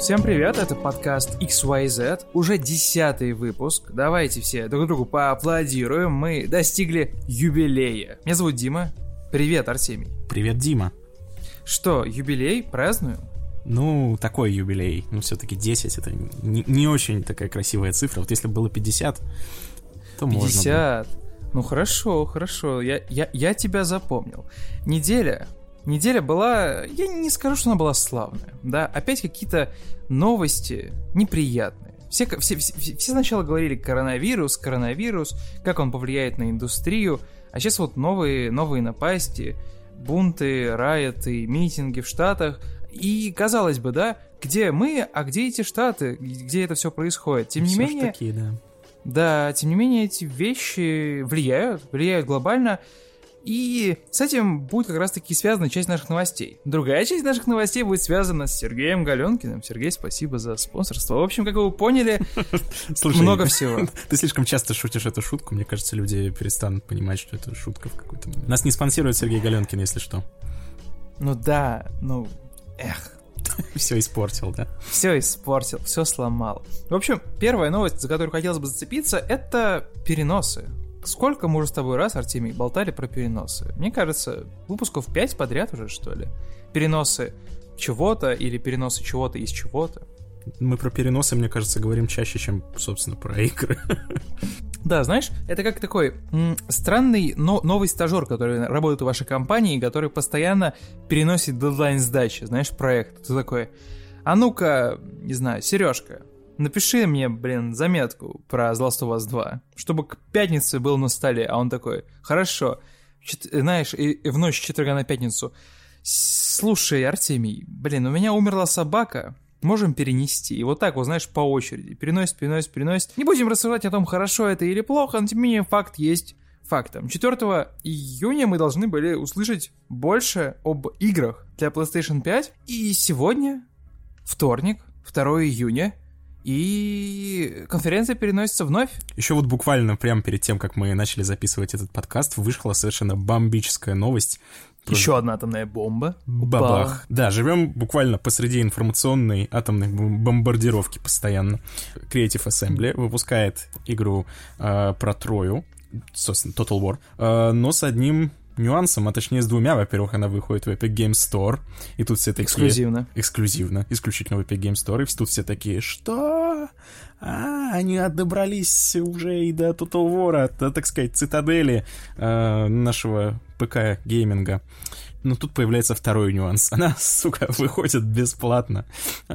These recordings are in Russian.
Всем привет, это подкаст XYZ, уже 10-й выпуск. Давайте все друг другу поаплодируем, мы достигли юбилея. Меня зовут Дима. Привет, Артемий. Привет, Дима. Что, юбилей? Празднуем? Ну, такой юбилей. Ну, все-таки 10 это не очень такая красивая цифра. Вот если бы было 50, то 50. можно 50. Ну, хорошо. Я тебя запомнил. Неделя была, я не скажу, что она была славная, да, опять какие-то новости неприятные. Все сначала говорили коронавирус, как он повлияет на индустрию, а сейчас вот новые напасти, бунты, райоты, митинги в Штатах, и казалось бы, да, где мы, а где эти Штаты, где это все происходит, тем не менее... Такие, да. Да, тем не менее эти вещи влияют глобально. И с этим будет как раз-таки связана часть наших новостей. Другая часть наших новостей будет связана с Сергеем Галенкиным. Сергей, спасибо за спонсорство. В общем, как вы поняли, много всего. Ты слишком часто шутишь эту шутку. Мне кажется, люди перестанут понимать, что это шутка в какой-то момент. Нас не спонсирует Сергей Галенкин, если что. Ну да, Все испортил, да? Все испортил, все сломал. В общем, первая новость, за которую хотелось бы зацепиться, это переносы. Сколько мы уже с тобой раз, Артемий, болтали про переносы? Мне кажется, выпусков 5 подряд уже, что ли? Переносы чего-то или переносы чего-то из чего-то. Мы про переносы, мне кажется, говорим чаще, чем, собственно, про игры. Да, знаешь, это как такой странный новый стажер, который работает в вашей компании, который постоянно переносит дедлайн сдачи, знаешь, проект. Ты такой, а ну-ка, не знаю, Сережка, напиши мне, заметку про The Last of Us 2, чтобы к пятнице был на столе. А он такой, хорошо, знаешь, и в ночь с четверга на пятницу. Слушай, Артемий, у меня умерла собака, можем перенести. И вот так вот, знаешь, по очереди. Переносит. Не будем рассуждать о том, хорошо это или плохо, но тем не менее факт есть фактом. 4 июня мы должны были услышать больше об играх для PlayStation 5. И сегодня, вторник, 2 июня, и конференция переносится вновь. Еще вот буквально прямо перед тем, как мы начали записывать этот подкаст, вышла совершенно бомбическая новость. Еще одна атомная бомба. Бабах. Да, живем буквально посреди информационной атомной бомбардировки постоянно. Creative Assembly выпускает игру про Трою, собственно, Total War, но с одним нюансом, а точнее с двумя. Во-первых, она выходит в Epic Games Store, и тут все такие... Эксклюзивно, исключительно в Epic Games Store, и тут все такие, что? Они добрались уже и до Total War, до, так сказать, цитадели нашего ПК-гейминга. Но тут появляется второй нюанс. Она, сука, выходит бесплатно.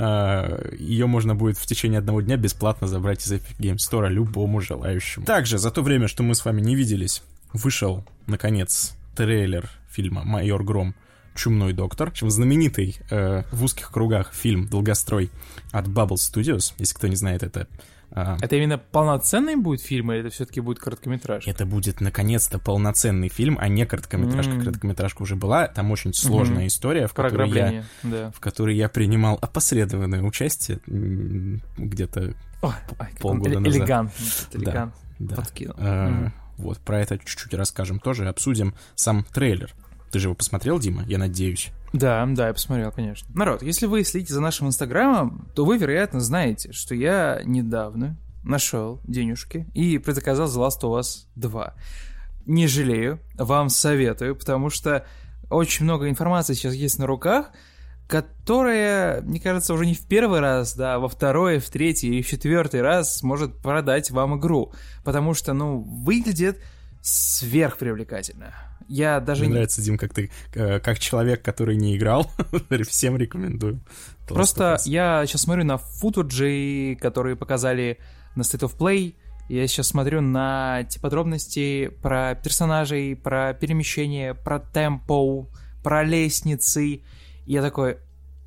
Ее можно будет в течение одного дня бесплатно забрать из Epic Games Store любому желающему. Также, за то время, что мы с вами не виделись, вышел, наконец, трейлер фильма «Майор Гром. Чумной доктор». В общем, знаменитый в узких кругах фильм «Долгострой» от Bubble Studios. Если кто не знает, это... Это именно полноценный будет фильм, или это все-таки будет короткометражка? Это будет, наконец-то, полноценный фильм, а не короткометражка. Короткометражка уже была. Там очень сложная история, в которой я принимал опосредованное участие где-то полгода назад. Элегантно. Подкинул. Вот, про это чуть-чуть расскажем тоже, обсудим сам трейлер. Ты же его посмотрел, Дима, я надеюсь? Да, я посмотрел, конечно. Народ, если вы следите за нашим инстаграмом, то вы, вероятно, знаете, что я недавно нашел денежки и предзаказал The Last of Us 2. Не жалею, вам советую, потому что очень много информации сейчас есть на руках, которая, мне кажется, уже не в первый раз, да, а во второй, в третий или в четвертый раз сможет продать вам игру. Потому что, выглядит сверхпривлекательно. Я даже... Мне нравится, Дим, как ты, как человек, который не играл, всем рекомендую. Просто я сейчас смотрю на футажи, которые показали на State of Play. Я сейчас смотрю на те подробности про персонажей, про перемещение, про темпо, про лестницы. И я такой,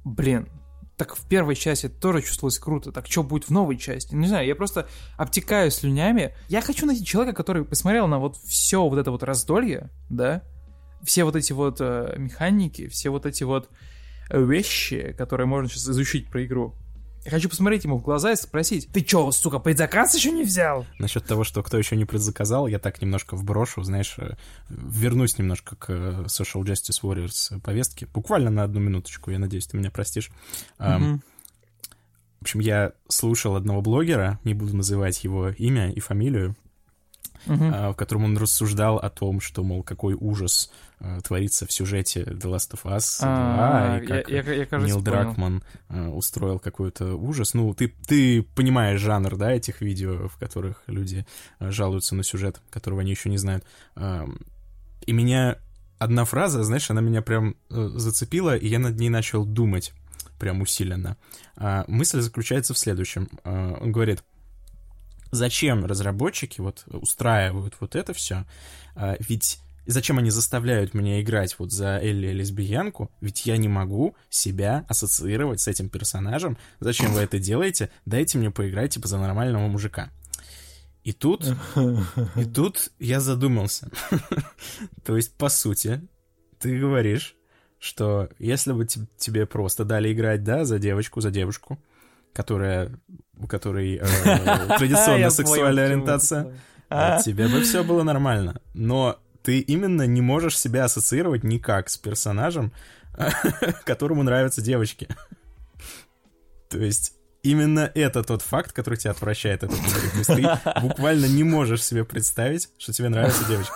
так в первой части тоже чувствовалось круто, так что будет в новой части? Не знаю, я просто обтекаю слюнями. Я хочу найти человека, который посмотрел на вот все вот это вот раздолье, да, все вот эти вот механики, все вот эти вот вещи, которые можно сейчас изучить про игру. Я хочу посмотреть ему в глаза и спросить: ты чё, сука, предзаказ еще не взял? Насчет того, что кто еще не предзаказал, я так немножко вброшу, знаешь, вернусь немножко к Social Justice Warriors повестке. Буквально на 1 минуточку, я надеюсь, ты меня простишь. В общем, я слушал одного блогера, не буду называть его имя и фамилию, в котором он рассуждал о том, что, мол, какой ужас творится в сюжете The Last of Us 2, и как Нил Дракман устроил какой-то ужас. Ну, ты понимаешь жанр, да, этих видео, в которых люди жалуются на сюжет, которого они еще не знают. И меня одна фраза, знаешь, она меня прям зацепила, и я над ней начал думать прям усиленно. Мысль заключается в следующем. Он говорит: зачем разработчики вот устраивают вот это все? Ведь зачем они заставляют меня играть вот за Элли лесбиянку? Ведь я не могу себя ассоциировать с этим персонажем. Зачем вы это делаете? Дайте мне поиграть типа за нормального мужика. И тут я задумался. То есть, по сути, ты говоришь, что если бы тебе просто дали играть, да, за девочку, у которой традиционная сексуальная ориентация, тебе бы все было нормально. Но ты именно не можешь себя ассоциировать никак с персонажем, которому нравятся девочки. То есть именно это тот факт, который тебя отвращает от этой игры. То есть ты буквально не можешь себе представить, что тебе нравятся девочки.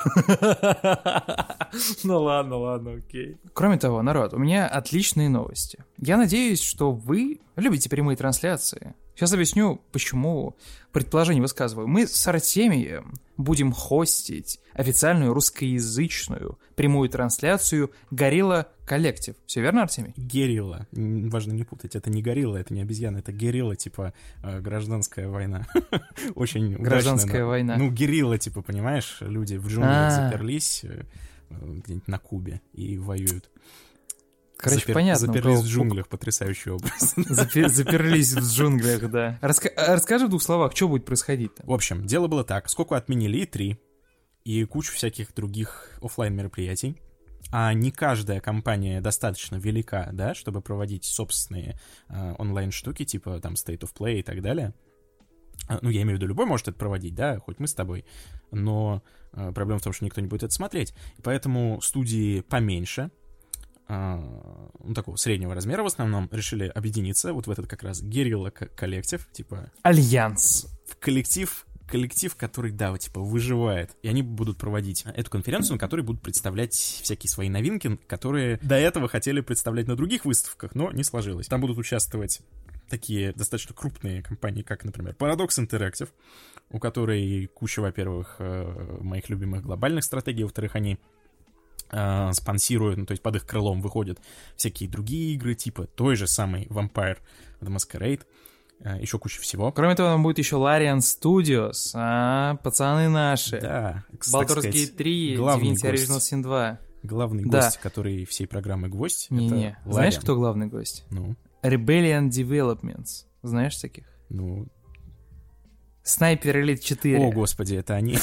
Ну ладно, окей. Кроме того, народ, у меня отличные новости. Я надеюсь, что вы любите прямые трансляции. Сейчас объясню, почему предположение высказываю. Мы с Артемием будем хостить официальную русскоязычную прямую трансляцию Gorilla Collective. Все верно, Артемий? Герилла. Важно не путать. Это не горилла, это не обезьяна, это герилла, типа гражданская война. Очень гражданская война. Ну, герилла, типа, понимаешь, люди в джунглях заперлись где-нибудь на Кубе и воюют. Короче, понятно. Заперлись в джунглях, потрясающий образ. Заперлись в джунглях, да. Расскажи в двух словах, что будет происходить там. В общем, дело было так. Сколько отменили E3 и кучу всяких других офлайн мероприятий, а не каждая компания достаточно велика, да, чтобы проводить собственные онлайн-штуки, типа там State of Play и так далее. Ну, я имею в виду, любой может это проводить, да, хоть мы с тобой, но проблема в том, что никто не будет это смотреть. И поэтому студии поменьше, ну, такого среднего размера в основном, решили объединиться вот в этот как раз Guerrilla коллектив, типа... Альянс. Коллектив, который, да, вот, типа, выживает. И они будут проводить эту конференцию, на которой будут представлять всякие свои новинки, которые до этого хотели представлять на других выставках, но не сложилось. Там будут участвовать такие достаточно крупные компании, как, например, Paradox Interactive, у которой куча, во-первых, моих любимых глобальных стратегий, во-вторых, они спонсируют, ну, то есть под их крылом выходят всякие другие игры, типа той же самой Vampire the Masquerade, еще куча всего. Кроме того, там будет еще Larian Studios, пацаны наши. Да. Baldur's Gate 3, Divinity Original Sin 2. Главный гость, который всей программы гвоздь. Не-не. Знаешь, кто главный гость? Ну? Rebellion Developments. Знаешь таких? Ну? Снайпер Elite 4. О, господи, это они.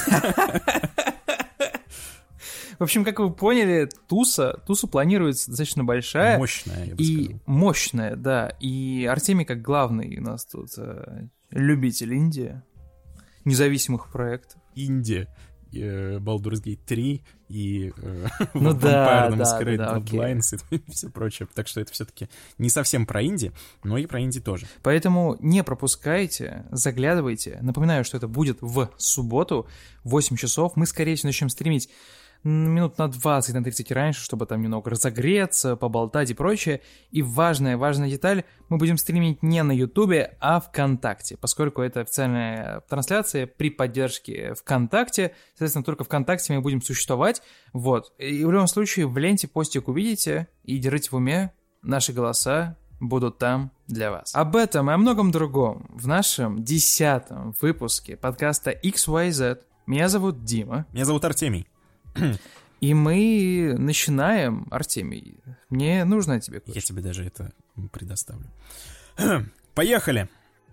В общем, как вы поняли, Тусу планируется достаточно большая. Мощная, я бы сказал. Мощная, да. И Артемий, как главный у нас тут любитель инди, независимых проектов. Инди, Baldur's Gate 3 и ну, Vampire the Masquerade Bloodlines и все прочее. Так что это все-таки не совсем про инди, но и про инди тоже. Поэтому не пропускайте, заглядывайте. Напоминаю, что это будет в субботу в 8 часов. Мы, скорее всего, начнем стримить минут на 20, на 30 раньше, чтобы там немного разогреться, поболтать и прочее. И важная деталь, мы будем стримить не на Ютубе, а ВКонтакте, поскольку это официальная трансляция при поддержке ВКонтакте. Соответственно, только ВКонтакте мы будем существовать. Вот. И в любом случае в ленте постик увидите и держите в уме, наши голоса будут там для вас. Об этом и о многом другом в нашем 10-м выпуске подкаста XYZ. Меня зовут Дима. Меня зовут Артемий. И мы начинаем, Артемий. Мне нужно от тебя кое-что. Я тебе даже это предоставлю. Поехали!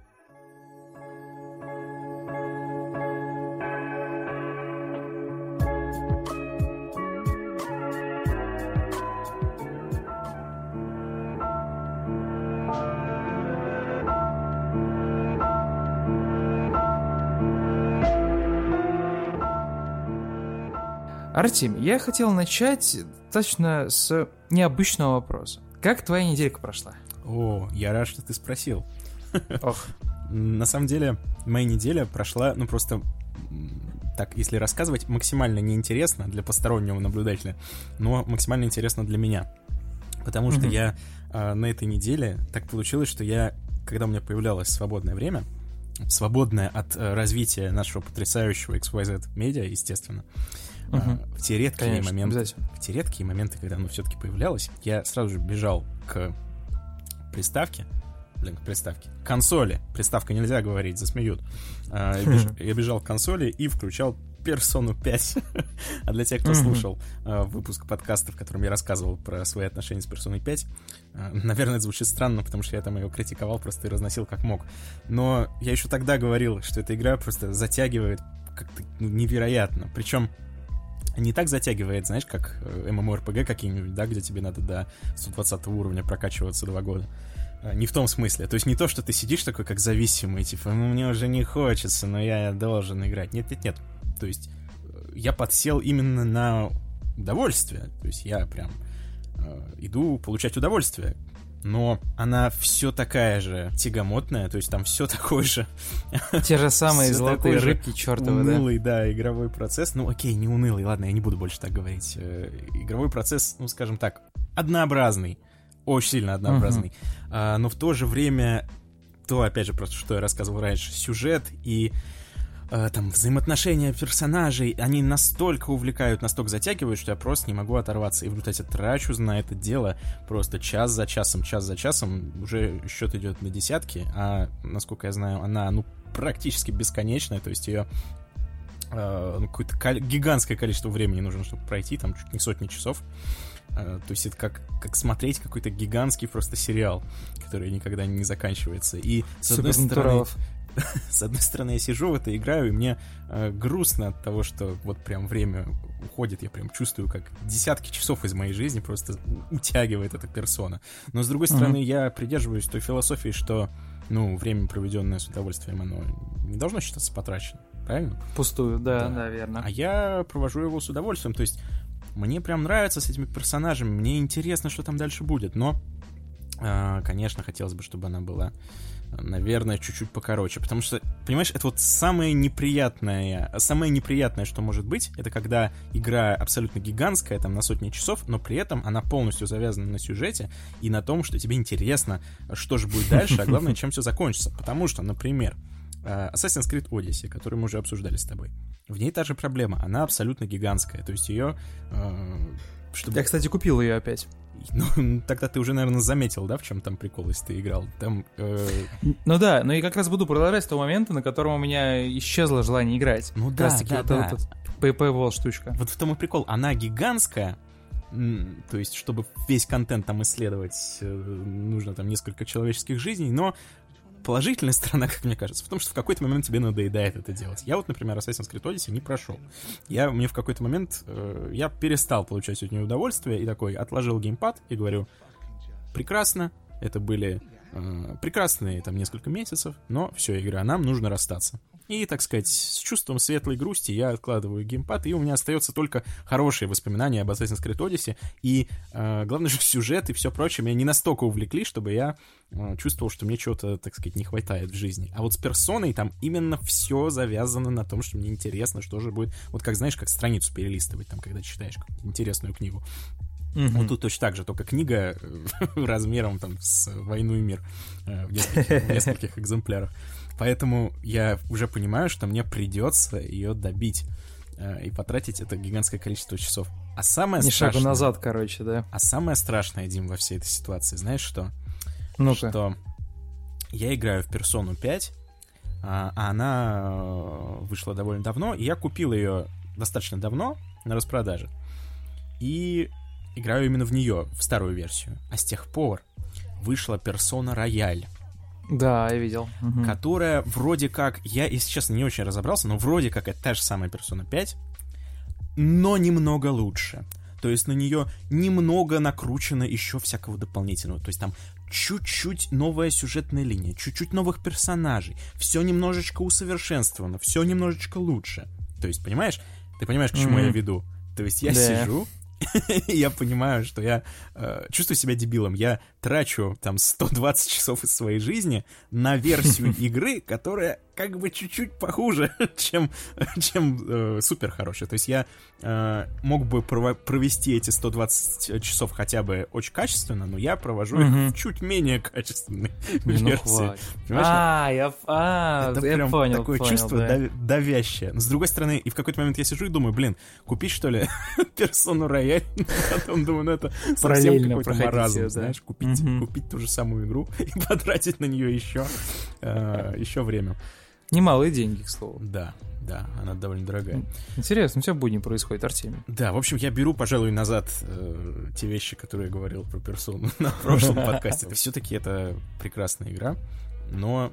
Артемий, я хотел начать достаточно с необычного вопроса. Как твоя неделька прошла? О, я рад, что ты спросил. Ох. На самом деле, моя неделя прошла, ну, просто, так, если рассказывать, максимально неинтересно для постороннего наблюдателя, но максимально интересно для меня. Потому что я на этой неделе, так получилось, что когда у меня появлялось свободное время, свободное от развития нашего потрясающего XYZ медиа, естественно, в те редкие моменты, когда оно все-таки появлялось, я сразу же бежал к приставке, консоли. Приставка нельзя говорить, засмеют. Я бежал к консоли и включал Persona 5. А для тех, кто слушал выпуск подкаста, в котором я рассказывал про свои отношения с Persona 5, наверное, это звучит странно, потому что я там ее критиковал просто и разносил как мог. Но я еще тогда говорил, что эта игра просто затягивает как-то невероятно. Причем не так затягивает, знаешь, как MMORPG какие-нибудь, да, где тебе надо до 120 уровня прокачиваться 2 года. Не в том смысле. То есть не то, что ты сидишь такой, как зависимый, типа, мне уже не хочется, но я должен играть. Нет. То есть я подсел именно на удовольствие. То есть я прям иду получать удовольствие. Но она все такая же тягомотная, то есть там все такой же... Те же самые золотые рыбки чертовы, да? Унылый, да, игровой процесс. Ну, окей, не унылый, ладно, я не буду больше так говорить. Игровой процесс, ну, скажем так, однообразный. Очень сильно однообразный. Но в то же время, то, опять же, просто что я рассказывал раньше, сюжет и там взаимоотношения персонажей, они настолько увлекают, настолько затягивают, что я просто не могу оторваться. И в результате трачу на это дело просто час за часом. Уже счет идет на десятки, а, насколько я знаю, она, ну, практически бесконечная, то есть ее какое-то гигантское количество времени нужно, чтобы пройти, там чуть не сотни часов. То есть это как смотреть какой-то гигантский просто сериал, который никогда не заканчивается. И с одной стороны я сижу в это, играю, и мне грустно от того, что вот прям время уходит, я прям чувствую, как десятки часов из моей жизни просто утягивает эта персона. Но с другой стороны, я придерживаюсь той философии, что, ну, время, проведенное с удовольствием, оно не должно считаться потраченным, правильно? Пустую, да, верно. А я провожу его с удовольствием, то есть мне прям нравится с этими персонажами, мне интересно, что там дальше будет, но, конечно, хотелось бы, чтобы она была, наверное, чуть-чуть покороче, потому что, понимаешь, это вот самое неприятное, что может быть, это когда игра абсолютно гигантская, там, на сотни часов, но при этом она полностью завязана на сюжете и на том, что тебе интересно, что же будет дальше, а главное, чем все закончится, потому что, например, Assassin's Creed Odyssey, который мы уже обсуждали с тобой, в ней та же проблема, она абсолютно гигантская, то есть ее... Я, кстати, купил ее опять. Ну, тогда ты уже, наверное, заметил, да, в чем там прикол, если ты играл? Там, Ну да, но я как раз буду продолжать с того момента, на котором у меня исчезло желание играть. Ну да, да. Вот PayPal штучка. Вот в том и прикол, она гигантская, то есть, чтобы весь контент там исследовать, нужно там несколько человеческих жизней, но положительная сторона, как мне кажется, в том, что в какой-то момент тебе надоедает это делать. Я вот, например, Assassin's Creed Odyssey не прошел. Мне в какой-то момент я перестал получать от нее удовольствие и такой отложил геймпад и говорю: прекрасно, это были прекрасные там несколько месяцев, но все, игра, нам нужно расстаться. И, так сказать, с чувством светлой грусти я откладываю геймпад, и у меня остается только хорошие воспоминания об Assassin's Creed Odyssey. И главное же, сюжет и все прочее меня не настолько увлекли, чтобы я чувствовал, что мне чего-то, так сказать, не хватает в жизни. А вот с персоной там именно все завязано на том, что мне интересно, что же будет. Вот как, знаешь, как страницу перелистывать, там, когда читаешь интересную книгу. Вот тут точно так же, только книга размером там с «Войну и мир» в нескольких экземплярах. Поэтому я уже понимаю, что мне придется ее добить и потратить это гигантское количество часов. А самое страшное... шагу назад, короче, да. А самое страшное, Дим, во всей этой ситуации, знаешь что? Ну-ка. Что я играю в Persona 5, а она вышла довольно давно, и я купил ее достаточно давно на распродаже. И играю именно в нее, в старую версию. А с тех пор вышла Persona Royale. Да, я видел. Которая вроде как, я, если честно, не очень разобрался, но вроде как это та же самая Persona 5, но немного лучше. То есть на нее немного накручено еще всякого дополнительного. То есть там чуть-чуть новая сюжетная линия, чуть-чуть новых персонажей, все немножечко усовершенствовано, все немножечко лучше. То есть, понимаешь? Ты понимаешь, к чему я веду? То есть я сижу я понимаю, что я чувствую себя дебилом. Я трачу там 120 часов из своей жизни на версию игры, которая как бы чуть-чуть похуже, чем супер хорошая. То есть я мог бы провести эти 120 часов хотя бы очень качественно, но я провожу их в чуть менее качественной версии. Это прям понял, такое чувство давящее. Но с другой стороны, и в какой-то момент я сижу и думаю, купить что ли персону рояль? Потом думаю, это совсем какой-то маразм, знаешь, купить ту же самую игру и потратить на нее еще время. Немалые деньги, к слову. Да, она довольно дорогая. Интересно, у тебя в будни происходит, Артемий. Да, в общем, я беру, пожалуй, назад те вещи, которые я говорил про персону на прошлом подкасте. Все-таки это прекрасная игра, но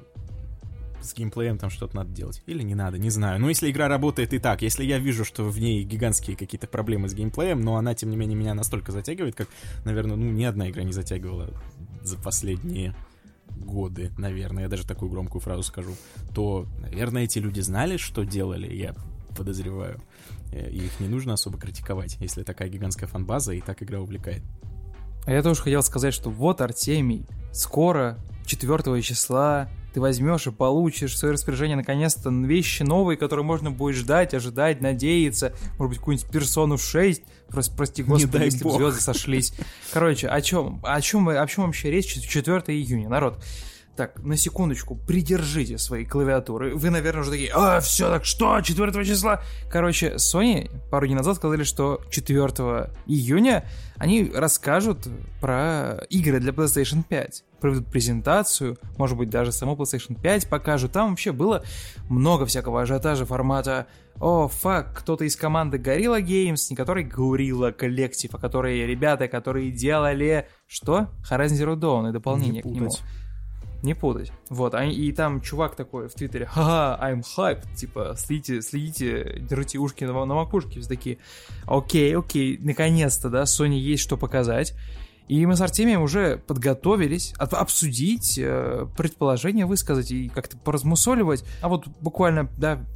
с геймплеем там что-то надо делать. Или не надо, не знаю. Но если игра работает и так, если я вижу, что в ней гигантские какие-то проблемы с геймплеем, но она, тем не менее, меня настолько затягивает, как, наверное, ни одна игра не затягивала за последние годы, наверное, я даже такую громкую фразу скажу, то, наверное, эти люди знали, что делали, я подозреваю. И их не нужно особо критиковать, если такая гигантская фан-база и так игра увлекает. А я тоже хотел сказать, что вот, Артемий, скоро, 4 числа, ты возьмешь и получишь в свое распоряжение наконец-то вещи новые, которые можно будет ждать, ожидать, надеяться. Может быть, какую-нибудь персону 6. Прости господи, если бы звезды сошлись. Короче, о чем вообще речь? 4 июня, народ. Так, на секундочку, придержите свои клавиатуры. Вы, наверное, уже такие, все, так что, 4 числа? Короче, Sony пару дней назад сказали, что 4 июня они расскажут про игры для PlayStation 5. Проведут презентацию, может быть, даже саму PlayStation 5 покажут. Там вообще было много всякого ажиотажа формата кто-то из команды Guerrilla Games, не который Guerrilla Collective, а которые ребята, которые делали, что? Horizon Zero Dawn и дополнение к нему. Не путать. Вот, и там чувак такой в Твиттере, I'm hyped, типа, следите, держите ушки на макушке, все такие, окей, наконец-то, да, Sony есть что показать. И мы с Артемием уже подготовились обсудить, предположения высказать и как-то поразмусоливать. А вот буквально,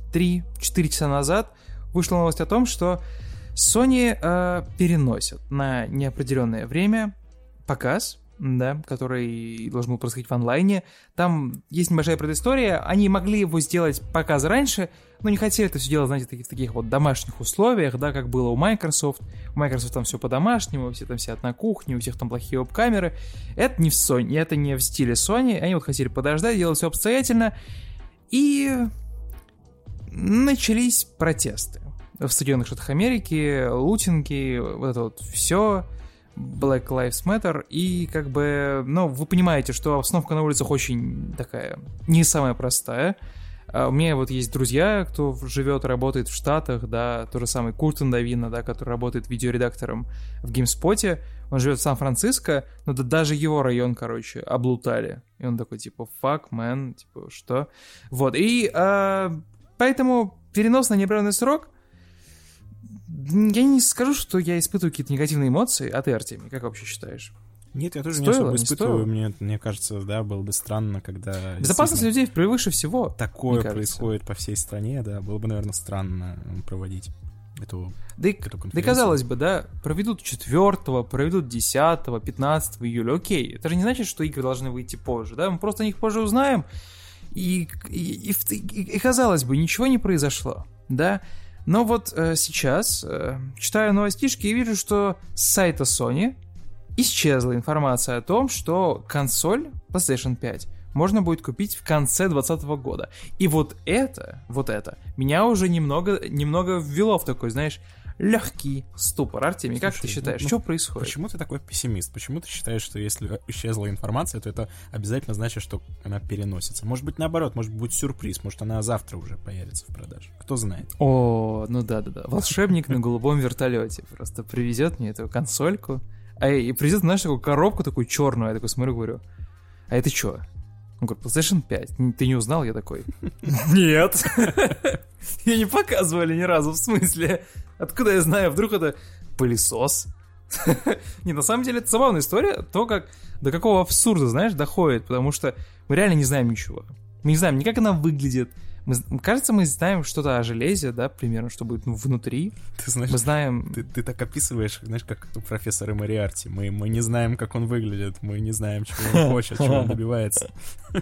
3-4 часа назад вышла новость о том, что Sony переносят на неопределенное время показ, который должен был происходить в онлайне. Там есть небольшая предыстория. Они могли его сделать показ раньше, но не хотели это все делать, знаете, в таких вот домашних условиях, да, как было у Microsoft. У Microsoft там все по-домашнему, все там сидят на кухне, у всех там плохие веб-камеры. Это не в Sony, это не в стиле Sony. Они вот хотели подождать, делать все обстоятельно. И начались протесты в Соединенных Штатах Америки, лутинги, вот это вот все. Black Lives Matter, и как бы, вы понимаете, что обстановка на улицах очень такая, не самая простая. У меня вот есть друзья, кто живет, работает в Штатах, да, тот же самый Куртен Давина, да, который работает видеоредактором в GameSpot, он живет в Сан-Франциско, но даже его район, облутали. И он такой, типа, fuck, man, типа, что? Вот, и поэтому перенос на неопределенный срок. Я не скажу, что я испытываю какие-то негативные эмоции, а ты, Артемий, как вообще считаешь? Нет, я тоже не особо испытываю. Мне кажется, да, было бы странно, когда... Безопасность людей превыше всего. Такое происходит по всей стране, да, было бы, наверное, странно проводить эту конференцию. Да, казалось бы, да, проведут 4-го, проведут 10-го, 15 июля, окей. Это же не значит, что игры должны выйти позже, да, мы просто о них позже узнаем, и казалось бы, ничего не произошло, да. Но вот сейчас читаю новостишки и вижу, что с сайта Sony исчезла информация о том, что консоль PlayStation 5 можно будет купить в конце 2020 года. И вот это меня уже немного ввело в такой, знаешь, легкий ступор. Артемий, как ты считаешь, что происходит? Почему ты такой пессимист? Почему ты считаешь, что если исчезла информация, то это обязательно значит, что она переносится? Может быть, наоборот, может быть, будет сюрприз, может, она завтра уже появится в продаже. Кто знает? Да. Волшебник на голубом вертолете просто привезет мне эту консольку, и привезет, знаешь, такую коробку такую черную, я такой смотрю, говорю, а это что? Он говорит, PlayStation 5. Ты не узнал? Я такой, нет. Ее не показывали ни разу, в смысле. Откуда я знаю? Вдруг это пылесос? Не, на самом деле, это забавная история, то, как до какого абсурда, знаешь, доходит, потому что мы реально не знаем ничего. Мы не знаем ни как она выглядит, Кажется, мы знаем что-то о железе, да, примерно, что будет внутри. Ты знаешь, мы знаем... Ты так описываешь, знаешь, как у профессора Мориарти. Мы не знаем, как он выглядит, мы не знаем, чего он хочет, чего он добивается.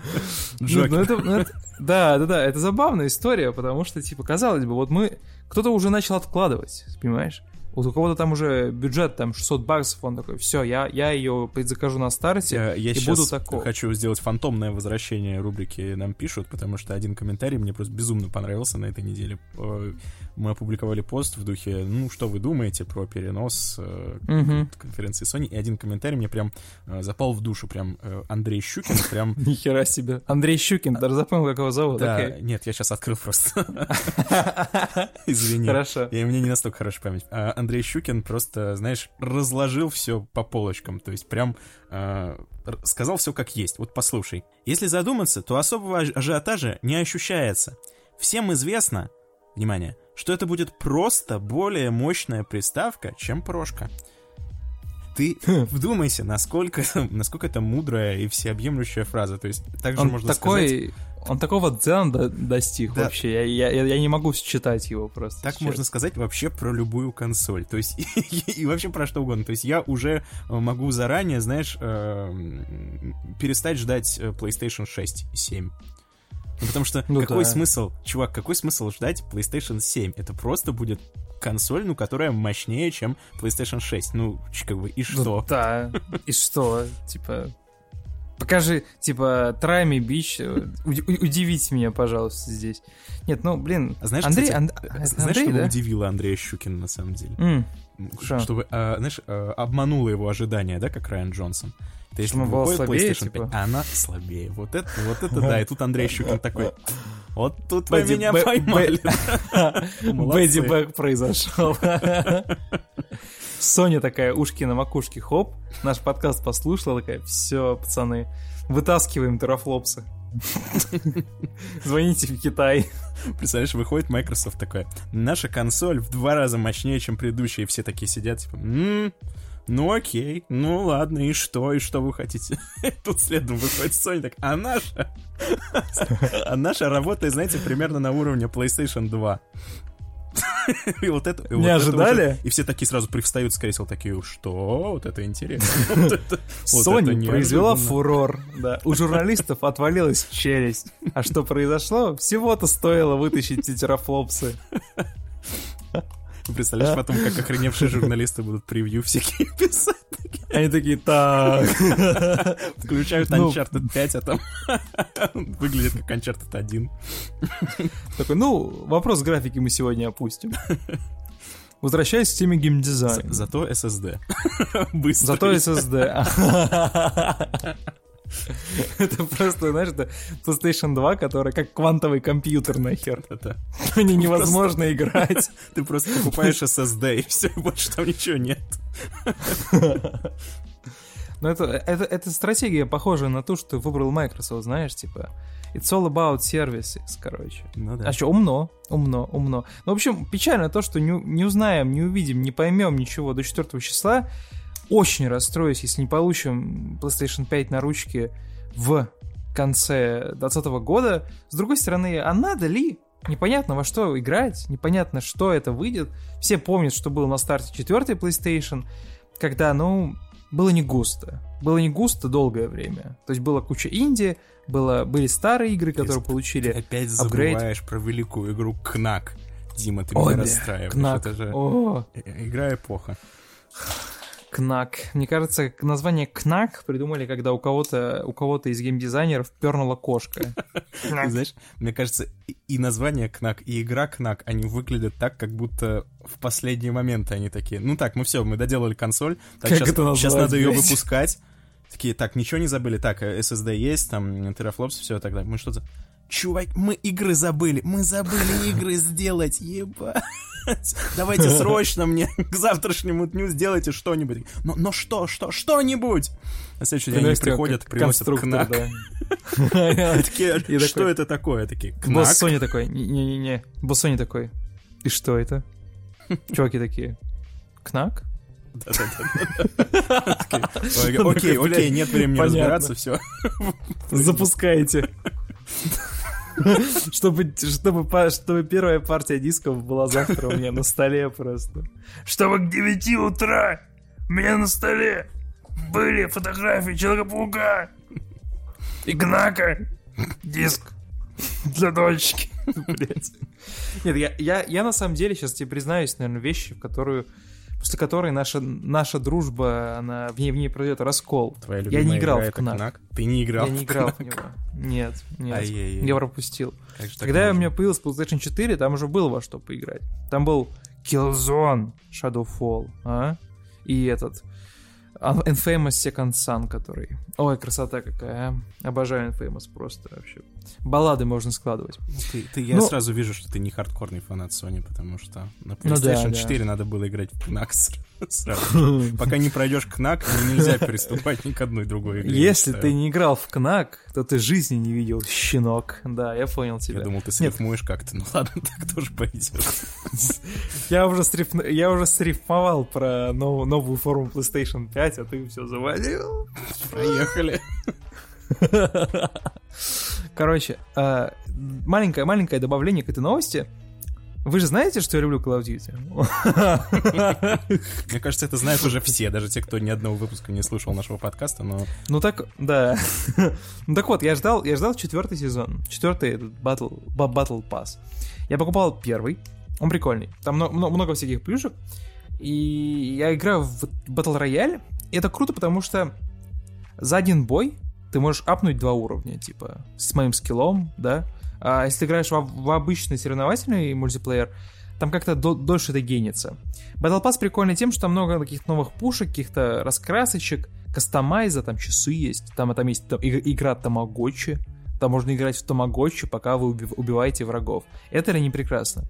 Да, это забавная история, потому что, типа, казалось бы, вот кто-то уже начал откладывать, понимаешь? Вот у кого-то там уже бюджет, там, $600, он такой, все, я ее предзакажу на старте и буду такой. Я хочу сделать фантомное возвращение рубрики «Нам пишут», потому что один комментарий мне просто безумно понравился на этой неделе. Мы опубликовали пост в духе, что вы думаете про перенос конференции Sony, и один комментарий мне прям запал в душу, прям Андрей Щукин, прям... Нихера себе. Андрей Щукин, даже запомнил, как его зовут. Да, нет, я сейчас открыл просто. Извини. Хорошо. У меня не настолько хорошая память. Андрей Щукин просто, знаешь, разложил все по полочкам, то есть прям сказал все как есть. Вот послушай. Если задуматься, то особого ажиотажа не ощущается. Всем известно, внимание, что это будет просто более мощная приставка, чем прошка. Ты вдумайся, насколько это мудрая и всеобъемлющая фраза. То есть также можно сказать... Он такого дзена достиг вообще. Я не могу считать его просто. Так можно сказать вообще про любую консоль. То есть и вообще про что угодно. То есть я уже могу заранее, знаешь, перестать ждать PlayStation 6 и 7. Потому что какой смысл, чувак, какой смысл ждать PlayStation 7? Это просто будет консоль, которая мощнее, чем PlayStation 6. И что? Да, и что? Типа... Покажи, типа, try me, bitch, удивите меня, пожалуйста, здесь. Нет, знаешь, Андрей, знаешь, что да? удивило Андрея Щукина, на самом деле? Чтобы, знаешь, обмануло его ожидания, да, как Райан Джонсон. То есть, выходит PlayStation 5, а она слабее. Вот это да, и тут Андрей Щукин такой, вот тут вы меня поймали. Бэдди Бэк произошел. Соня такая, ушки на макушке, хоп, наш подкаст послушала, такая, все, пацаны, вытаскиваем терафлопсы. Звоните в Китай. Представляешь, выходит Microsoft такая, наша консоль в 2 раза мощнее, чем предыдущая, и все такие сидят, типа, окей, ладно, и что вы хотите? Тут следом выходит Sony, так, а наша работает, знаете, примерно на уровне PlayStation 2. И вот это, не ожидали? И все такие сразу привстают с кресел, такие, что? Вот это интересно. Sony произвела фурор. Да. У журналистов отвалилась челюсть. А что произошло? Всего-то стоило вытащить эти терафлопсы. Представляешь, потом, как охреневшие журналисты будут превью всякие писать. Они такие, так... Включают Uncharted 5, а там выглядит как Uncharted 1. Такой, вопрос графики мы сегодня опустим. Возвращаясь к теме геймдизайна. Зато SSD. Быстро. Зато SSD. Это просто, знаешь, это PlayStation 2, которая как квантовый компьютер нахер. На ней невозможно играть. Ты просто покупаешь SSD, и все, больше там ничего нет. Но это стратегия, похожая на ту, что выбрал Microsoft, знаешь, типа it's all about services, короче. Да. А что, умно. Ну, в общем, печально то, что не узнаем, не увидим, не поймем ничего до 4 числа. Очень расстроюсь, если не получим PlayStation 5 на ручки в конце 2020 года. С другой стороны, а надо ли? Непонятно, во что играть, непонятно, что это выйдет. Все помнят, что было на старте 4 PlayStation, когда, было не густо. Было не густо долгое время. То есть была куча инди, были старые игры, которые получили апгрейд. Ты опять забываешь про великую игру Knack. Дима, ты меня расстраиваешь. Knack. Это же игра эпоха. Knack. Мне кажется, название Knack придумали, когда у кого-то из геймдизайнеров пернула кошка. Знаешь, мне кажется, и название Knack, и игра Knack, они выглядят так, как будто в последние моменты они такие, мы доделали консоль, сейчас надо ее выпускать. Такие, так, ничего не забыли, так, SSD есть, там, терафлопс, все, так далее. Мы что-то... Чувак, мы игры забыли, игры сделать, ебать. Давайте срочно мне к завтрашнему дню сделайте что-нибудь. Но что-нибудь? На следующий день они приходят, приносят Knack. Такие, что это такое? Такие, Knack. Босс Sony такой, не-не-не. Босс Sony такой, и что это? Чуваки такие, Knack? Окей, нет времени разбираться, все. Запускайте. Чтобы первая партия дисков была завтра у меня на столе просто. Чтобы к 9 утра у меня на столе были фотографии Человека-паука и Гнака. Диск для дочки. Блять. Нет, я на самом деле сейчас тебе признаюсь, наверное, вещи, после которой наша дружба, в ней пройдет раскол. Твоя я не играл игра в Кнак. Ты не играл Я не играл в него. Нет. Ай-яй-яй. Я пропустил. Когда у меня появился PlayStation 4, там уже было во что поиграть. Там был Killzone Shadowfall, и этот Infamous Second Son, который... Ой, красота какая, Обожаю Infamous просто вообще. Баллады можно складывать. Я сразу вижу, что ты не хардкорный фанат Sony, потому что на PlayStation 4 надо было играть в Knack сразу. Пока не пройдешь Knack, нельзя приступать ни к одной другой игре. Если ты не играл в Knack, то ты жизни не видел, щенок. Да, я понял тебя. Я думал, ты срифмуешь как-то. Ну ладно, так тоже пойдет. Я уже срифмовал про новую форму PlayStation 5, а ты все завалил. Проехали. Короче, маленькое добавление к этой новости. Вы же знаете, что я люблю Call of Duty? Мне кажется, это знают уже все, даже те, кто ни одного выпуска не слушал нашего подкаста, но... Ну так, да. Ну так вот, я ждал 4-й сезон, 4-й Battle Pass. Я покупал первый, он прикольный, там много всяких плюшек, и я играю в Battle Royale, и это круто, потому что за один бой ты можешь апнуть 2 уровня, типа, с моим скиллом, да. А если ты играешь в обычный соревновательный мультиплеер, там как-то дольше это генится. Battle Pass прикольный тем, что там много каких-то новых пушек, каких-то раскрасочек, кастомайза, там часы есть, там есть игра Тамагочи, там можно играть в Тамагочи, пока вы убиваете врагов. Это ли не прекрасно?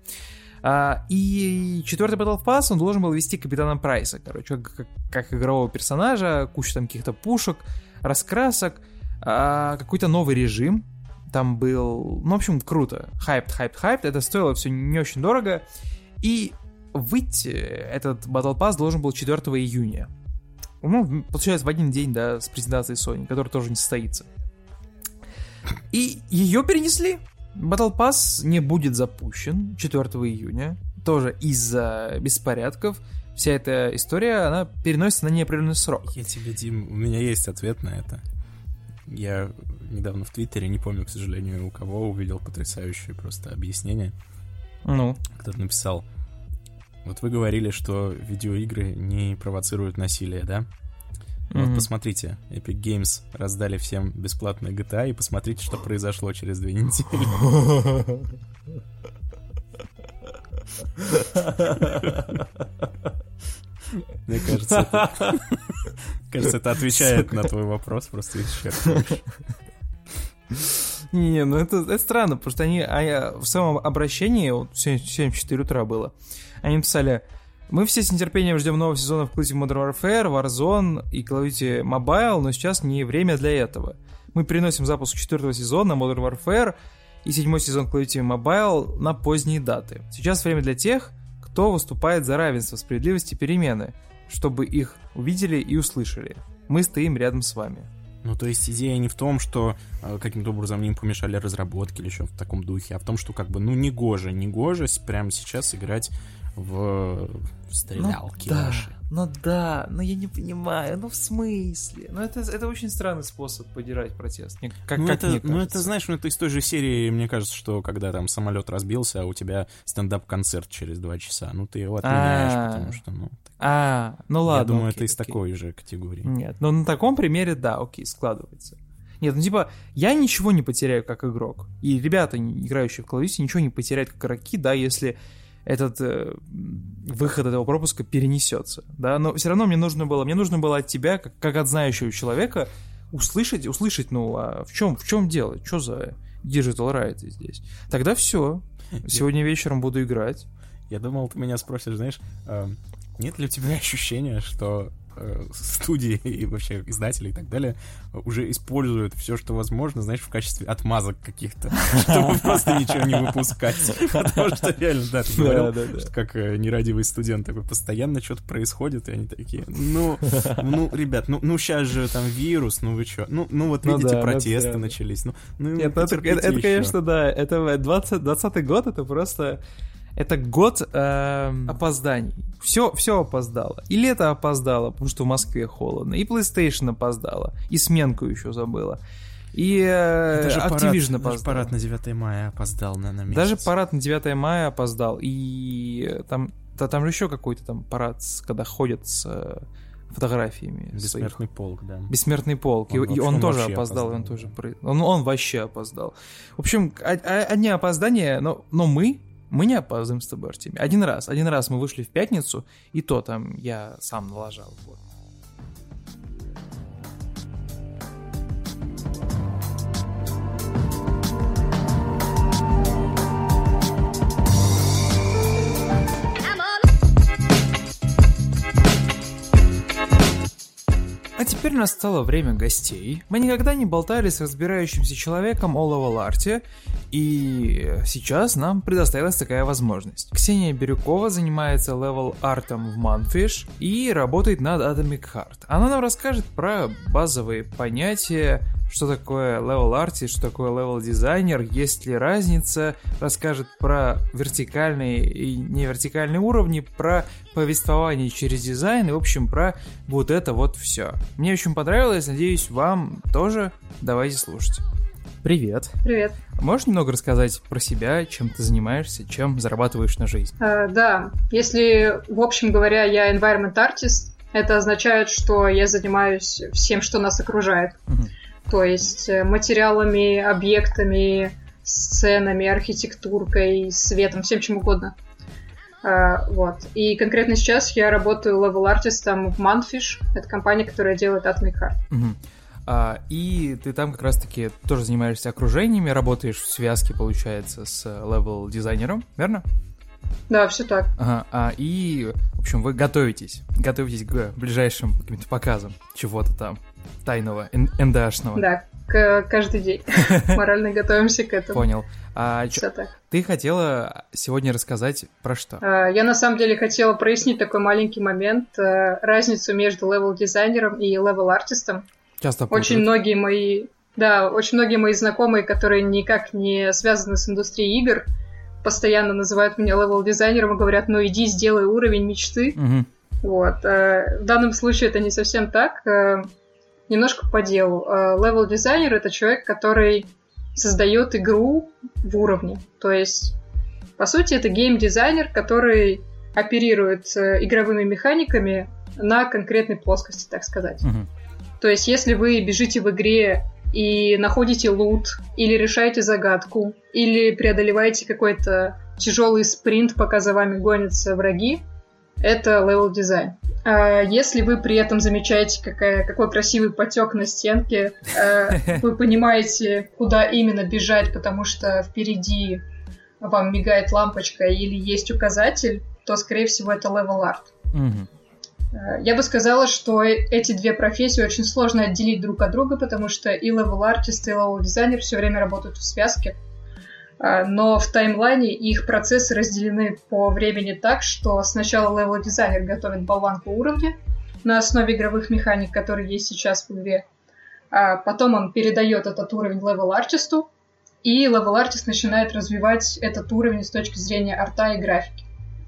И 4-й Battle Pass, он должен был вести Капитана Прайса, короче, как игрового персонажа, куча там каких-то пушек, раскрасок, какой-то новый режим там был, ну, в общем, круто, хайп, это стоило все не очень дорого, и выйти этот Battle Pass должен был 4 июня, ну, получается, в один день, да, с презентацией Sony, которая тоже не состоится, и ее перенесли. Battle Pass не будет запущен 4 июня, тоже из-за беспорядков. Вся эта история, она переносится на неопределенный срок. Я тебе, Дим, у меня есть ответ на это. Я недавно в Твиттере, не помню, к сожалению, у кого, увидел потрясающее просто объяснение. Ну? Кто-то написал: вот вы говорили, что видеоигры не провоцируют насилие, да? Вот посмотрите, Epic Games раздали всем бесплатные GTA, и посмотрите, что произошло через 2 недели. Мне кажется, это отвечает на твой вопрос, просто исчерпывающе. Не, ну это странно, потому что они в самом обращении, вот сегодня в 4 утра было, они писали: мы все с нетерпением ждем нового сезона в Call of Duty Modern Warfare, Warzone и Call of Duty Mobile, но сейчас не время для этого. Мы переносим запуск 4-го сезона Modern Warfare и 7-й сезон Call of Duty Mobile на поздние даты. Сейчас время для тех, кто выступает за равенство, справедливость и перемены, чтобы их увидели и услышали. Мы стоим рядом с вами. Ну, то есть идея не в том, что каким-то образом им помешали разработки или еще в таком духе, а в том, что как бы, ну, негоже прямо сейчас играть в стрелялки ваши. Но я не понимаю, в смысле? Это очень странный способ подирать протест. Это, знаешь, это из той же серии, мне кажется, что когда там самолет разбился, а у тебя стендап-концерт через 2 часа, ну ты его отменяешь, потому что, ну ладно. Я думаю, это из такой же категории. Нет, но на таком примере, да, окей, складывается. Нет, я ничего не потеряю как игрок. И ребята, играющие в Call of Duty, ничего не потеряют как игроки, да, если этот выход этого пропуска перенесется, да, но все равно мне нужно было от тебя, как от знающего человека, услышать, а в чем дело, что за digital rights здесь? Тогда все, сегодня вечером буду играть. Я думал, ты меня спросишь, знаешь, нет ли у тебя ощущения, что студии и вообще издатели и так далее уже используют все, что возможно, знаешь, в качестве отмазок каких-то, чтобы просто ничего не выпускать. Потому что реально, да, ты говорил, что как нерадивый студент такой, постоянно что-то происходит, и они такие, ребят, сейчас же там вирус, вы что? Вот видите, протесты начались. Нет, это, конечно, да, это 2020 год, это просто... Это год опозданий. Все опоздало. И лето опоздало, потому что в Москве холодно. И PlayStation опоздала. И сменку еще забыла. И Activision опоздал. Даже парад на 9 мая опоздал на месяц. Даже парад на 9 мая опоздал. И там же еще какой-то там парад, когда ходят с фотографиями. Бессмертный полк, да. Бессмертный полк. И он тоже опоздал. Он вообще опоздал. В общем, одни опоздания, но мы не опаздываем с тобой, Артемий. Один раз мы вышли в пятницу, и то там я сам налажал. Вот. А теперь настало время гостей. Мы никогда не болтали с разбирающимся человеком о левел-арте, и сейчас нам предоставилась такая возможность. Ксения Бирюкова занимается левел-артом в Manfish и работает над Atomic Heart. Она нам расскажет про базовые понятия, что такое левел-арт, что такое левел-дизайнер, есть ли разница, расскажет про вертикальные и невертикальные уровни, про повествование через дизайн и, в общем, про вот это вот все. Мне очень понравилось, надеюсь, вам тоже. Давайте слушать. Привет. Привет. Можешь немного рассказать про себя, чем ты занимаешься, чем зарабатываешь на жизнь? Да, если, в общем говоря, я environment artist, это означает, что я занимаюсь всем, что нас окружает. То есть материалами, объектами, сценами, архитектуркой, светом, всем чем угодно. Вот. И конкретно сейчас я работаю левел-артистом в Manfish. Это компания, которая делает Atomic Heart. И ты там как раз-таки тоже занимаешься окружениями, работаешь в связке, получается, с левел-дизайнером, верно? Да, все так. И, в общем, вы готовитесь к ближайшим каким-то показам чего-то там тайного, НДАшного. Да, каждый день. Морально готовимся к этому. Понял. Все так. Ты хотела сегодня рассказать про что? Я на самом деле хотела прояснить такой маленький момент, разницу между левел-дизайнером и левел-артистом. Часто путают. Очень многие мои знакомые, которые никак не связаны с индустрией игр, постоянно называют меня левел-дизайнером и говорят, иди сделай уровень мечты. Вот. В данном случае это не совсем так. Немножко по делу. Левел-дизайнер — это человек, который создает игру в уровне. То есть, по сути, это гейм-дизайнер, который оперирует игровыми механиками на конкретной плоскости, так сказать. То есть, если вы бежите в игре и находите лут, или решаете загадку, или преодолеваете какой-то тяжелый спринт, пока за вами гонятся враги, это левел-дизайн. Если вы при этом замечаете, какой красивый потек на стенке, вы понимаете, куда именно бежать, потому что впереди вам мигает лампочка или есть указатель, то, скорее всего, это левел-арт. Я бы сказала, что эти две профессии очень сложно отделить друг от друга, потому что и левел-артист, и левел-дизайнер все время работают в связке. Но в таймлайне их процессы разделены по времени так, что сначала левел-дизайнер готовит болванку уровня на основе игровых механик, которые есть сейчас в игре. Потом он передает этот уровень левел-артисту, и левел-артист начинает развивать этот уровень с точки зрения арта и графики.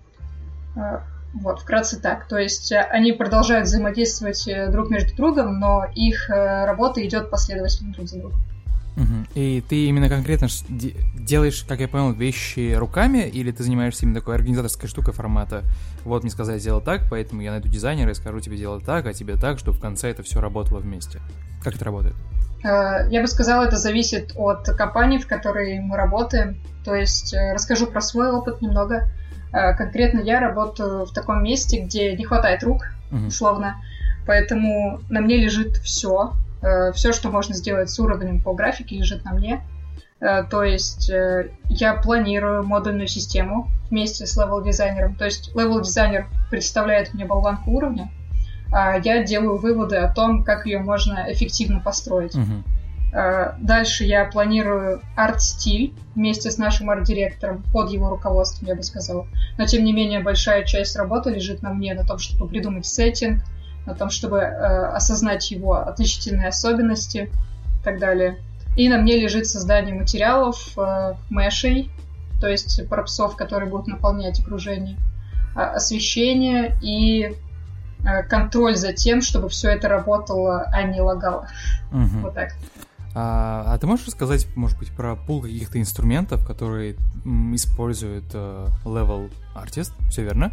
Вот, вкратце так. То есть они продолжают взаимодействовать друг между другом, но их работа идет последовательно друг за другом. И ты именно конкретно делаешь, как я понял, вещи руками, или ты занимаешься именно такой организаторской штукой формата вот мне сказали сделать так, поэтому я найду дизайнера и скажу тебе делать так, а тебе так, чтобы в конце это все работало вместе. Как это работает? Я бы сказала, это зависит от компании, в которой мы работаем. То есть расскажу про свой опыт немного. Конкретно я работаю в таком месте, где не хватает рук, условно, поэтому на мне лежит все. Все, что можно сделать с уровнем по графике, лежит на мне. То есть я планирую модульную систему вместе с левел-дизайнером. То есть левел-дизайнер представляет мне болванку уровня, а я делаю выводы о том, как ее можно эффективно построить. Дальше я планирую арт-стиль вместе с нашим арт-директором, под его руководством, я бы сказала. Но, тем не менее, большая часть работы лежит на мне, на том, чтобы придумать сеттинг, на том, чтобы осознать его отличительные особенности и так далее. И на мне лежит создание материалов, мэшей, то есть пропсов, которые будут наполнять окружение, освещение и контроль за тем, чтобы все это работало, а не лагало. Вот так. А ты можешь рассказать, может быть, про пул каких-то инструментов, которые использует Level Artist, все верно?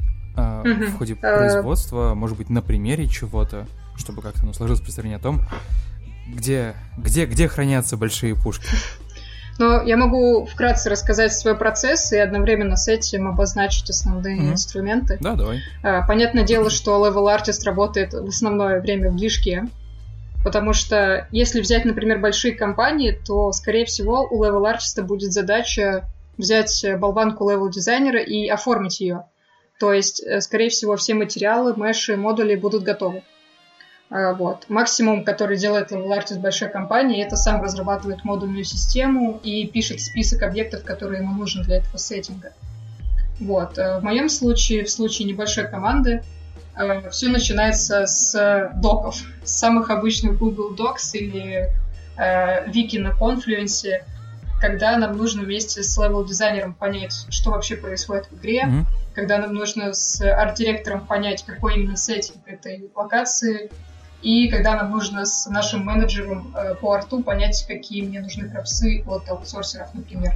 В ходе производства, может быть, на примере чего-то, чтобы как-то сложилось представление о том, где хранятся большие пушки. Но я могу вкратце рассказать свой процесс и одновременно с этим обозначить основные инструменты. Да, давай. Понятное дело, что Level Artist работает в основное время в движке, потому что если взять, например, большие компании, то, скорее всего, у Level Artist будет задача взять болванку Level дизайнера и оформить ее. То есть, скорее всего, все материалы, мэши, модули будут готовы. Вот. Максимум, который делает Level Artist большой компании, это сам разрабатывает модульную систему и пишет список объектов, которые ему нужны для этого сеттинга. Вот. В моем случае, в случае небольшой команды, все начинается с доков, с самых обычных Google Docs или вики на Confluence, когда нам нужно вместе с левел-дизайнером понять, что вообще происходит в игре, когда нам нужно с арт-директором понять, какой именно сеттинг этой локации, и когда нам нужно с нашим менеджером по арту понять, какие мне нужны пропсы от аутсорсеров, например.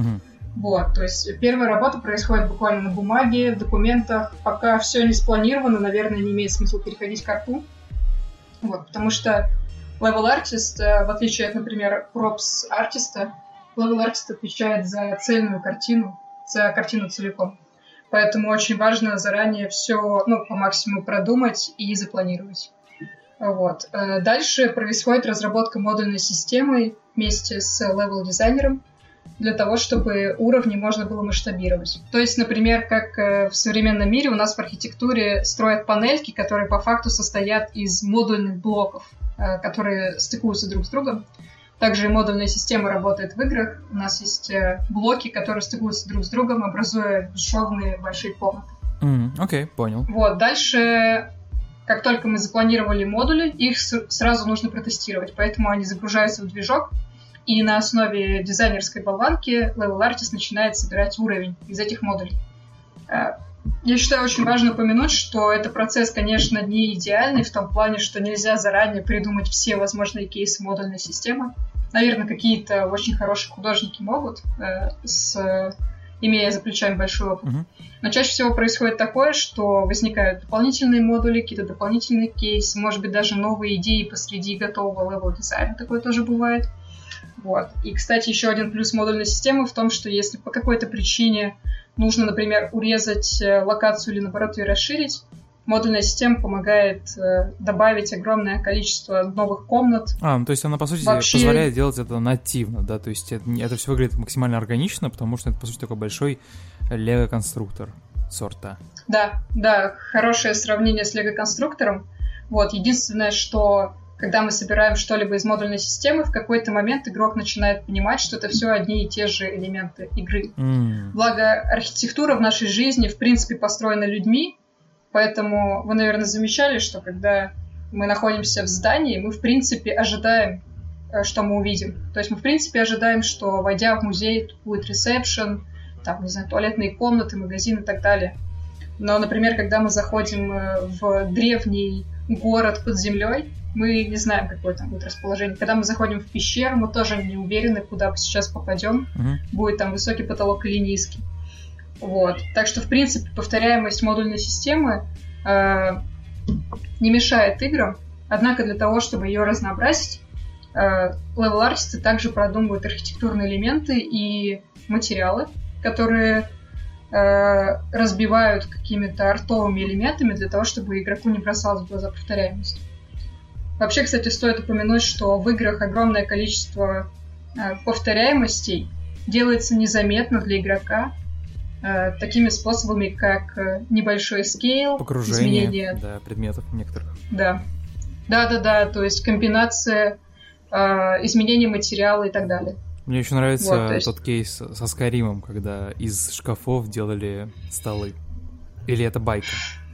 Вот, то есть первая работа происходит буквально на бумаге, в документах. Пока все не спланировано, наверное, не имеет смысла переходить к арту. Вот, потому что Level Artist, в отличие от, например, Props артиста, Level Artist отвечает за цельную картину, за картину целиком. Поэтому очень важно заранее все, по максимуму продумать и запланировать. Вот. Дальше происходит разработка модульной системы вместе с левел-дизайнером для того, чтобы уровни можно было масштабировать. То есть, например, как в современном мире у нас в архитектуре строят панельки, которые по факту состоят из модульных блоков, которые стыкуются друг с другом. Также модульная система работает в играх. У нас есть блоки, которые стыкуются друг с другом, образуя бесшовные большие комнаты. Окей, понял. Вот, дальше, как только мы запланировали модули, их сразу нужно протестировать, поэтому они загружаются в движок, и на основе дизайнерской болванки Level Artist начинает собирать уровень из этих модулей. Я считаю, очень важно упомянуть, что это процесс, конечно, не идеальный, в том плане, что нельзя заранее придумать все возможные кейсы модульной системы. Наверное, какие-то очень хорошие художники могут, имея за плечами большой опыт. Но чаще всего происходит такое, что возникают дополнительные модули, какие-то дополнительные кейсы, может быть, даже новые идеи посреди готового левел-дизайна. Такое тоже бывает. Вот. И, кстати, еще один плюс модульной системы в том, что если по какой-то причине нужно, например, урезать локацию или, наоборот, ее расширить, модульная система помогает добавить огромное количество новых комнат. То есть она, по сути, позволяет делать это нативно, да? То есть это все выглядит максимально органично, потому что это, по сути, такой большой лего-конструктор сорта. Да, хорошее сравнение с лего-конструктором. Вот, единственное, что когда мы собираем что-либо из модульной системы, в какой-то момент игрок начинает понимать, что это все одни и те же элементы игры. Благо, архитектура в нашей жизни, в принципе, построена людьми, поэтому вы, наверное, замечали, что когда мы находимся в здании, мы, в принципе, ожидаем, что мы увидим. То есть мы, в принципе, ожидаем, что, войдя в музей, тут будет ресепшн, там, не знаю, туалетные комнаты, магазин и так далее. Но, например, когда мы заходим в древний город под землей, мы не знаем, какое там будет расположение. Когда мы заходим в пещеру, мы тоже не уверены, куда сейчас попадем. Будет там высокий потолок или низкий. Вот. Так что, в принципе, повторяемость модульной системы не мешает играм. Однако для того, чтобы ее разнообразить, левел-артисты также продумывают архитектурные элементы и материалы, которые разбивают какими-то артовыми элементами для того, чтобы игроку не бросалась в глаза повторяемость. Вообще, кстати, стоит упомянуть, что в играх огромное количество повторяемостей делается незаметно для игрока, такими способами, как небольшой скейл, изменение предметов некоторых. Да, то есть комбинация изменения материала и так далее. Мне еще нравится тот кейс со Skyrim'ом, когда из шкафов делали столы. Или это байка?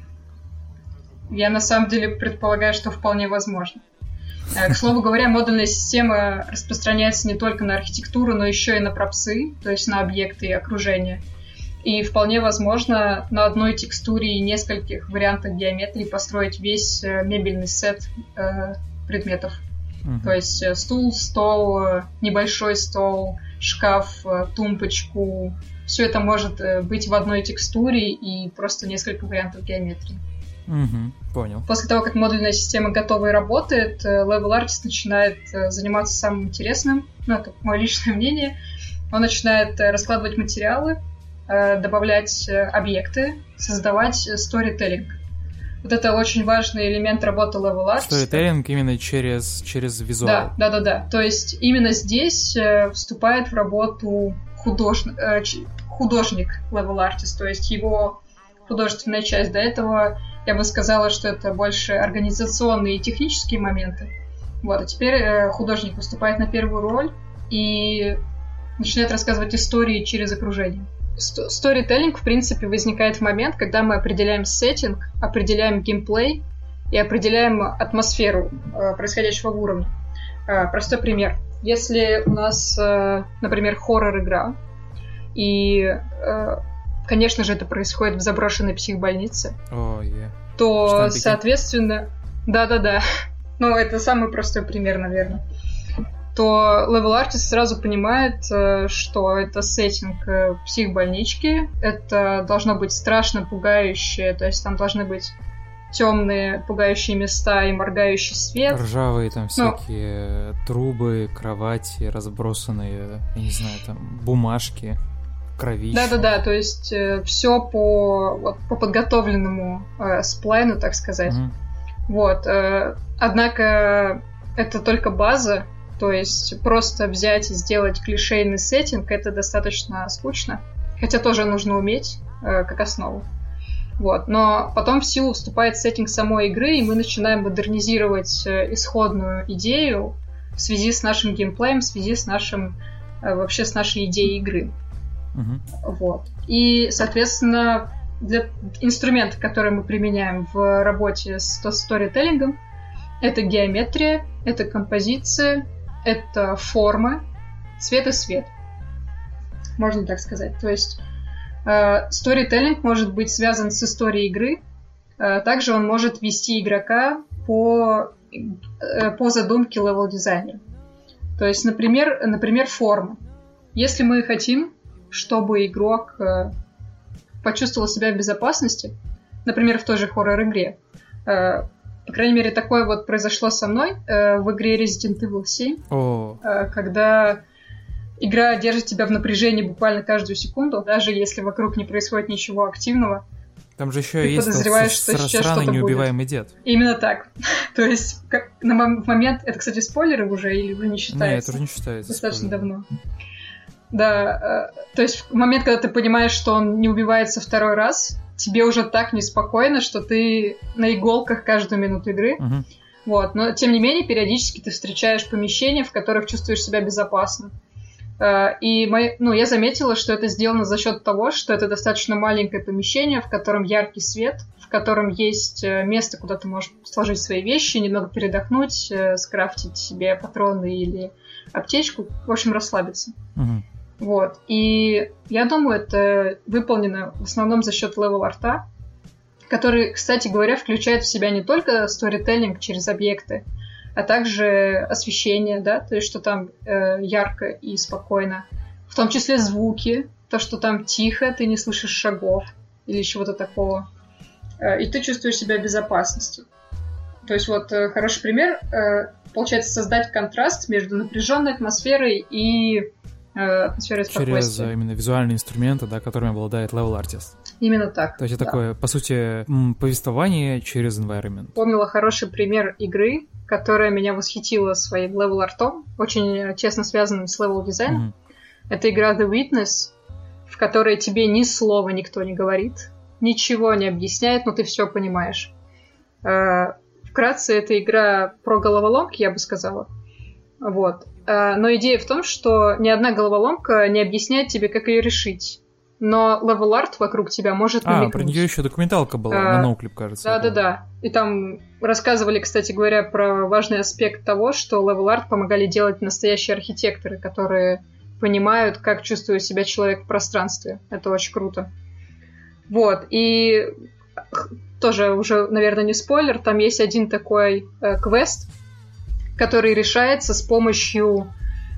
Я на самом деле предполагаю, что вполне возможно. К слову говоря, модульная система распространяется не только на архитектуру, но еще и на пропсы, то есть на объекты и окружение. И вполне возможно на одной текстуре и нескольких вариантах геометрии построить весь мебельный сет предметов. То есть стул, стол, небольшой стол, шкаф, тумбочку. Все это может быть в одной текстуре и просто несколько вариантов геометрии. Понял. После того, как модульная система готова и работает, Level Artist начинает заниматься самым интересным, это мое личное мнение. Он начинает раскладывать материалы, добавлять объекты, создавать storytelling. Вот это очень важный элемент работы Level Artist. Storytelling именно через визуал. Да. То есть именно здесь вступает в работу художник Level Artist, то есть его художественная часть. До этого я бы сказала, что это больше организационные и технические моменты. А теперь художник выступает на первую роль и начинает рассказывать истории через окружение. Storytelling, в принципе, возникает в момент, когда мы определяем сеттинг, определяем геймплей и определяем атмосферу происходящего в уровне. Простой пример. Если у нас, например, хоррор-игра, и, конечно же, это происходит в заброшенной психбольнице, то, соответственно... Да. Ну, это самый простой пример, наверное. То Level Artist сразу понимает, что это сеттинг психбольнички, это должно быть страшно пугающее, то есть там должны быть темные пугающие места и моргающий свет. Ржавые там всякие трубы, кровати разбросанные, я не знаю, там бумажки, кровища. Да, то есть все по подготовленному сплайну, так сказать. Однако это только база. То есть просто взять и сделать клишейный сеттинг — это достаточно скучно. Хотя тоже нужно уметь, как основу. Но потом в силу вступает сеттинг самой игры, и мы начинаем модернизировать исходную идею в связи с нашим геймплеем, в связи с вообще с нашей идеей игры. И, соответственно, для инструмента, который мы применяем в работе с сторителлингом, это геометрия, это композиция, это формы, цвет и свет. Можно так сказать. То есть storytelling может быть связан с историей игры. Также он может вести игрока по задумке левел-дизайнера. То есть, например, форма. Если мы хотим, чтобы игрок почувствовал себя в безопасности, например, в той же хоррор-игре, по крайней мере, такое произошло со мной в игре Resident Evil 7, когда игра держит тебя в напряжении буквально каждую секунду, даже если вокруг не происходит ничего активного. Там же еще есть сраный неубиваемый дед. Именно так. То есть на момент... Это, кстати, спойлеры уже или уже не считается? Нет, это уже не считается. Достаточно давно. Да, то есть в момент, когда ты понимаешь, что он не убивается второй раз, тебе уже так неспокойно, что ты на иголках каждую минуту игры. Но, тем не менее, периодически ты встречаешь помещения, в которых чувствуешь себя безопасно. И я заметила, что это сделано за счет того, что это достаточно маленькое помещение, в котором яркий свет, в котором есть место, куда ты можешь сложить свои вещи, немного передохнуть, скрафтить себе патроны или аптечку, в общем, расслабиться. И я думаю, это выполнено в основном за счет левел-арта, который, кстати говоря, включает в себя не только сторителлинг через объекты, а также освещение, да, то есть что там ярко и спокойно. В том числе звуки, то, что там тихо, ты не слышишь шагов или чего-то такого. И ты чувствуешь себя в безопасности. То есть хороший пример, получается создать контраст между напряженной атмосферой и атмосферой спокойствия. Через именно визуальные инструменты, да, которыми обладает Level Artist. Именно так. То есть это такое, по сути, повествование через environment. Помнила хороший пример игры, которая меня восхитила своим level артом, очень тесно связанным с level дизайном. Это игра The Witness. в которой тебе ни слова никто не говорит, ничего не объясняет, но ты все понимаешь. Вкратце, это игра про головоломки, я бы сказала. Вот. Но идея в том, что ни одна головоломка не объясняет тебе, как ее решить. Но левел-арт вокруг тебя может намекнуть. Про нее еще документалка была на NoClip, кажется. Да-да-да. И там рассказывали, кстати говоря, про важный аспект того, что левел-арт помогали делать настоящие архитекторы, которые понимают, как чувствует себя человек в пространстве. Это очень круто. Вот. И тоже уже, наверное, не спойлер, там есть один такой квест, который решается с помощью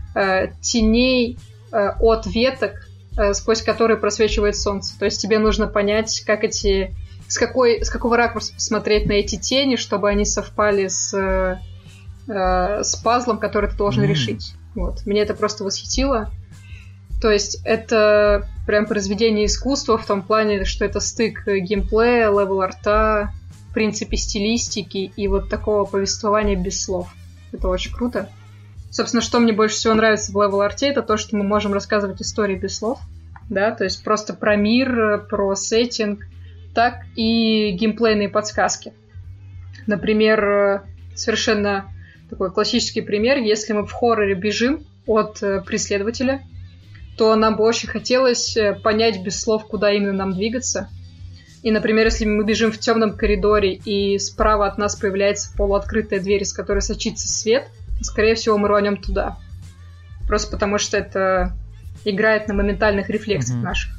теней от веток, сквозь которые просвечивает солнце. То есть тебе нужно понять, как с какого ракурса посмотреть на эти тени, чтобы они совпали с пазлом, который ты должен решить. Вот. Меня это просто восхитило. То есть это прям произведение искусства в том плане, что это стык геймплея, левел-арта, в принципе, стилистики и вот такого повествования без слов. Это очень круто. Собственно, что мне больше всего нравится в левел-арте, это то, что мы можем рассказывать истории без слов. Да, то есть просто про мир, про сеттинг, так и геймплейные подсказки. Например, совершенно такой классический пример, если мы в хорроре бежим от преследователя, то нам бы очень хотелось понять без слов, куда именно нам двигаться. И, например, если мы бежим в темном коридоре, и справа от нас появляется полуоткрытая дверь, из которой сочится свет, скорее всего, мы рванем туда. Просто потому, что это играет на моментальных рефлексах наших.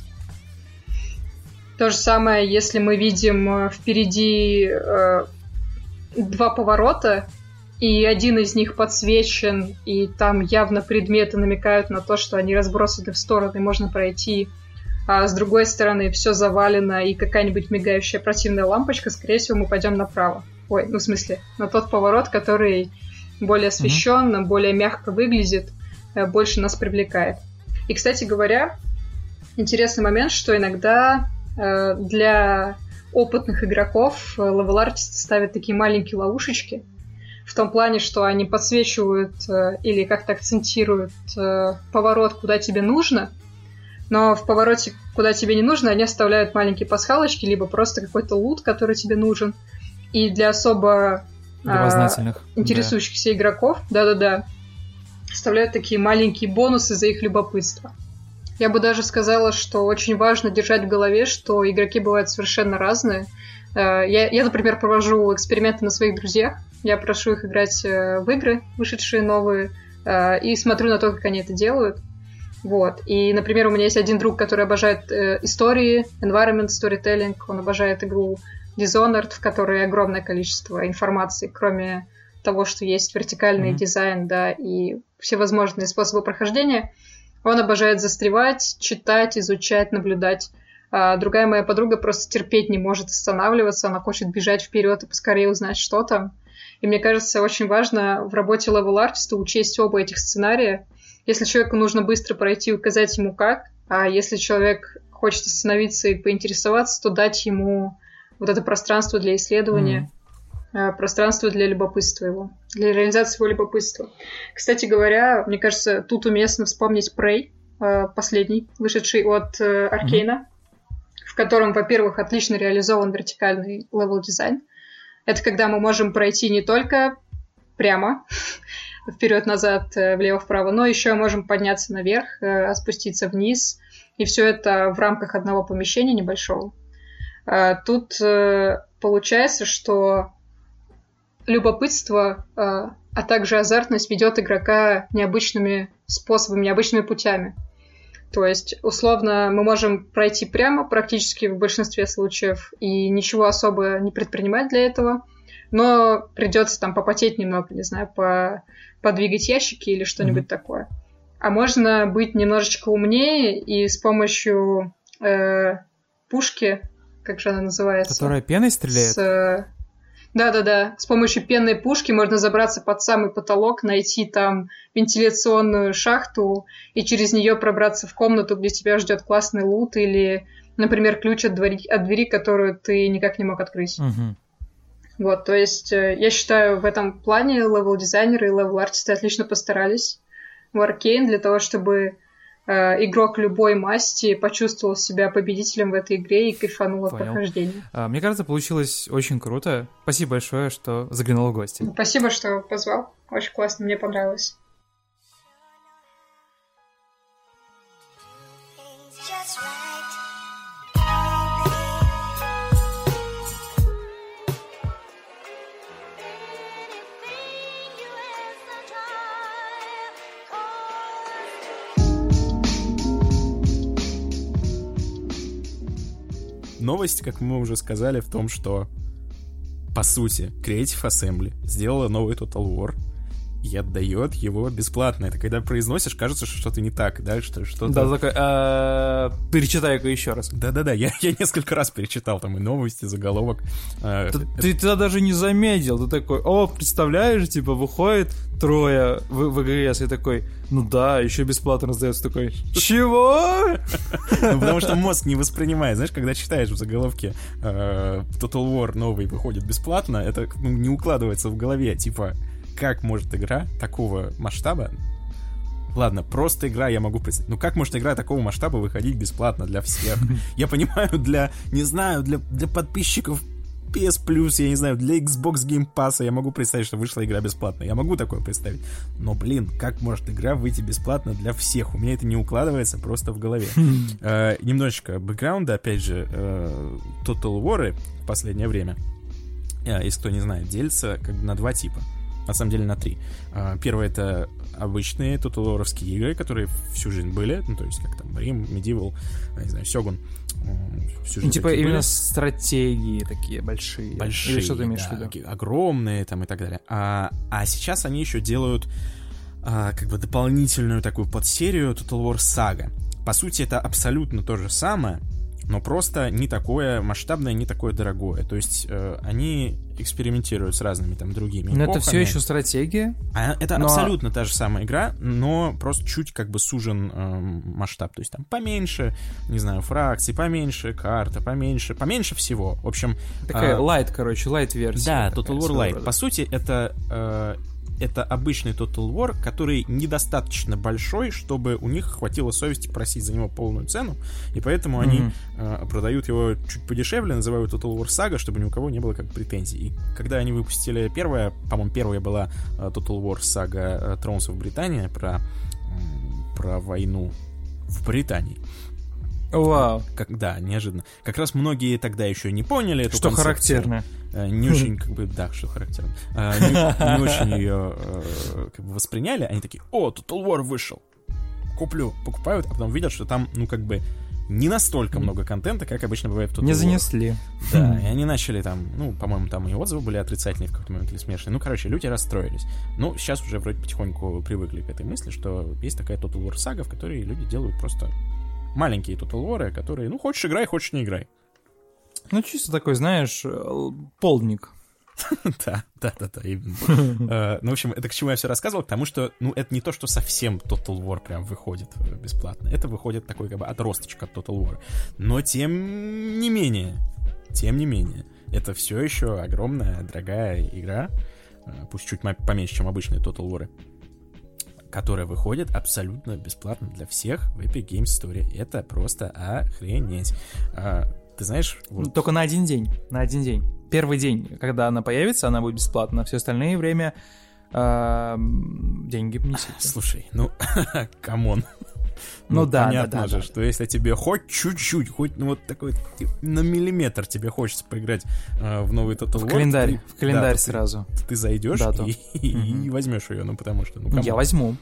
То же самое, если мы видим впереди два поворота, и один из них подсвечен, и там явно предметы намекают на то, что они разбросаны в стороны, можно пройти, а с другой стороны все завалено, и какая-нибудь мигающая противная лампочка, скорее всего, мы пойдем направо. Ой, ну в смысле, на тот поворот, который более освещен, более мягко выглядит, больше нас привлекает. И, кстати говоря, интересный момент, что иногда для опытных игроков левел-артисты ставят такие маленькие ловушечки, в том плане, что они подсвечивают или как-то акцентируют поворот, куда тебе нужно, но в повороте, куда тебе не нужно, они оставляют маленькие пасхалочки, либо просто какой-то лут, который тебе нужен. И для особо интересующихся игроков, да-да-да, оставляют такие маленькие бонусы за их любопытство. Я бы даже сказала, что очень важно держать в голове, что игроки бывают совершенно разные. Я, например, провожу эксперименты на своих друзьях. Я прошу их играть в игры, вышедшие новые, и смотрю на то, как они это делают. Вот. И, например, у меня есть один друг, который обожает истории, environment, storytelling. Он обожает игру Dishonored, в которой огромное количество информации, кроме того, что есть вертикальный дизайн, да, и всевозможные способы прохождения. Он обожает застревать, читать, изучать, наблюдать. А другая моя подруга просто терпеть не может останавливаться, она хочет бежать вперед и поскорее узнать, что там. И мне кажется, очень важно в работе левел-артиста учесть оба этих сценария. Если человеку нужно быстро пройти, указать ему как, а если человек хочет остановиться и поинтересоваться, то дать ему вот это пространство для исследования, пространство для любопытства его, для реализации его любопытства. Кстати говоря, мне кажется, тут уместно вспомнить Prey, последний, вышедший от Аркейна, в котором, во-первых, отлично реализован вертикальный левел-дизайн. Это когда мы можем пройти не только прямо, вперед-назад, влево-вправо, но еще можем подняться наверх, спуститься вниз, и все это в рамках одного помещения небольшого. Тут получается, что любопытство, а также азартность ведет игрока необычными способами, необычными путями. То есть, условно, мы можем пройти прямо практически в большинстве случаев и ничего особо не предпринимать для этого, но придется там попотеть немного, не знаю, подвигать ящики или что-нибудь такое. А можно быть немножечко умнее и с помощью пушки, как же она называется? Которая пеной стреляет? Да-да-да. С помощью пенной пушки можно забраться под самый потолок, найти там вентиляционную шахту и через нее пробраться в комнату, где тебя ждет классный лут или, например, ключ от двери, которую ты никак не мог открыть. Вот, то есть я считаю, в этом плане левел-дизайнеры и левел-артисты отлично постарались в Аркейн для того, чтобы игрок любой масти почувствовал себя победителем в этой игре и кайфанул от прохождения. Мне кажется, получилось очень круто. Спасибо большое, что заглянул в гости. Спасибо, что позвал. Очень классно, мне понравилось. Новость, как мы уже сказали, в том, что, по сути, Creative Assembly сделала новый Total War и отдает его бесплатно. Это когда произносишь, кажется, что что-то не так, да, что-то... Да, такой, перечитай-ка еще раз. Да-да-да, я несколько раз перечитал там и новости, заголовок. Ты тогда даже не заметил, ты такой, представляешь, типа, выходит трое в ВГС, и такой, ну да, еще бесплатно раздается, такой, чего? Потому что мозг не воспринимает, знаешь, когда читаешь в заголовке Total War новый выходит бесплатно, это не укладывается в голове, типа... Как может игра такого масштаба... Ладно, просто игра я могу представить. Ну как может игра такого масштаба выходить бесплатно для всех? Я понимаю, для подписчиков PS Plus, я не знаю, для Xbox Game Pass я могу представить, что вышла игра бесплатно. Я могу такое представить. Но, как может игра выйти бесплатно для всех? У меня это не укладывается просто в голове. Немножечко бэкграунда, опять же, Total War в последнее время, если кто не знает, делится как бы на два типа. На самом деле на три. Первое — это обычные тоталворовские игры, которые всю жизнь были, ну, то есть как там Рим, Medieval, не знаю, Сёгун. Ну, типа именно были. Стратегии такие большие. Или что ты имеешь в виду? Огромные там и так далее. А сейчас они еще делают как бы дополнительную такую подсерию Total War Saga. По сути, это абсолютно то же самое, но просто не такое масштабное, не такое дорогое. То есть они экспериментируют с разными там другими эпохами. Но это все еще стратегия? Это абсолютно та же самая игра, но просто чуть как бы сужен масштаб. То есть там поменьше, не знаю, фракций, поменьше, карта, поменьше всего. В общем... Такая лайт-версия. Да, Total War Light. По сути, это обычный Total War, который недостаточно большой, чтобы у них хватило совести просить за него полную цену, и поэтому они продают его чуть подешевле, называют Total War Saga, чтобы ни у кого не было как претензий. И когда они выпустили первая была Total War Saga Thrones of Britannia, про войну в Британии. Вау. Да, неожиданно. Как раз многие тогда еще не поняли эту что концепцию. Характерно. Не очень, как бы, да, что характерно. Не очень ее как бы восприняли. Они такие, Total War вышел. Куплю. Покупают, а потом видят, что там, ну, как бы, не настолько много контента, как обычно бывает в Total War. Не занесли. Да, и они начали там, ну, по-моему, там и отзывы были отрицательные в какой-то момент или смешные. Ну, короче, люди расстроились. Ну, сейчас уже вроде потихоньку привыкли к этой мысли, что есть такая Total War Saga, в которой люди делают просто маленькие Total War'ы, которые, ну, хочешь играй, хочешь не играй. Ну, чисто такой, знаешь, полдник. Да, именно. Ну, в общем, это к чему я все рассказывал, потому что, ну, это не то, что совсем Total War прям выходит бесплатно. Это выходит такой, как бы, отросточек от Total War. Но, тем не менее, это все еще огромная, дорогая игра, пусть чуть поменьше, чем обычные Total War'ы, которая выходит абсолютно бесплатно для всех в Epic Games Store. Это просто охренеть. Ты знаешь... Вот... Только на один день. Первый день, когда она появится, она будет бесплатна. Все остальное время деньги внесите. Слушай, ну, камон. Ну да, понятно же, что если тебе хоть чуть-чуть, хоть ну, вот такой на миллиметр тебе хочется поиграть в новый Total War. В календарь сразу. Ты зайдешь и возьмешь ее, ну потому что... Ну, я возьму.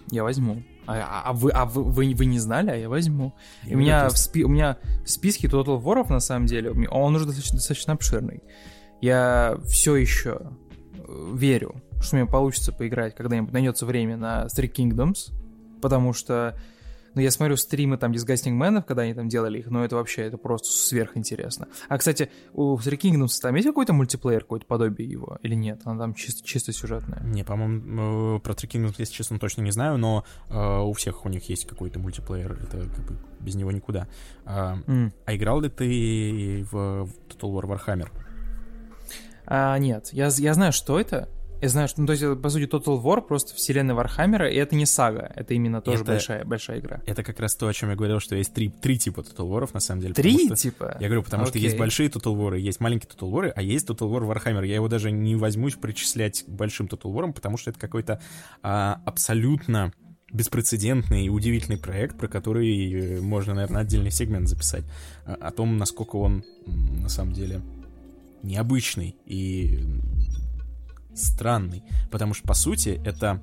А вы не знали, а я возьму. У меня в списке Total War'ов, на самом деле, он уже достаточно обширный. Я все еще верю, что мне получится поиграть, когда-нибудь найдется время на Three Kingdoms, потому что ну, я смотрю стримы там Disgusting Man'ов, когда они там делали их, но это вообще, это просто сверхинтересно. А, кстати, у Three Kingdoms там есть какой-то мультиплеер, какое-то подобие его, или нет? Она там чисто сюжетная? Не, по-моему, про Three Kingdoms, если честно, точно не знаю, но у всех у них есть какой-то мультиплеер, это как бы без него никуда. А играл ли ты в Total War Warhammer? Нет, я знаю, что это. Я знаю, что, ну, то есть, по сути, Total War просто вселенная Вархаммера, и это не сага, это именно тоже большая игра. Это как раз то, о чем я говорил, что есть три типа Total War'ов, на самом деле. Три типа? Я говорю, потому что есть большие Total War'ы, есть маленькие Total War'ы, а есть Total War Warhammer. Я его даже не возьмусь причислять к большим Total War'ам, потому что это какой-то абсолютно беспрецедентный и удивительный проект, про который можно, наверное, отдельный сегмент записать. О том, насколько он, на самом деле, необычный и странный, потому что, по сути, это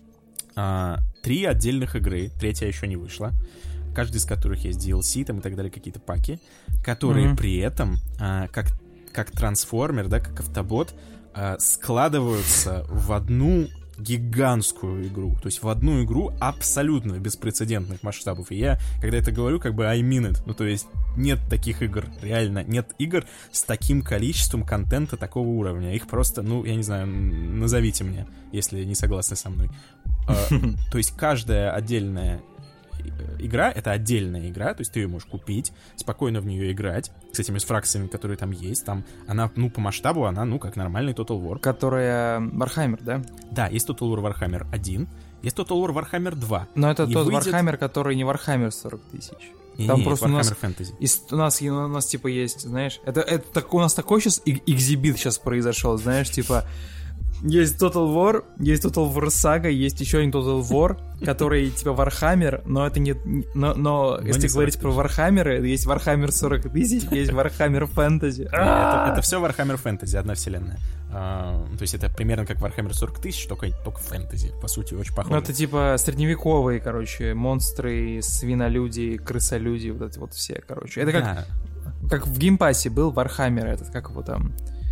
3 отдельных игры, третья еще не вышла, каждый из которых есть DLC там и так далее, какие-то паки, которые при этом, как трансформер, да, как автобот, складываются в одну гигантскую игру, то есть в одну игру абсолютно беспрецедентных масштабов. И я, когда это говорю, как бы I mean it, ну то есть нет таких игр, реально нет игр с таким количеством контента такого уровня. Их просто, ну, я не знаю, назовите мне, если не согласны со мной. То есть каждая отдельная игра — это отдельная игра, то есть ты ее можешь купить, спокойно в нее играть, с этими фракциями, которые там есть, там она, ну, по масштабу, она, ну, как нормальный Total War. Которая Warhammer, да? Да, есть Total War Warhammer 1, есть Total War Warhammer 2. Но это тот Warhammer, который не Warhammer 40 тысяч. Там просто Warhammer Fantasy. У нас типа есть, знаешь, это у нас такой сейчас экзибит сейчас произошел, знаешь, типа есть Total War Saga, есть еще один Total War, который типа Warhammer, но это не... Но если говорить про Warhammer, есть Warhammer 40 тысяч, есть Warhammer Fantasy. Это все Warhammer Fantasy, одна вселенная. То есть это примерно как Warhammer 40 тысяч, только фэнтези. По сути, очень похоже. Ну это типа средневековые, короче, монстры, свинолюди, крысолюди, вот эти вот все, короче. Это как в геймпассе был Warhammer, этот, как его там,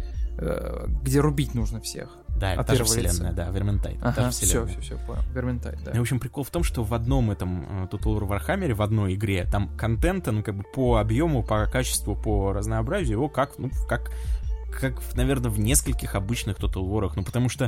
где рубить нужно всех. Да, это та же вселенная, да, Vermintide. Ага, все, понял. Vermintide, да. И, в общем, прикол в том, что в одном этом Total War Warhammer, в одной игре, там контента, ну, как бы по объему, по качеству, по разнообразию, его как, наверное, в нескольких обычных Total War'ах. Ну, потому что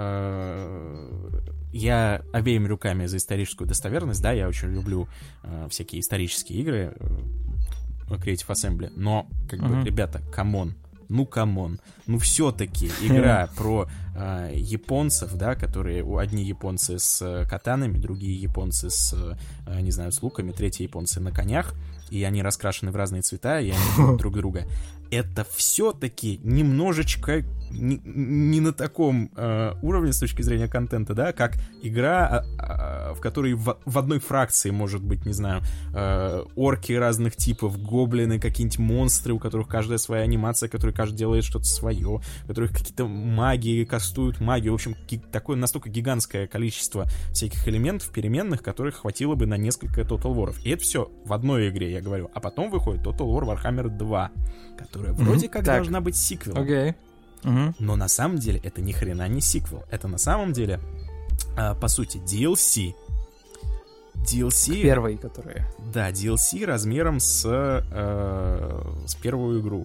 я обеими руками за историческую достоверность, да, я очень люблю всякие исторические игры Creative Assembly, но, как бы, ребята, камон. Ну все-таки игра про японцев, да, которые одни японцы с катанами, другие японцы с, не знаю, с луками, третьи японцы на конях, и они раскрашены в разные цвета, и они любят друг друга. Это все-таки немножечко не на таком уровне с точки зрения контента, да, как игра, в которой в одной фракции может быть, не знаю, орки разных типов, гоблины, какие-нибудь монстры, у которых каждая своя анимация, которые каждый делает что-то свое, у которых какие-то магии, кастуют магию. В общем, такое настолько гигантское количество всяких элементов, переменных, которых хватило бы на несколько Total War'ов. И это все в одной игре, я говорю. А потом выходит Total War Warhammer 2, которая вроде как должна быть сиквелом. Okay. Но на самом деле это ни хрена не сиквел. Это на самом деле, по сути, DLC. Первые, которые... Да, DLC размером с первую игру.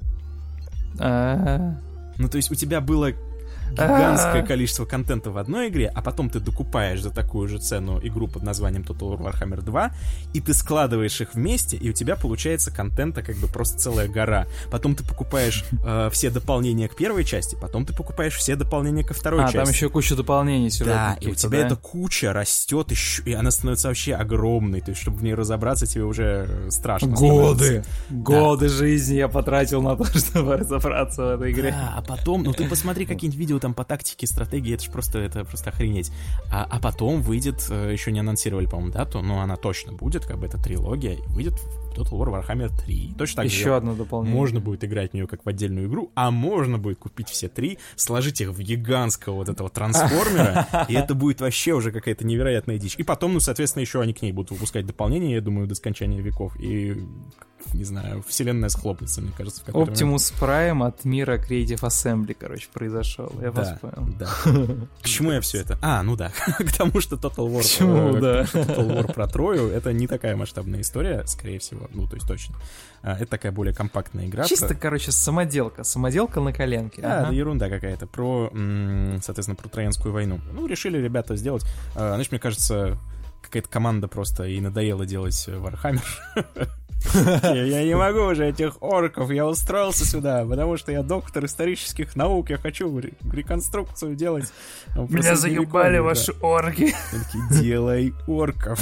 Ну, то есть у тебя было гигантское количество контента в одной игре, а потом ты докупаешь за такую же цену игру под названием Total War Warhammer 2, и ты складываешь их вместе, и у тебя получается контента как бы просто целая гора. Потом ты покупаешь все дополнения к первой части, потом ты покупаешь все дополнения ко второй части. Там еще куча дополнений сюжетных. Да, и у тебя эта куча растет, и она становится вообще огромной, то есть чтобы в ней разобраться, тебе уже страшно Годы жизни я потратил на то, чтобы разобраться в этой игре. Да, а потом, ну ты посмотри какие-нибудь видео там по тактике, стратегии, это же просто охренеть. А потом выйдет, еще не анонсировали, по-моему, дату, но она точно будет, как бы это трилогия, и выйдет Total War Warhammer 3. Точно так же. Еще одно дополнение. Можно будет играть в нее как в отдельную игру, а можно будет купить все 3, сложить их в гигантского вот этого трансформера, и это будет вообще уже какая-то невероятная дичь. И потом, ну, соответственно, еще они к ней будут выпускать дополнения, я думаю, до скончания веков. И, не знаю, вселенная схлопнется, мне кажется, в какой-то момент. Optimus Prime от мира Creative Assembly, короче, произошел. Я вас понял. Да. К чему я все это? Ну да, к тому, что Total War про Трою, это не такая масштабная история, скорее всего. Ну, то есть точно. Это такая более компактная игра. Чисто, короче, самоделка. Самоделка на коленке. Да, ерунда какая-то. Соответственно, про Троянскую войну. Ну, решили ребята сделать. Знаешь, мне кажется, какая-то команда просто и надоело делать Warhammer. Я не могу уже этих орков, я устроился сюда, потому что я доктор исторических наук, я хочу реконструкцию делать. Меня заебали ваши орки. Делай орков.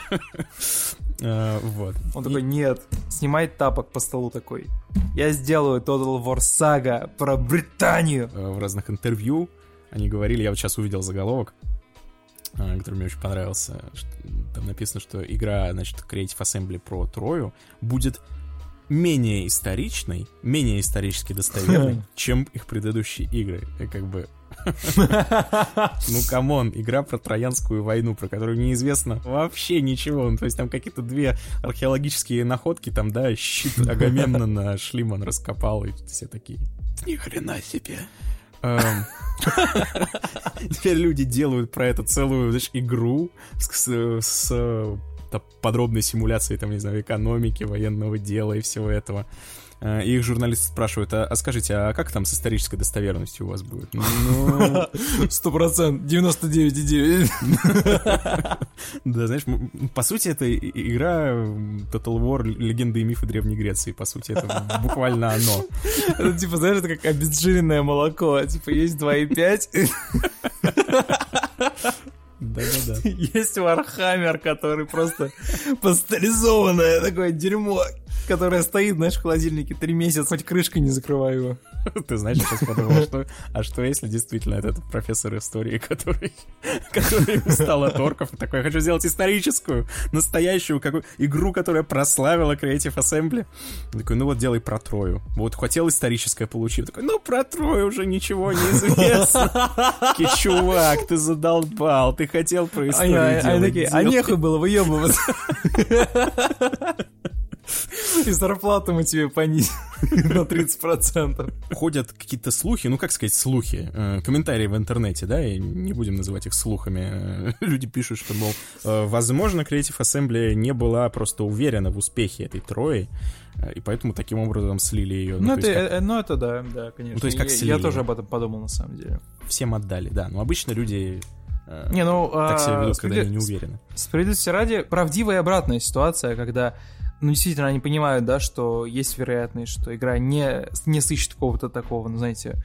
Вот. Он такой, нет, снимай тапок по столу такой. Я сделаю Total War Saga про Британию. В разных интервью они говорили, я вот сейчас увидел заголовок, который мне очень понравился. Там написано, что игра, значит, Creative Assembly про Трою будет менее историчной, менее исторически достоверной, чем их предыдущие игры. И как бы... Ну, камон, игра про Троянскую войну, про которую неизвестно вообще ничего. Ну, то есть там какие-то 2 археологические находки, там, да, щит Агамемнона Шлиман раскопал, и все такие, ни хрена себе. Теперь люди делают про это целую, знаешь, игру с подробной симуляцией, там, не знаю, экономики, военного дела и всего этого. И их журналисты спрашивают, а скажите, а как там с исторической достоверностью у вас будет? 100%, 99,9. Да, знаешь, по сути, это игра Total War, легенды и мифы Древней Греции. По сути, это буквально оно. Это, типа, знаешь, это как обезжиренное молоко. Типа, есть 2,5. Да-да-да. Есть Warhammer, который просто пастеризованное такое дерьмо, которое стоит, знаешь, в холодильнике 3 месяца, хоть крышкой не закрываю его. Ты знаешь, я сейчас подумал, что если действительно этот профессор истории, который устал от орков, и такой, я хочу сделать историческую, настоящую игру, которая прославила Creative Assembly. Он такой, ну вот делай про Трою. Вот хотел историческое, получил. Такой, ну про Трою уже ничего не известно. Такой, чувак, ты задолбал, ты хотел про историю делать. Такие, а нехуй было выебываться. И зарплату мы тебе понизим на 30%. Ходят какие-то слухи, ну как сказать слухи, комментарии в интернете, да, и не будем называть их слухами. Люди пишут, что, мол, возможно, Creative Assembly не была просто уверена в успехе этой Трои, и поэтому таким образом слили ее. Ну, это да, конечно. Ну, то есть как слили. Я тоже об этом подумал, на самом деле. Всем отдали, да. Но обычно люди... так себя ведут, когда они не уверены. Справедливости ради, правдивая обратная ситуация, когда, ну, действительно, они понимают, да, что есть вероятность, что игра не сыщет какого-то такого, ну, знаете,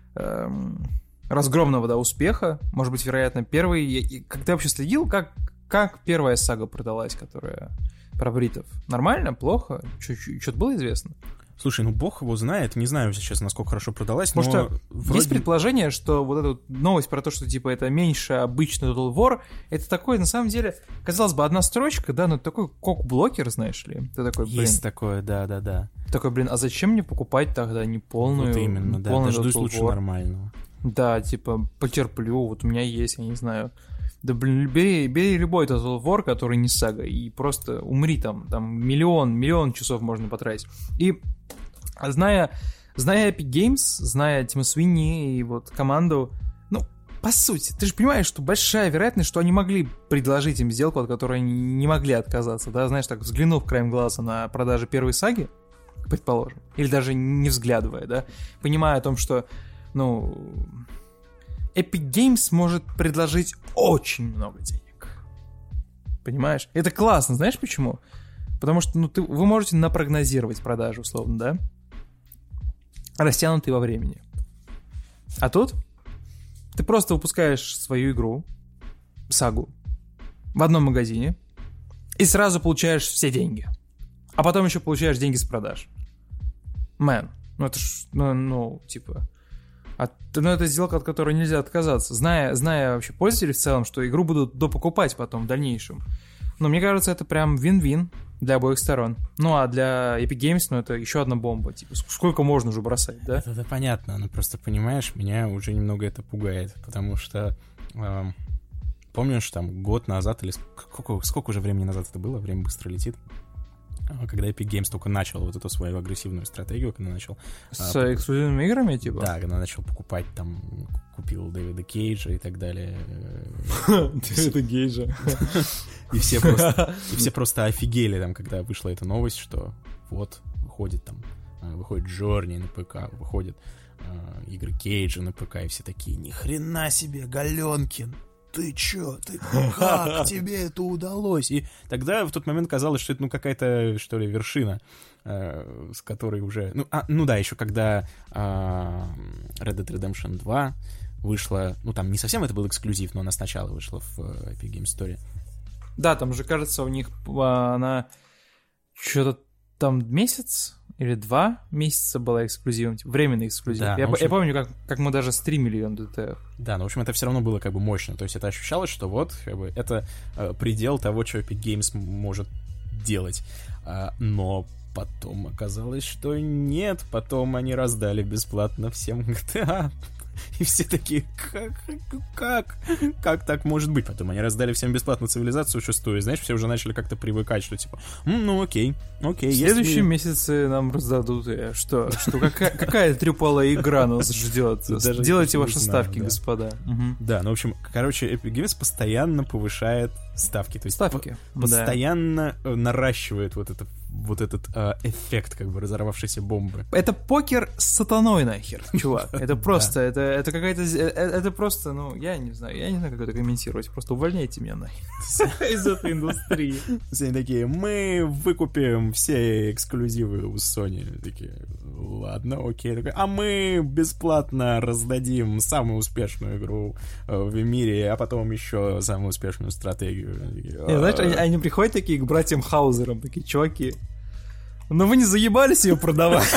разгромного, да, успеха. Может быть, вероятно, первый... Как ты вообще следил, как первая сага продалась, которая про бритов? Нормально? Плохо? Что-то было известно? Слушай, ну бог его знает, не знаю сейчас, насколько хорошо продалась, потому но... что есть предположение, что вот эта вот новость про то, что типа это меньше обычный Total War, это такой, на самом деле, казалось бы, одна строчка, да, но такой кок-блокер, знаешь ли? Ты такой, блин... Есть такое, да. Такой, блин, а зачем мне покупать тогда не полную... Вот именно, да, дождусь лучше нормального. Да, типа, потерплю, вот у меня есть, я не знаю... Да, блин, бери любой Total War, который не сага, и просто умри там миллион часов можно потратить. И зная Epic Games, зная Тима Свинни и вот команду, ну, по сути, ты же понимаешь, что большая вероятность, что они могли предложить им сделку, от которой они не могли отказаться, да, знаешь, так взглянув краем глаза на продажи первой саги, предположим, или даже не взглядывая, да, понимая о том, что, ну... Epic Games может предложить очень много денег. Понимаешь? Это классно, знаешь почему? Потому что вы можете напрогнозировать продажи, условно, да? Растянутые во времени. А тут ты просто выпускаешь свою игру, сагу, в одном магазине и сразу получаешь все деньги. А потом еще получаешь деньги с продаж. Мэн, ну это ж, типа... Но это сделка, от которой нельзя отказаться. Зная вообще пользователей в целом, что игру будут допокупать потом в дальнейшем. Но мне кажется, это прям вин-вин для обоих сторон. Ну а для Epic Games, это еще одна бомба. Типа, сколько можно уже бросать, да? Это понятно, но просто, понимаешь, меня уже немного это пугает. Потому что, помнишь, там год назад, или сколько уже времени назад это было, время быстро летит, когда Epic Games только начал вот эту свою агрессивную стратегию, когда начал... С эксклюзивными играми, типа? Да, когда начал покупать, там, купил Дэвида Кейджа и так далее. Дэвида Кейджа. И все просто офигели, там, когда вышла эта новость, что вот, выходит Джорни на ПК, выходят игры Кейджа на ПК, и все такие, ни хрена себе, Галенкин, ты чё, как тебе это удалось? И тогда в тот момент казалось, что это, какая-то, что ли, вершина, с которой уже... еще когда Red Dead Redemption 2 вышла, там не совсем это был эксклюзив, но она сначала вышла в Epic Games Store. Да, там же, кажется, у них она что-то там месяц или 2 месяца была эксклюзивом, временный эксклюзив. Да, я помню, как мы даже стримили ее на DTF. Да, в общем, это все равно было мощно. То есть это ощущалось, что это предел того, что Epic Games может делать. Но потом оказалось, что нет. Потом они раздали бесплатно всем GTA. И все такие, как так может быть? Потом они раздали всем бесплатно Цивилизацию 6, и, знаешь, все уже начали как-то привыкать, что типа, окей. В следующие месяцы нам раздадут, что какая AAA игра нас ждет? Делайте ваши ставки, господа. Да, в общем, Epic Games постоянно повышает ставки. То есть ставки, постоянно наращивает вот этот эффект разорвавшейся бомбы. Это покер с сатаной нахер, чувак. Это просто, это какая-то... Это просто, я не знаю, как это комментировать. Просто увольняйте меня нахер из этой индустрии. Все такие, мы выкупим все эксклюзивы у Sony. Такие, ладно, окей. А мы бесплатно раздадим самую успешную игру в мире, а потом еще самую успешную стратегию. Знаешь, они приходят такие к братьям Хаузерам, такие, чуваки, но вы не заебались ее продавать?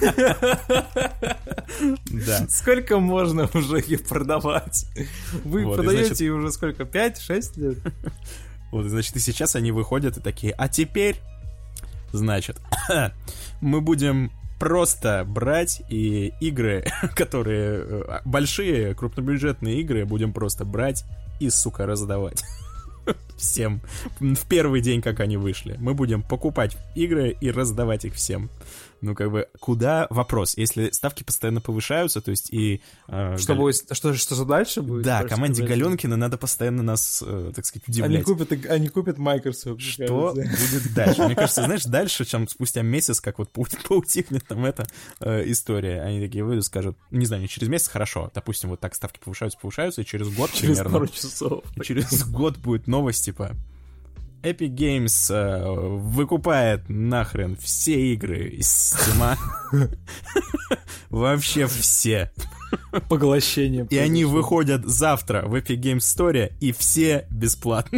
Да. Сколько можно уже ее продавать? Вы продаете ее уже сколько? 5-6 лет? Значит, и сейчас они выходят и такие, а теперь, значит, мы будем просто брать и игры, которые большие, крупнобюджетные игры, будем просто брать и, сука, раздавать. Всем. В первый день, как они вышли. Мы будем покупать игры и раздавать их всем. Куда? Вопрос. Если ставки постоянно повышаются, то есть и... Что дальше будет? Да, команде Галенкина надо постоянно нас, так сказать, удивлять. Они купят Microsoft. Что будет дальше? Мне кажется, знаешь, дальше, чем спустя месяц, как поутихнет там эта история, они такие выйдут, скажут, не знаю, через месяц хорошо, допустим, так ставки повышаются, и через год примерно... Через пару часов. Через год будет новость, типа... Epic Games выкупает нахрен все игры из Steam. Вообще все. Поглощение. И они выходят завтра в Epic Games Store, и все бесплатно.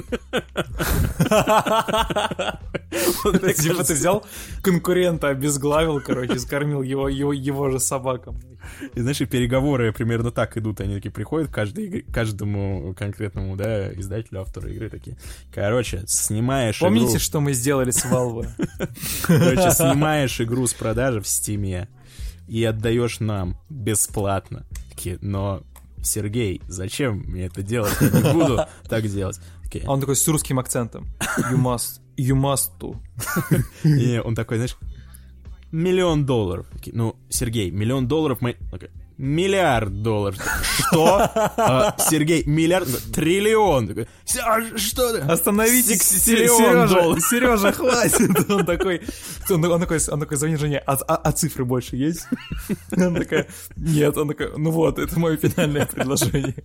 Типа ты взял конкурента, обезглавил, скормил его же собакам. И знаешь, и переговоры примерно так идут. Они такие приходят каждому конкретному, издателю, автору игры такие. Снимаешь игру... Помните, что мы сделали с Valve? Снимаешь игру с продажи в Steam и отдаешь нам бесплатно. Такие, но, Сергей, зачем мне это делать? Я не буду так делать. А он такой с русским акцентом. You must do. И он такой, знаешь, $1 миллион. Сергей, $1 миллион мы... $1 миллиард. Что? Сергей, миллиард? Триллион. Что ты? Остановитесь, Сережа, хватит. Он такой, звонит жене, а цифры больше есть? Он такая, нет. Он такой, это мое финальное предложение.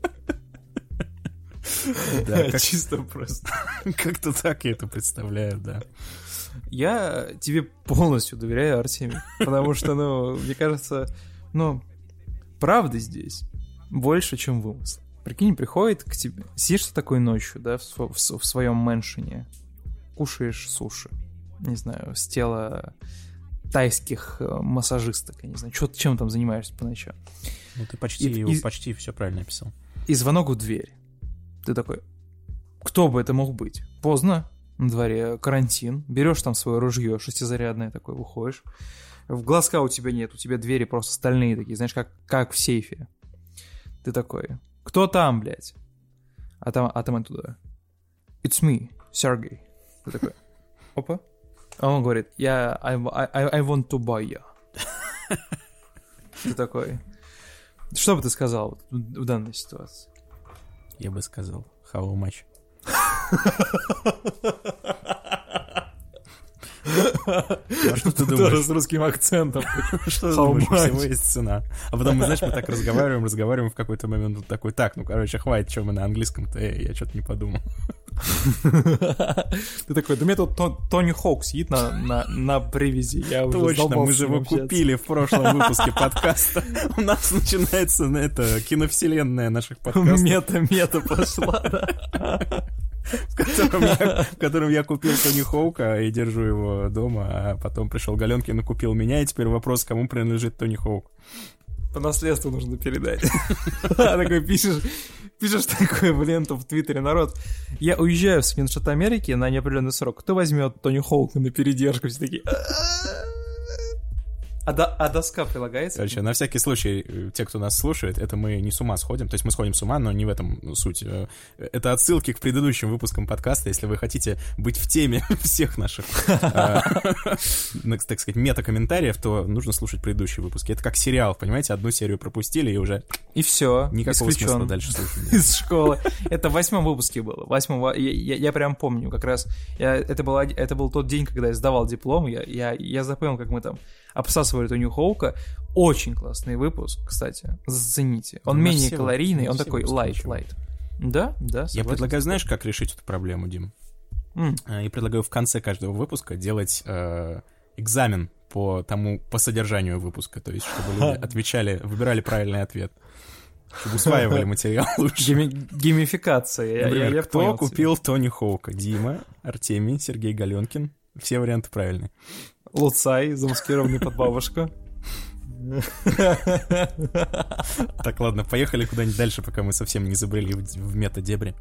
Да, чисто просто. Как-то так я это представляю, да. Я тебе полностью доверяю, Артемий, потому что, мне кажется, правда здесь больше, чем вымысл. Прикинь, приходит к тебе, сидишь ты такой ночью, в своем мэншене, кушаешь суши, не знаю, с тела тайских массажисток, я не знаю, чем там занимаешься по ночам. Ты почти все правильно описал. И звонок в дверь. Ты такой, кто бы это мог быть? Поздно, на дворе карантин, берешь там свое ружье 6-зарядное такое, выходишь. В глазка у тебя нет, у тебя двери просто стальные такие, знаешь, как в сейфе. Ты такой, кто там, блядь? А там оттуда. It's me, Сергей. Ты такой, опа. А он говорит, I want to buy you. Ты такой, что бы ты сказал в данной ситуации? Я бы сказал, how much? А что ты думаешь? Тоже с русским акцентом. Что ты думаешь? У всего есть цена. А потом, знаешь, мы так разговариваем в какой-то момент, вот такой, так, ну, короче, хватит, что мы на английском-то, я что-то не подумал. Ты такой, да мне тут Тони Хоук сидит на привязи. Точно, мы же его купили в прошлом выпуске подкаста. У нас начинается киновселенная наших подкастов. Мета пошла, да. В котором я купил Тони Хоука и держу его дома, а потом пришел Галенкин и купил меня, и теперь вопрос, кому принадлежит Тони Хоук. По наследству нужно передать. Такой пишешь такое в ленту в Твиттере: народ, я уезжаю в Соединенные Штаты Америки на неопределенный срок. Кто возьмет Тони Хоука на передержку? Все такие... А доска прилагается? Короче, на всякий случай, те, кто нас слушает, это мы не с ума сходим. То есть мы сходим с ума, но не в этом суть. Это отсылки к предыдущим выпускам подкаста. Если вы хотите быть в теме всех наших, так сказать, мета-комментариев, то нужно слушать предыдущие выпуски. Это как сериал, понимаете? Одну серию пропустили и уже... И все. Никакого смысла дальше слушать. Из школы. Это в 8-м выпуске было. Я прям помню как раз. Это был тот день, когда я сдавал диплом. Я запомнил, как мы там обсасывали Тони Хоука. Очень классный выпуск, кстати. Зацените. Он менее калорийный, он такой light. Да, согласен. Я предлагаю, знаешь, как решить эту проблему, Дим? Я предлагаю в конце каждого выпуска делать экзамен по содержанию выпуска. То есть, чтобы люди выбирали правильный ответ. Чтобы усваивали материал лучше. Геймификация. Например, кто купил Тони Хоука? Дима, Артемий, Сергей Галенкин. Все варианты правильные. Луцай, замаскированный под бабушку. Так, ладно, поехали куда-нибудь дальше, пока мы совсем не забрели в мета-дебри.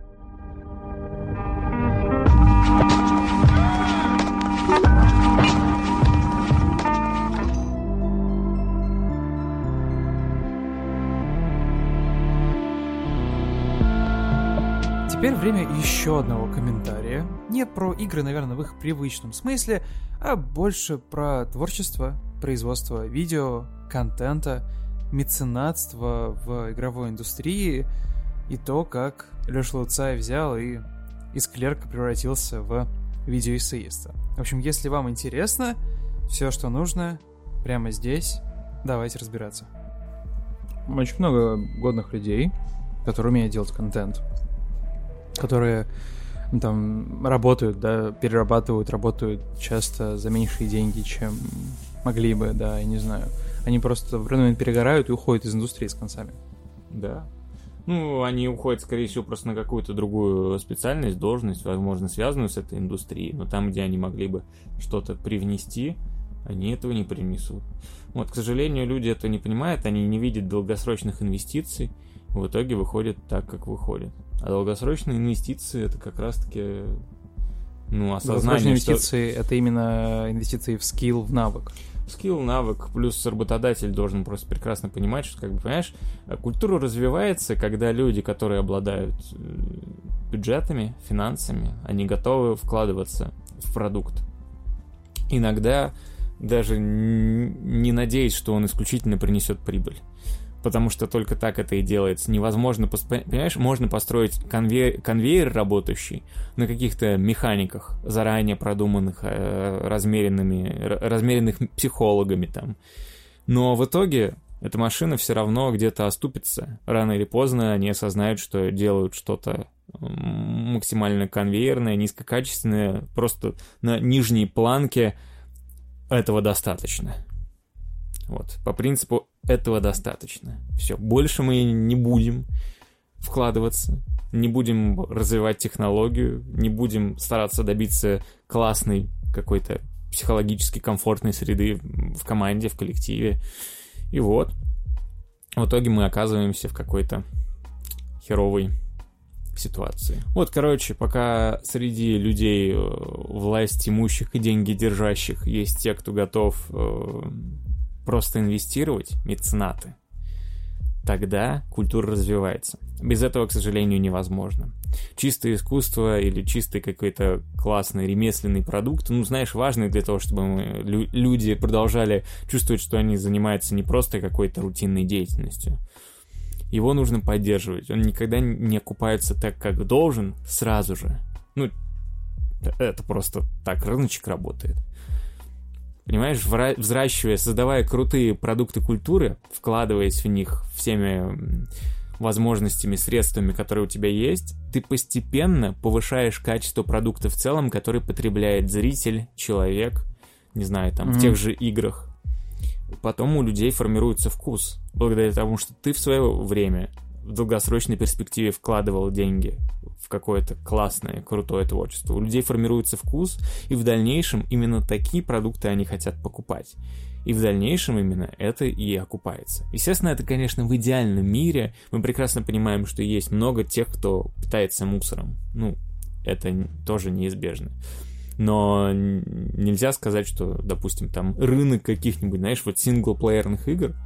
Теперь время еще одного комментария. Не про игры, наверное, в их привычном смысле, а больше про творчество, производство видео, контента, меценатство в игровой индустрии и то, как Леша Луцай взял и из клерка превратился в видеоэссеиста. В общем, если вам интересно, все, что нужно, прямо здесь, давайте разбираться. Очень много годных людей, которые умеют делать контент, которые там работают, да, перерабатывают, работают часто за меньшие деньги, чем могли бы, да, я не знаю. Они просто в определенный момент перегорают и уходят из индустрии с концами. Да. Ну, они уходят, скорее всего, просто на какую-то другую специальность, должность, возможно, связанную с этой индустрией, но там, где они могли бы что-то привнести, они этого не принесут. Вот, к сожалению, люди это не понимают, они не видят долгосрочных инвестиций, в итоге выходит так, как выходит. А долгосрочные инвестиции — это как раз-таки, осознание, долгосрочные инвестиции — это именно инвестиции в скилл, в навык. Скилл, навык, плюс работодатель должен просто прекрасно понимать, что, понимаешь, культура развивается, когда люди, которые обладают бюджетами, финансами, они готовы вкладываться в продукт. Иногда даже не надеясь, что он исключительно принесет прибыль. Потому что только так это и делается. Невозможно, понимаешь, можно построить конвейер работающий на каких-то механиках, заранее продуманных, размеренных психологами там. Но в итоге эта машина все равно где-то оступится. Рано или поздно они осознают, что делают что-то максимально конвейерное, низкокачественное, просто на нижней планке этого достаточно. Вот, по принципу этого достаточно. Все, больше мы не будем вкладываться, не будем развивать технологию, не будем стараться добиться классной какой-то психологически комфортной среды в команде, в коллективе. И вот, в итоге мы оказываемся в какой-то херовой ситуации. Вот, короче, пока среди людей власть имущих и деньги держащих есть те, кто готов просто инвестировать, меценаты, тогда культура развивается. Без этого, к сожалению, невозможно. Чистое искусство или чистый какой-то классный ремесленный продукт, знаешь, важный для того, чтобы люди продолжали чувствовать, что они занимаются не просто какой-то рутинной деятельностью. Его нужно поддерживать. Он никогда не окупается так, как должен, сразу же. Это просто так рыночек работает. Понимаешь, взращивая, создавая крутые продукты культуры, вкладываясь в них всеми возможностями, средствами, которые у тебя есть, ты постепенно повышаешь качество продукта в целом, который потребляет зритель, человек, не знаю, там, в тех же играх. Потом у людей формируется вкус, благодаря тому, что ты в свое время в долгосрочной перспективе вкладывал деньги в какое-то классное, крутое творчество. У людей формируется вкус, и в дальнейшем именно такие продукты они хотят покупать. И в дальнейшем именно это и окупается. Естественно, это, конечно, в идеальном мире. Мы прекрасно понимаем, что есть много тех, кто питается мусором. Ну, это тоже неизбежно. Но нельзя сказать, что, допустим, там рынок каких-нибудь, знаешь, вот синглплеерных игр,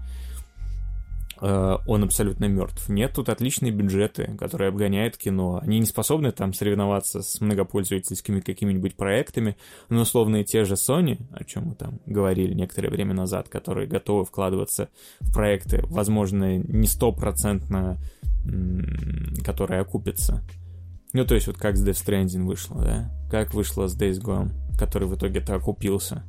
он абсолютно мертв. Нет, тут отличные бюджеты, которые обгоняют кино. Они не способны там соревноваться с многопользовательскими какими-нибудь проектами, но условные те же Sony, о чем мы там говорили некоторое время назад, которые готовы вкладываться в проекты, возможно, не 100%, которые окупятся. Ну, то есть вот как с Death Stranding вышло, да? Как вышло с Days Gone, который в итоге-то окупился.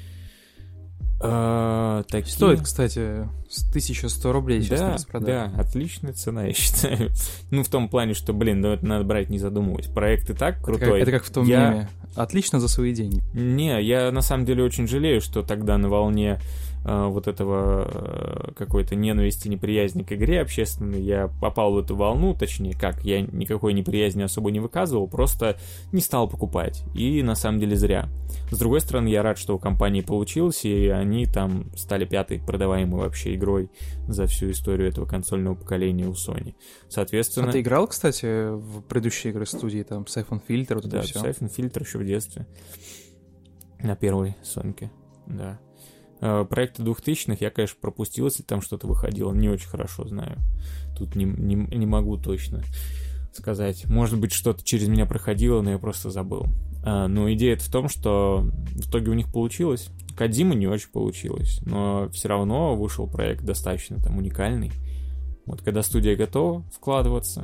Такие... Стоит, кстати, 1100 рублей сейчас на распродаже. Да, отличная цена, я считаю. Ну, в том плане, что, ну, это надо брать, не задумываясь. Проект и так крутой. Это как в том меме. Отлично за свои деньги. Не, я на самом деле очень жалею, что тогда на волне вот этого какой-то ненависти, неприязни к игре общественной я попал в эту волну, точнее, как, я никакой неприязни особо не выказывал, просто не стал покупать. И на самом деле зря. С другой стороны, я рад, что у компании получилось, и они там стали 5-й продаваемой вообще игрой за всю историю этого консольного поколения у Sony. Соответственно... А ты играл, кстати, в предыдущие игры студии, там, Siphon Filter, вот это все? Да, Siphon Filter еще в детстве. На первой Соньке, да. Проекты 2000-х я, конечно, пропустил, если там что-то выходило. Не очень хорошо знаю. Тут не могу точно сказать. Может быть, что-то через меня проходило, но я просто забыл. Но идея в том, что в итоге у них получилось. Кодзима не очень получилось, но все равно вышел проект достаточно там уникальный. Вот когда студия готова вкладываться,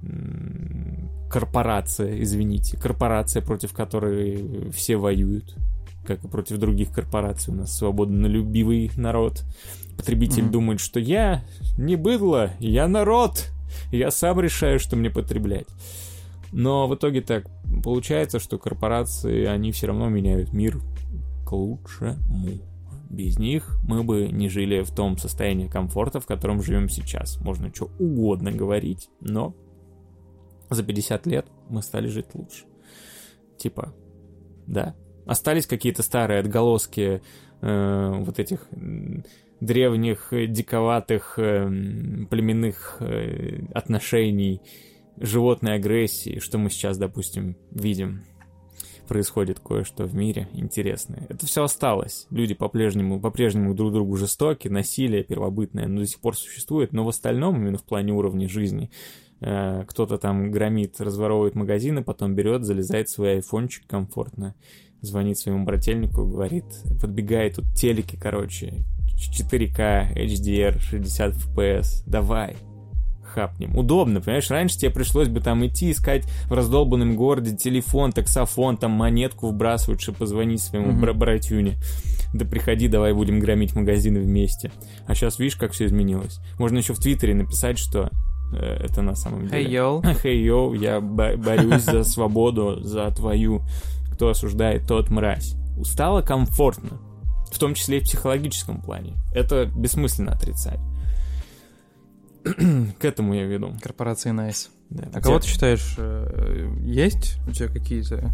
корпорация, против которой все воюют, как и против других корпораций, у нас свободнолюбивый народ. Потребитель думает, что я не быдло, я народ, я сам решаю, что мне потреблять. Но в итоге так получается, что корпорации, они все равно меняют мир к лучшему. Без них мы бы не жили в том состоянии комфорта, в котором живем сейчас. Можно что угодно говорить, но за 50 лет мы стали жить лучше. Типа, да. Остались какие-то старые отголоски вот этих древних, диковатых племенных отношений, животной агрессии, что мы сейчас, допустим, видим. Происходит кое-что в мире интересное. Это все осталось. Люди по-прежнему друг другу жестоки, насилие первобытное, оно до сих пор существует, но в остальном, именно в плане уровня жизни, кто-то там громит, разворовывает магазины, потом берет, залезает в свой айфончик комфортно, звонит своему брательнику, говорит, подбегает тут телеки, короче, 4К, HDR, 60 FPS, давай, хапнем. Удобно, понимаешь, раньше тебе пришлось бы там идти искать в раздолбанном городе телефон, таксофон, там монетку вбрасывать, чтобы позвонить своему братюне. Да приходи, давай будем громить магазины вместе. А сейчас видишь, как все изменилось. Можно еще в Твиттере написать, что это на самом деле... Hey, yo. Hey, yo, я борюсь за свободу, за твою. Кто осуждает, тот мразь. Стало комфортно. В том числе и в психологическом плане. Это бессмысленно отрицать. К этому я веду. Корпорации Nice. Да, а кого ты считаешь, есть у тебя какие-то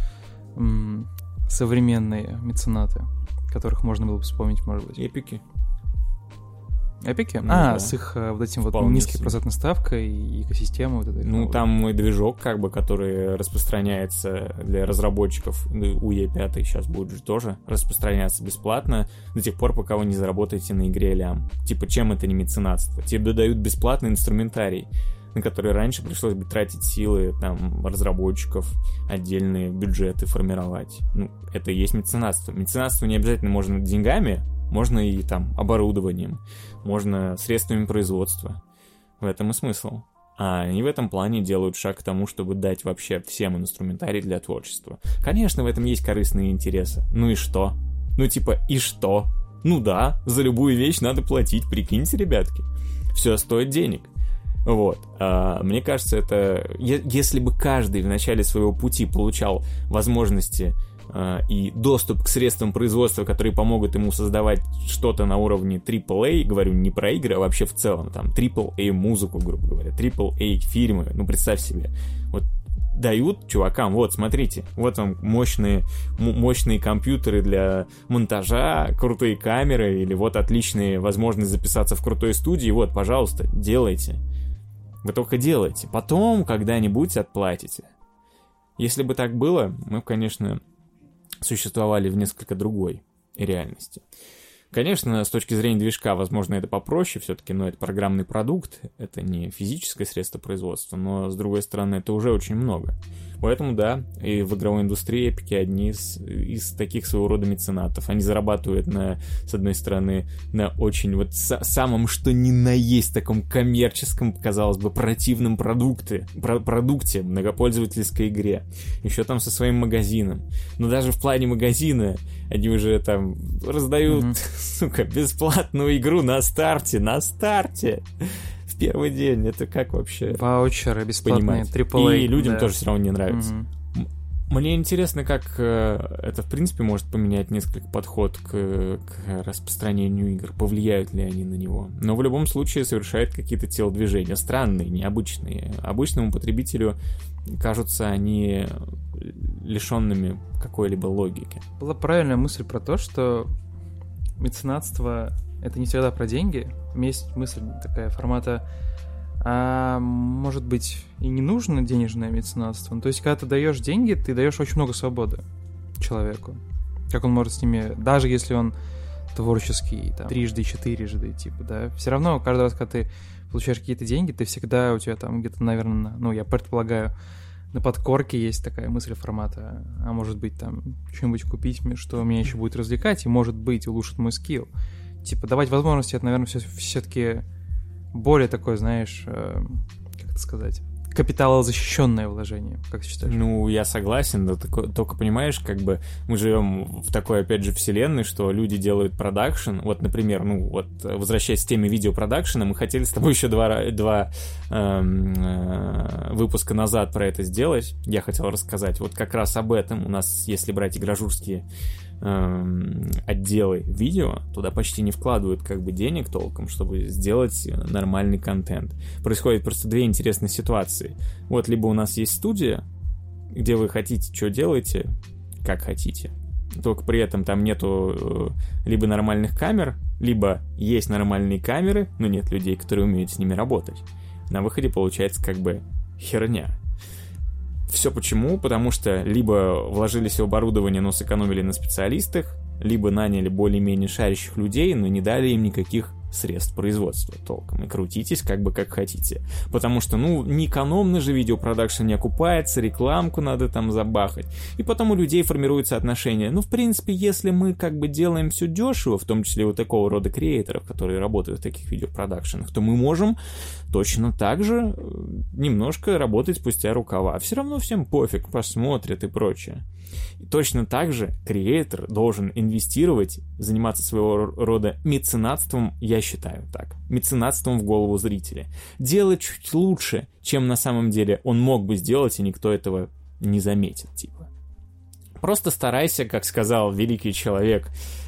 современные меценаты, которых можно было бы вспомнить, может быть? Эпики. Эпики? Ну, да. С их вот этим вот низкой процентной ставкой и экосистемой вот этой. Ну, там мой движок, как бы, который распространяется для разработчиков, UE5 сейчас будет же тоже распространяться бесплатно до тех пор, пока вы не заработаете на игре лям. Типа, чем это не меценатство? Тебе додают бесплатный инструментарий, на который раньше пришлось бы тратить силы там разработчиков, отдельные бюджеты формировать. Ну, это и есть меценатство. Меценатство не обязательно можно деньгами, можно и там оборудованием, можно средствами производства. В этом и смысл. А они в этом плане делают шаг к тому, чтобы дать вообще всем инструментарий для творчества. Конечно, в этом есть корыстные интересы. Ну и что? Ну типа, и что? Ну да, за любую вещь надо платить, прикиньте, ребятки. Все стоит денег. Вот. Мне кажется, это... Если бы каждый в начале своего пути получал возможности и доступ к средствам производства, которые помогут ему создавать что-то на уровне AAA, говорю не про игры, а вообще в целом, там, AAA музыку, грубо говоря, AAA фильмы, ну, представь себе, вот дают чувакам, вот, смотрите, вот вам мощные компьютеры для монтажа, крутые камеры, или вот отличная возможность записаться в крутой студии, вот, пожалуйста, делайте. Вы только делайте. Потом когда-нибудь отплатите. Если бы так было, мы бы, конечно, существовали в несколько другой реальности. Конечно, с точки зрения движка, возможно, это попроще все-таки, но это программный продукт, это не физическое средство производства, но, с другой стороны, это уже очень много. Поэтому, да, и в игровой индустрии эпики одни из таких своего рода меценатов. Они зарабатывают, с одной стороны, на очень вот самом что ни на есть таком коммерческом, казалось бы, противном продукте, многопользовательской игре. Еще там со своим магазином. Но даже в плане магазина они уже там раздают, сука, бесплатную игру на старте. В первый день. Это как вообще ваучеры бесплатные, AAA. И людям тоже все равно не нравится. Мне интересно, как это, в принципе, может поменять несколько подход к распространению игр. Повлияют ли они на него. Но в любом случае совершает какие-то телодвижения. Странные, необычные. Обычному потребителю кажутся они лишенными какой-либо логики. Была правильная мысль про то, что меценатство — это не всегда про деньги. У меня есть мысль такая формата, а может быть и не нужно денежное меценатство. Ну, то есть, когда ты даешь деньги, ты даешь очень много свободы человеку. Как он может с ними, даже если он творческий, там, 3-4, типа, да, все равно каждый раз, когда ты получаешь какие-то деньги, ты всегда, у тебя там где-то, наверное, ну, я предполагаю, на подкорке есть такая мысль формата, а может быть, там, что-нибудь купить мне, что меня еще будет развлекать, и, может быть, улучшит мой скилл. Типа, давать возможности, это, наверное, все-таки более такое, знаешь, как это сказать, капиталозащищенное вложение, как ты считаешь? Ну, я согласен, да, только понимаешь, как бы мы живем в такой, опять же, вселенной, что люди делают продакшн. Вот, например, ну, вот, возвращаясь к теме видеопродакшена, мы хотели с тобой еще два выпуска назад про это сделать. Я хотел рассказать вот как раз об этом. У нас, если брать игражурские отделы видео, туда почти не вкладывают как бы денег толком, чтобы сделать нормальный контент. Происходит просто две интересные ситуации. Вот либо у нас есть студия, где вы хотите, что делаете, как хотите. Только при этом там нету либо нормальных камер, либо есть нормальные камеры, но нет людей, которые умеют с ними работать. На выходе получается как бы херня. Все почему? Потому что либо вложились в оборудование, но сэкономили на специалистах, либо наняли более-менее шарящих людей, но не дали им никаких средств производства толком. И крутитесь как бы как хотите. Потому что, ну, не экономно же видеопродакшн не окупается, рекламку надо там забахать. И потом у людей формируется отношение. Ну, в принципе, если мы как бы делаем все дешево, в том числе у такого рода креаторов, которые работают в таких видеопродакшенах, то мы можем точно так же немножко работать спустя рукава. Все равно всем пофиг, посмотрят и прочее. И точно так же креатор должен инвестировать, заниматься своего рода меценатством, я считаю так, меценатством в голову зрителя. Делать чуть лучше, чем на самом деле он мог бы сделать, и никто этого не заметит, типа. Просто старайся, как сказал великий человек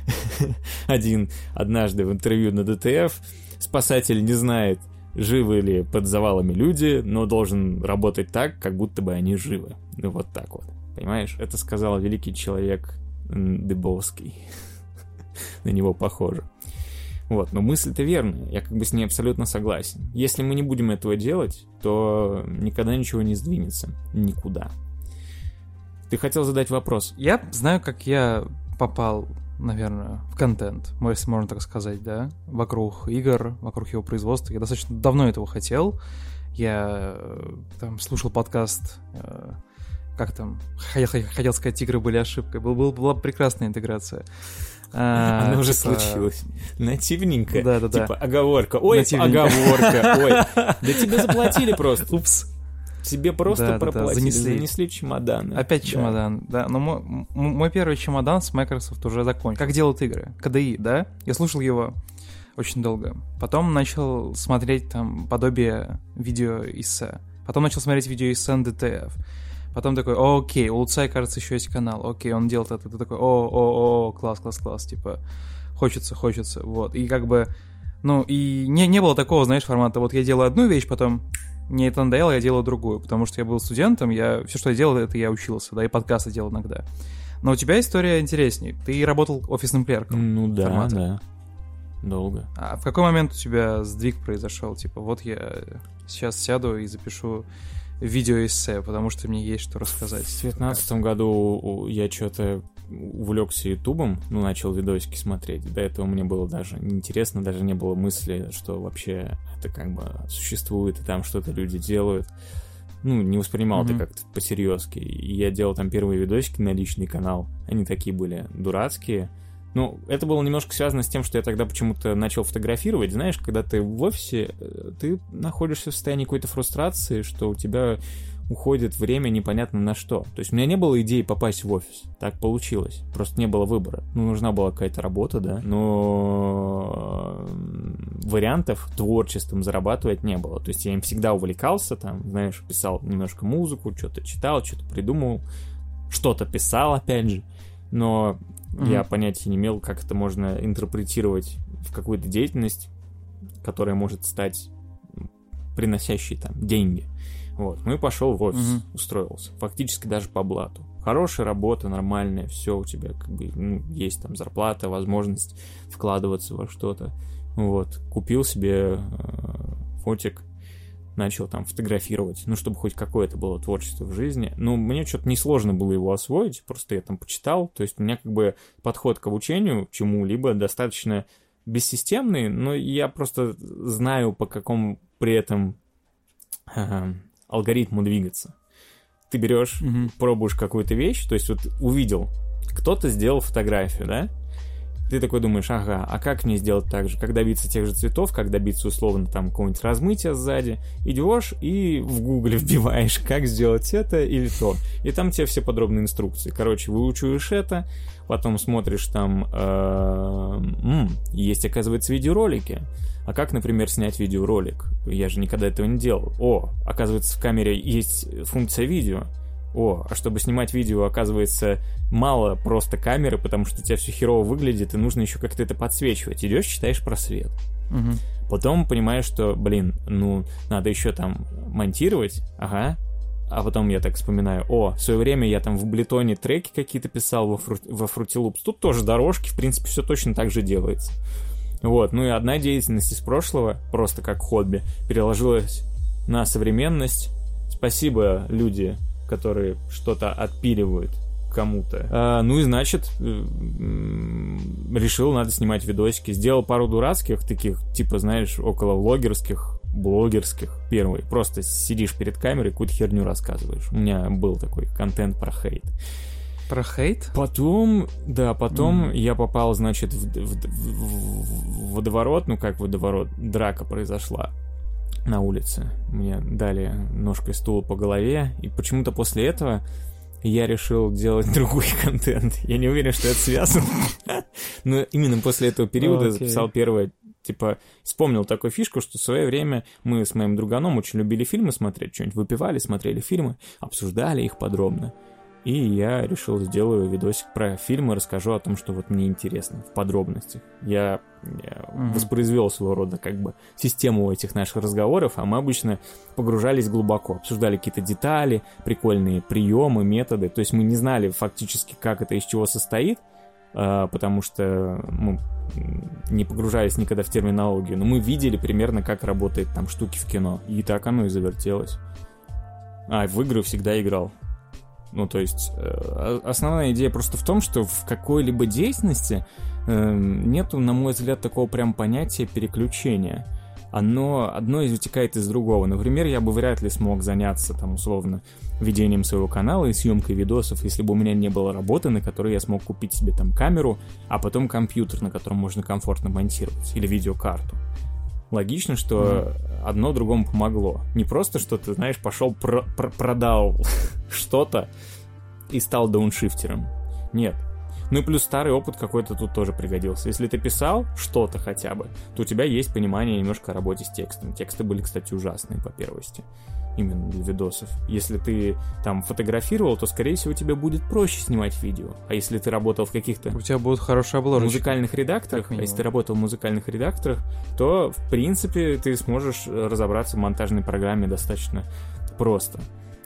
однажды в интервью на ДТФ, спасатель не знает, живы ли под завалами люди, но должен работать так, как будто бы они живы. Ну вот так вот. Понимаешь? Это сказал великий человек Дыбовский. На него похоже. Вот, но мысль-то верная. Я как бы с ней абсолютно согласен. Если мы не будем этого делать, то никогда ничего не сдвинется. Никуда. Ты хотел задать вопрос? Я знаю, как я попал, наверное, в контент, если можно так сказать, да, вокруг игр, вокруг его производства. Я достаточно давно этого хотел. Я там слушал подкаст... как там, хотел сказать, игры были ошибкой, была прекрасная интеграция. Оно уже случилось. Нативненько. Да. Типа оговорка. Ой, оговорка. Ой. Да тебе заплатили просто. Упс. Тебе просто проплатили. Занесли чемоданы. Опять чемодан, да. Но мой первый чемодан с Microsoft уже закончил. Как делают игры? KDE, да? Я слушал его очень долго. Потом начал смотреть там подобие видеоэссе. Потом начал смотреть видеоэссе NDTF. Потом такой, окей, у Луцая, кажется, еще есть канал. Окей, он делает это. Ты такой, класс. Типа, хочется. Вот. И как бы, и не было такого, знаешь, формата. Вот я делаю одну вещь, потом мне это надоело, я делаю другую. Потому что я был студентом, все, что я делал, это я учился, да, и подкасты делал иногда. Но у тебя история интереснее. Ты работал офисным клерком. Ну да, да. Долго. А в какой момент у тебя сдвиг произошел? Типа, вот я сейчас сяду и запишу видеоэссе, потому что мне есть что рассказать. В 2019 году я что-то увлекся ютубом, начал видосики смотреть. До этого мне было даже неинтересно, даже не было мысли, что вообще это как бы существует, и там что-то люди делают. Не воспринимал это как-то по-серьезки. И я делал там первые видосики на личный канал. Они такие были дурацкие. Это было немножко связано с тем, что я тогда почему-то начал фотографировать. Знаешь, когда ты в офисе, ты находишься в состоянии какой-то фрустрации, что у тебя уходит время непонятно на что. То есть у меня не было идеи попасть в офис. Так получилось. Просто не было выбора. Нужна была какая-то работа, да, но вариантов творчеством зарабатывать не было. То есть я им всегда увлекался, там, знаешь, писал немножко музыку, что-то читал, что-то придумывал, что-то писал, опять же, но я понятия не имел, как это можно интерпретировать в какую-то деятельность, которая может стать приносящей там деньги. Вот. Ну и пошел в офис, устроился. Фактически даже по блату. Хорошая работа, нормальная, все у тебя как бы есть там зарплата, возможность вкладываться во что-то. Вот. Купил себе фотик, начал там фотографировать, чтобы хоть какое-то было творчество в жизни. Мне что-то несложно было его освоить, просто я там почитал. То есть у меня как бы подход к обучению чему-либо достаточно бессистемный, но я просто знаю, по какому при этом алгоритму двигаться. Ты берешь, пробуешь какую-то вещь, то есть вот увидел, кто-то сделал фотографию, да? Ты такой думаешь, ага, а как мне сделать так же? Как добиться тех же цветов, как добиться условно там какого-нибудь размытия сзади? Идешь и в гугле вбиваешь, как сделать это или то. И там тебе все подробные инструкции. Короче, выучиваешь это, потом смотришь там... есть, оказывается, видеоролики. А как, например, снять видеоролик? Я же никогда этого не делал. Оказывается, в камере есть функция видео. А чтобы снимать видео, оказывается, мало просто камеры, потому что у тебя все херово выглядит, и нужно еще как-то это подсвечивать. Идешь, читаешь про свет. Потом понимаешь, что, надо еще там монтировать. Ага. А потом я так вспоминаю, в свое время я там в Ableton треки какие-то писал во Fruity Loops. Тут тоже дорожки, в принципе, все точно так же делается. Вот, и одна деятельность из прошлого, просто как хобби, переложилась на современность. Спасибо, люди, которые что-то отпиливают кому-то. И значит, решил, надо снимать видосики. Сделал пару дурацких, таких, типа, знаешь, около влогерских, блогерских. Первый. Просто сидишь перед камерой, какую-то херню рассказываешь. У меня был такой контент про хейт. Про хейт? Потом я попал, значит, в водоворот. Как водоворот? Драка произошла на улице. Мне дали ножкой стула по голове. И почему-то после этого я решил делать другой контент. Я не уверен, что это связано. Но именно после этого периода я записал первое. Вспомнил такую фишку, что в свое время мы с моим друганом очень любили фильмы смотреть. Что-нибудь выпивали, смотрели фильмы, обсуждали их подробно. И я решил, сделаю видосик про фильмы, расскажу о том, что вот мне интересно в подробностях. Я воспроизвел своего рода как бы систему этих наших разговоров, а мы обычно погружались глубоко, обсуждали какие-то детали, прикольные приемы, методы. То есть мы не знали фактически, как это из чего состоит, потому что мы не погружались никогда в терминологию, но мы видели примерно, как работают там штуки в кино. И так оно и завертелось. В игры всегда играл. То есть основная идея просто в том, что в какой-либо деятельности нету, на мой взгляд, такого прям понятия переключения. одно вытекает из другого. Например, я бы вряд ли смог заняться, там, условно, ведением своего канала и съемкой видосов, если бы у меня не было работы, на которой я смог купить себе там камеру, а потом компьютер, на котором можно комфортно монтировать, или видеокарту. Логично, что одно другому помогло. Не просто, что ты, знаешь, пошел продал что-то и стал дауншифтером. Нет. Ну и плюс старый опыт какой-то тут тоже пригодился. Если ты писал что-то хотя бы, то у тебя есть понимание немножко о работе с текстом. Тексты были, кстати, ужасные по первости. Именно для видосов. Если ты там фотографировал, то, скорее всего, тебе будет проще снимать видео. А если ты работал в каких-то... У тебя будут хорошие обложки. Музыкальных редакторах, а если ты работал в музыкальных редакторах, то, в принципе, ты сможешь разобраться в монтажной программе достаточно просто.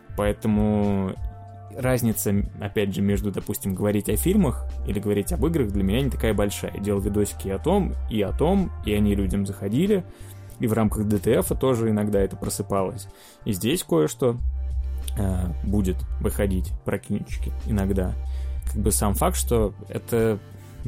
Поэтому разница, опять же, между, допустим, говорить о фильмах или говорить об играх для меня не такая большая. Я делал видосики о том, и они людям заходили. И в рамках DTF тоже иногда это просыпалось. И здесь кое-что будет выходить, прокинчики иногда. Как бы сам факт, что это,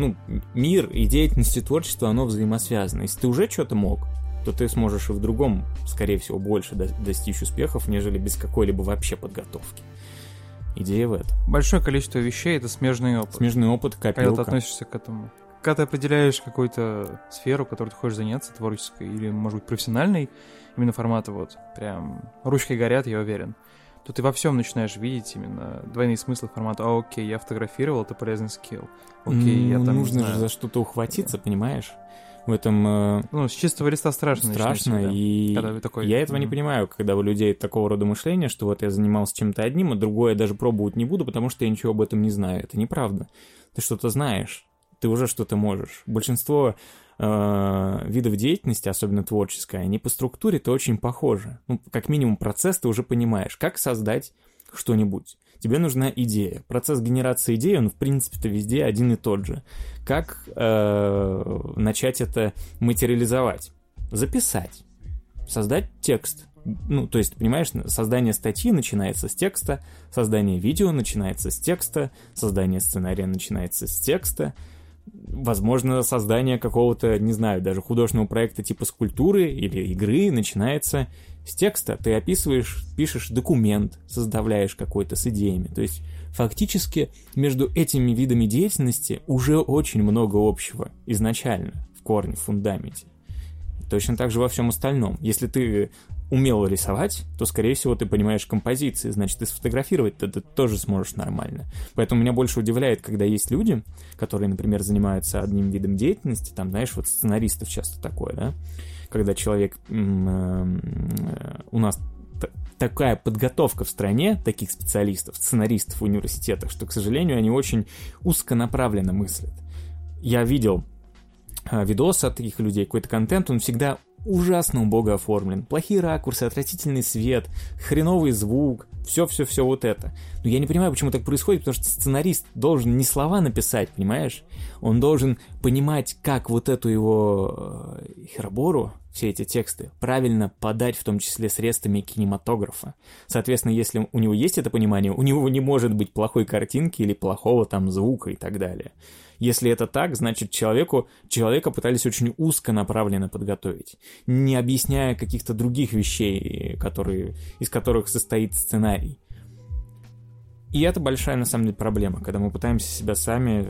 мир и деятельность и творчество, оно взаимосвязано. Если ты уже что-то мог, то ты сможешь и в другом, скорее всего, больше достичь успехов, нежели без какой-либо вообще подготовки. Идея в этом. Большое количество вещей — это смежный опыт. Смежный опыт, копилка. Когда ты относишься к этому. Когда ты определяешь какую-то сферу, которой ты хочешь заняться, творческой или, может быть, профессиональной, именно формата вот прям ручки горят, я уверен, то ты во всем начинаешь видеть именно двойные смыслы формата. Окей, я фотографировал, это полезный скилл. Окей, я там, нужно же за что-то ухватиться, понимаешь? В этом... с чистого листа страшно. И такой... я этого не понимаю, когда у людей такого рода мышления, что вот я занимался чем-то одним, а другое я даже пробовать не буду, потому что я ничего об этом не знаю. Это неправда. Ты что-то знаешь. Ты уже что-то можешь. Большинство видов деятельности, особенно творческой, они по структуре-то очень похожи. Как минимум процесс ты уже понимаешь, как создать что-нибудь. Тебе нужна идея. Процесс генерации идеи, он в принципе-то везде один и тот же. Как начать это материализовать? Записать. Создать текст. То есть, понимаешь, создание статьи начинается с текста, создание видео начинается с текста, создание сценария начинается с текста. Возможно, создание какого-то, не знаю, даже художественного проекта типа скульптуры или игры начинается с текста. Ты описываешь, пишешь документ, составляешь какой-то с идеями. То есть, фактически, между этими видами деятельности уже очень много общего изначально, в корне, в фундаменте. Точно так же во всем остальном. Если ты умел рисовать, то, скорее всего, ты понимаешь композиции, значит, и сфотографировать ты тоже сможешь нормально. Поэтому меня больше удивляет, когда есть люди, которые, например, занимаются одним видом деятельности, там, знаешь, вот сценаристов часто такое, да, когда человек... У нас такая подготовка в стране таких специалистов, сценаристов в университетах, что, к сожалению, они очень узконаправленно мыслят. Я видел видосы от таких людей, какой-то контент, он всегда ужасно убого оформлен. Плохие ракурсы, отвратительный свет, хреновый звук, все вот это. Но я не понимаю, почему так происходит, потому что сценарист должен не слова написать, понимаешь? Он должен понимать, как вот эту его херобору, все эти тексты, правильно подать, в том числе средствами кинематографа. Соответственно, если у него есть это понимание, у него не может быть плохой картинки или плохого там звука и так далее. Если это так, значит, человека пытались очень узконаправленно подготовить, не объясняя каких-то других вещей, из которых состоит сценарий. И это большая, на самом деле, проблема, когда мы пытаемся себя сами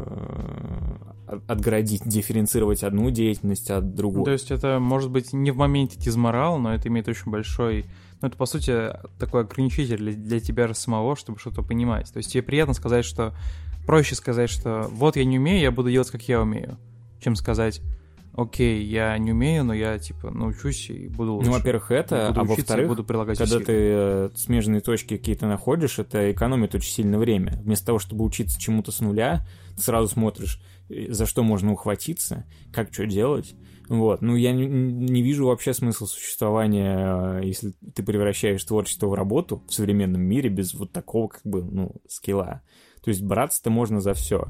отгородить, дифференцировать одну деятельность от другой. То есть это, может быть, не в моменте дизморал, но это имеет очень большой... это, по сути, такой ограничитель для тебя самого, чтобы что-то понимать. То есть тебе приятно сказать, что... Проще сказать, что вот я не умею, я буду делать, как я умею, чем сказать, окей, я не умею, но я, научусь и буду лучше. Во-первых, это, а во-вторых, когда ты смежные точки какие-то находишь, это экономит очень сильно время. Вместо того, чтобы учиться чему-то с нуля, ты сразу смотришь, за что можно ухватиться, как что делать. Вот. Я не вижу вообще смысла существования, если ты превращаешь творчество в работу в современном мире без вот такого, скилла. То есть браться-то можно за все.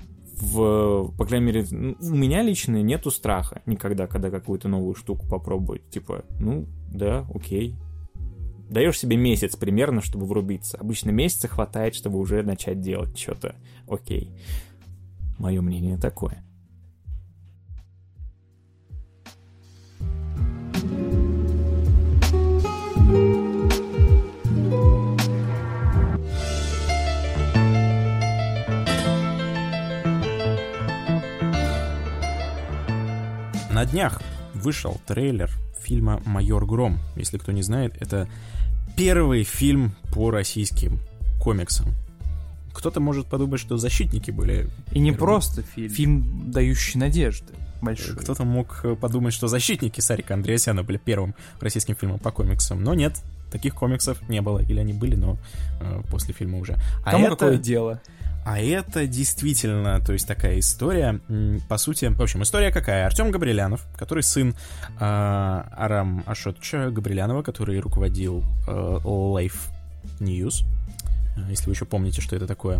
По крайней мере, у меня лично нету страха никогда, когда какую-то новую штуку попробовать. Да, окей. Даешь себе месяц примерно, чтобы врубиться. Обычно месяца хватает, чтобы уже начать делать что-то окей. Мое мнение такое. днях вышел трейлер фильма «Майор Гром». Если кто не знает, это первый фильм по российским комиксам. Кто-то может подумать, что «Защитники» были... И не просто фильм. Фильм, дающий надежды. Большой. Кто-то мог подумать, что «Защитники» Сарика Андреасяна были первым российским фильмом по комиксам. Но нет, таких комиксов не было. Или они были, но после фильма уже. Кому какое дело? А это действительно, то есть такая история, по сути... В общем, история какая? Артем Габрилянов, который сын Арам Ашотовича Габрилянова, который руководил Life News, если вы еще помните, что это такое,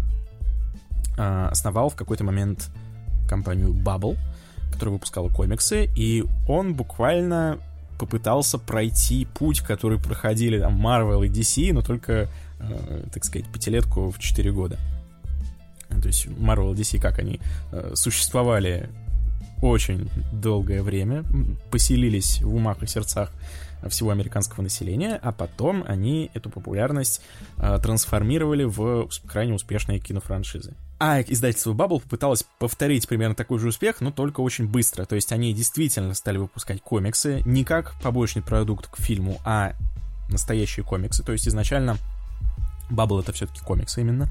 основал в какой-то момент компанию Bubble, которая выпускала комиксы, и он буквально попытался пройти путь, который проходили там Marvel и DC, но только, так сказать, пятилетку в 4 года. То есть Marvel и DC, как они существовали очень долгое время, поселились в умах и сердцах всего американского населения, а потом они эту популярность трансформировали в крайне успешные кинофраншизы. А издательство Bubble попыталось повторить примерно такой же успех, но только очень быстро. То есть они действительно стали выпускать комиксы не как побочный продукт к фильму, а настоящие комиксы. То есть изначально Bubble — это все-таки комиксы именно.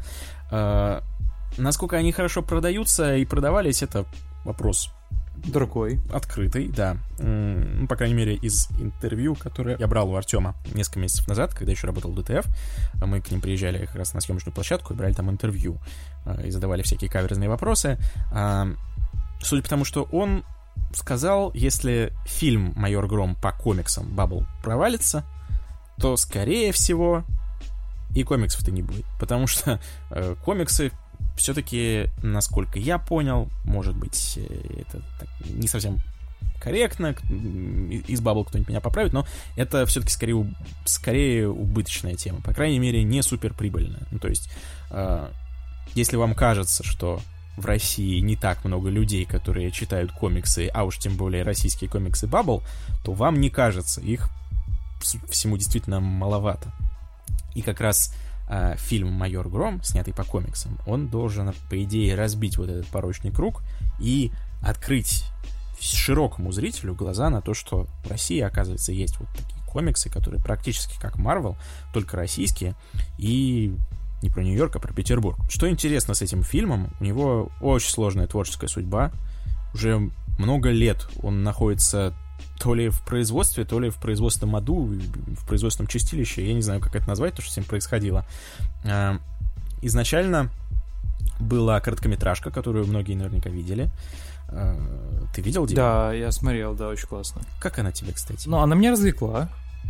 Насколько они хорошо продаются и продавались, это вопрос другой. Открытый, да. По крайней мере, из интервью, которое я брал у Артема несколько месяцев назад, когда еще работал в ДТФ, мы к ним приезжали как раз на съемочную площадку и брали там интервью, и задавали всякие каверзные вопросы. Судя по тому, что он сказал, если фильм «Майор Гром» по комиксам Bubble провалится, то, скорее всего, и комиксов-то не будет. Потому что комиксы все-таки, насколько я понял, может быть, это не совсем корректно, из Bubble кто-нибудь меня поправит, но это все-таки скорее убыточная тема, по крайней мере, не суперприбыльная. Ну, то есть, если вам кажется, что в России не так много людей, которые читают комиксы, а уж тем более российские комиксы Bubble, то вам не кажется, их всему действительно маловато. И как раз фильм «Майор Гром», снятый по комиксам, он должен, по идее, разбить вот этот порочный круг и открыть широкому зрителю глаза на то, что в России, оказывается, есть вот такие комиксы, которые практически как Marvel, только российские, и не про Нью-Йорк, а про Петербург. Что интересно с этим фильмом, у него очень сложная творческая судьба. Уже много лет он находится то ли в производстве, то ли в производственном аду, в производственном чистилище. Я не знаю, как это назвать, то, что с ним происходило. Изначально была короткометражка, которую многие наверняка видели. Ты видел, Дима? Да, я смотрел, да, очень классно. Как она тебе, кстати? Ну, она меня развлекла.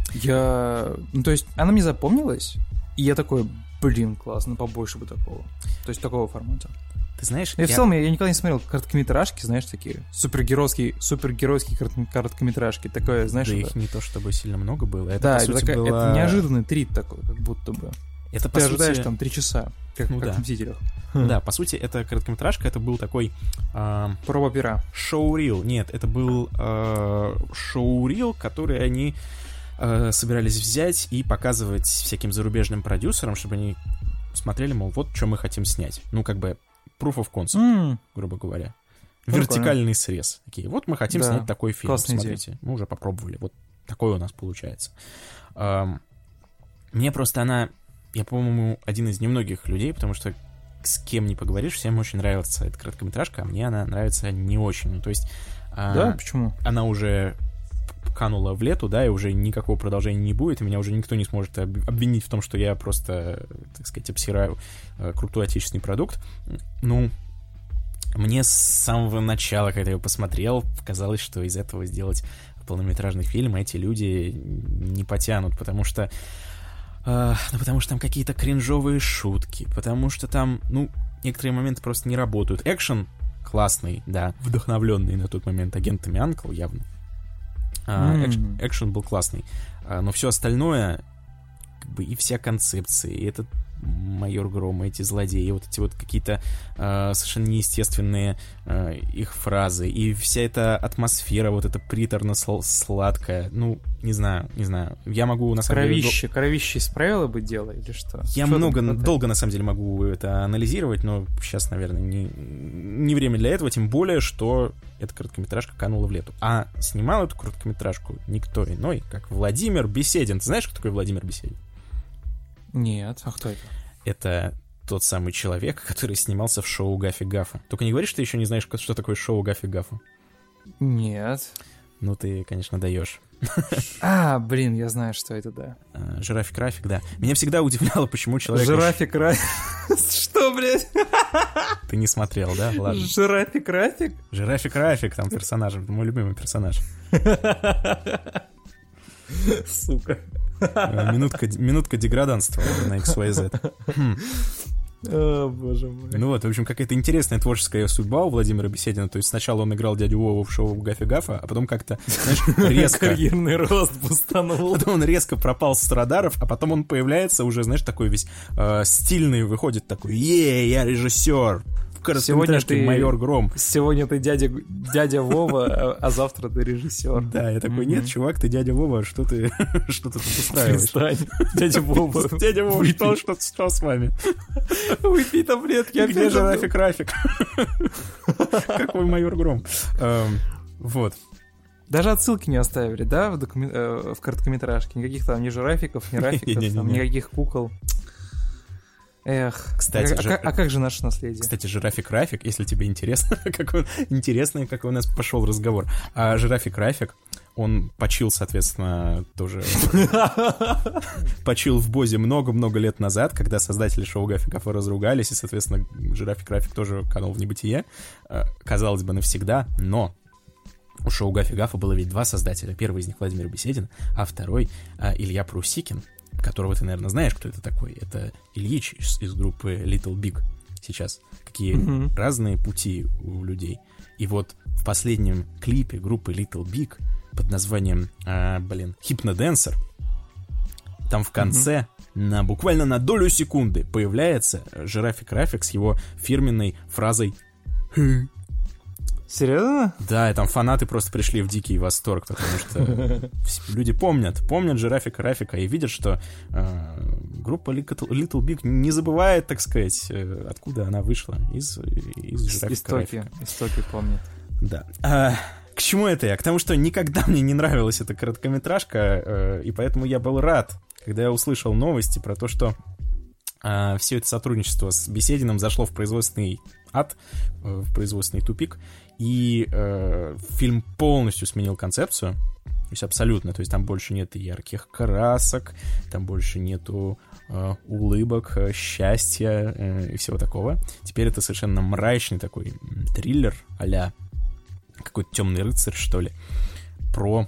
Ну, то есть, она мне запомнилась, и я такой, блин, классно, побольше бы такого. То есть, такого формата. Ты знаешь, в целом, я никогда не смотрел короткометражки, знаешь, такие супергеройские короткометражки. Такое, знаешь, да, их не то чтобы сильно много было. Это, да, по сути, это неожиданный трит такой, как будто бы. Это, ты ожидаешь там 3 часа, как в «Мстителях». Да, по сути, эта короткометражка, это был такой... Проба пера. Шоурил. Нет, это был шоурил, который они собирались взять и показывать всяким зарубежным продюсерам, чтобы они смотрели, мол, вот что мы хотим снять. Ну, как бы proof of concept, грубо говоря. Вертикальный срез. Такие, вот мы хотим снять такой фильм. Классная Смотрите, идея. мы уже попробовали. Вот такой у нас получается. Мне просто она... Я, по-моему, один из немногих людей, потому что с кем не поговоришь, всем очень нравится эта короткометражка, а мне она нравится не очень. Ну, то есть... Да? Почему? Она уже канула в лету, да, и уже никакого продолжения не будет, и меня уже никто не сможет обвинить в том, что я просто, так сказать, обсираю крутой отечественный продукт. Ну, мне с самого начала, когда я его посмотрел, казалось, что из этого сделать полнометражный фильм эти люди не потянут, потому что там какие-то кринжовые шутки, потому что там, ну, некоторые моменты просто не работают. Экшен классный, да, вдохновленный на тот момент агентами Анкл явно. Экшен был классный, но все остальное, как бы, и вся концепция, и этот майор Гром, эти злодеи, вот эти вот какие-то совершенно неестественные их фразы, и вся эта атмосфера, вот эта приторно-сладкая, ну, не знаю, я могу, на самом деле... Кровище исправило бы дело, или что? Я долго, на самом деле, могу это анализировать, но сейчас, наверное, не время для этого, тем более, что эта короткометражка канула в лету. А снимал эту короткометражку никто иной, как Владимир Беседин. Ты знаешь, кто такой Владимир Беседин? Нет, а кто это? Это тот самый человек, который снимался в шоу Гаффи Гаффа. Только не говори, что ты еще не знаешь, что такое шоу Гаффи Гаффа. Нет. Ну, ты, конечно, даешь. Блин, я знаю, что это, да. Жирафик Рафик, да. Меня всегда удивляло, почему человек... Жирафик Рафик... Что, блядь? Ты не смотрел, да? Ладно. Жирафик Рафик? Жирафик Рафик, там персонаж, мой любимый персонаж. Сука. Минутка деграданства на XYZ. О, боже мой. Ну вот, в общем, какая-то интересная творческая судьба у Владимира Беседина. То есть сначала он играл дядю Вову в шоу Гаффи Гаффа, а потом как-то, знаешь, резко... Карьерный рост бустанул. Потом он резко пропал с радаров, а потом он появляется уже, знаешь, такой весь стильный, выходит такой: я режиссер. Короткометражке «Майор Гром». Сегодня ты дядя Вова, а завтра ты режиссер. Да, я такой: нет, чувак, ты дядя Вова, что ты тут устраиваешь? Перестань. Дядя Вова. Дядя Вова, что с вами? Выпей таблетки. А где же Рафик Рафик? Какой «Майор Гром»? Вот. Даже отсылки не оставили, да, в короткометражке? Никаких там ни жирафиков, ни рафиков, никаких кукол. Эх, кстати, как же наше наследие? Кстати, Жирафик Рафик, если тебе интересно, какой у нас пошел разговор. А Жирафик Рафик, он почил, соответственно, тоже... Почил в Бозе много-много лет назад, когда создатели шоу Гаффи Гаффа разругались, и, соответственно, Жирафик Рафик тоже канул в небытие. Казалось бы, навсегда, но... У шоу Гаффи Гаффа было ведь два создателя. Первый из них Владимир Беседин, а второй Илья Прусикин, которого ты, наверное, знаешь, кто это такой. Это Ильич из группы Little Big сейчас. Какие разные пути у людей. И вот в последнем клипе группы Little Big под названием, Hypnodancer, там в конце буквально на долю секунды появляется Жирафик Рафик с его фирменной фразой Серьезно? Да, и там фанаты просто пришли в дикий восторг, потому что люди помнят Жирафика Рафика и видят, что группа Little Big не забывает, так сказать, откуда она вышла, из Жирафика Рафика. Истоки помнят. Да. К чему это я? К тому, что никогда мне не нравилась эта короткометражка, и поэтому я был рад, когда я услышал новости про то, что все это сотрудничество с Бесединым зашло в производственный ад, в производственный тупик, и фильм полностью сменил концепцию, то есть абсолютно, то есть там больше нет ярких красок, там больше нету улыбок, счастья и всего такого. Теперь это совершенно мрачный такой триллер а-ля какой-то темный рыцарь, что ли, про...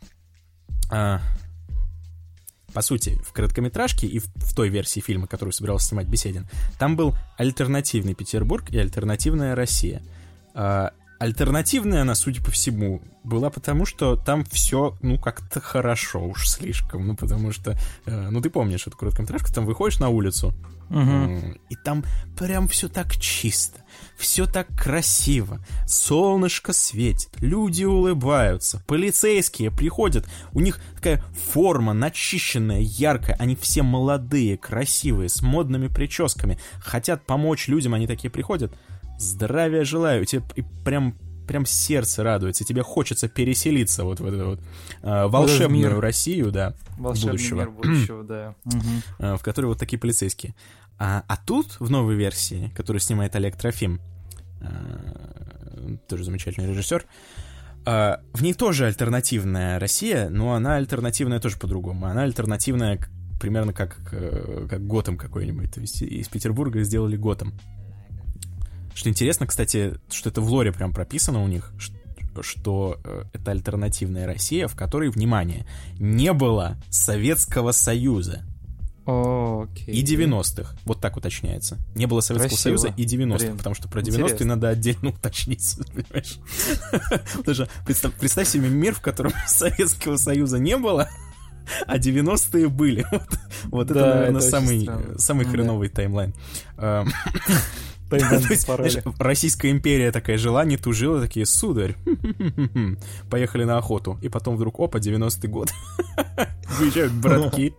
По сути, в короткометражке и в той версии фильма, которую собирался снимать Беседин, там был альтернативный Петербург и альтернативная Россия. Альтернативная она, судя по всему, была потому, что там все, как-то хорошо уж слишком. Потому что, ты помнишь эту короткометражку, там выходишь на улицу, и там прям все так чисто, все так красиво, солнышко светит, люди улыбаются, полицейские приходят, у них такая форма начищенная, яркая, они все молодые, красивые, с модными прическами, хотят помочь людям, они такие приходят. Здравия желаю, тебе и прям сердце радуется, тебе хочется переселиться вот в эту волшебную Россию, да, волшебный мир будущего, да. В которой вот такие полицейские. А тут, в новой версии, которую снимает Олег Трофим, тоже замечательный режиссер, в ней тоже альтернативная Россия, но она альтернативная тоже по-другому. Она альтернативная примерно как Готэм какой-нибудь. То есть из Петербурга сделали Готэм. Что интересно, кстати, что это в лоре прям прописано у них, что это альтернативная Россия, в которой, внимание, не было Советского Союза. Окей. И 90-х. Вот так уточняется. Не было Советского Союза и 90-х, потому что про 90-е надо отдельно уточнить, понимаешь? Потому что представь себе мир, в котором Советского Союза не было, а 90-е были. Вот это, наверное, самый хреновый таймлайн. То есть, Российская империя такая жила, не тужила, такие, сударь, поехали на охоту. И потом вдруг, опа, 90-й год. Выезжают братки.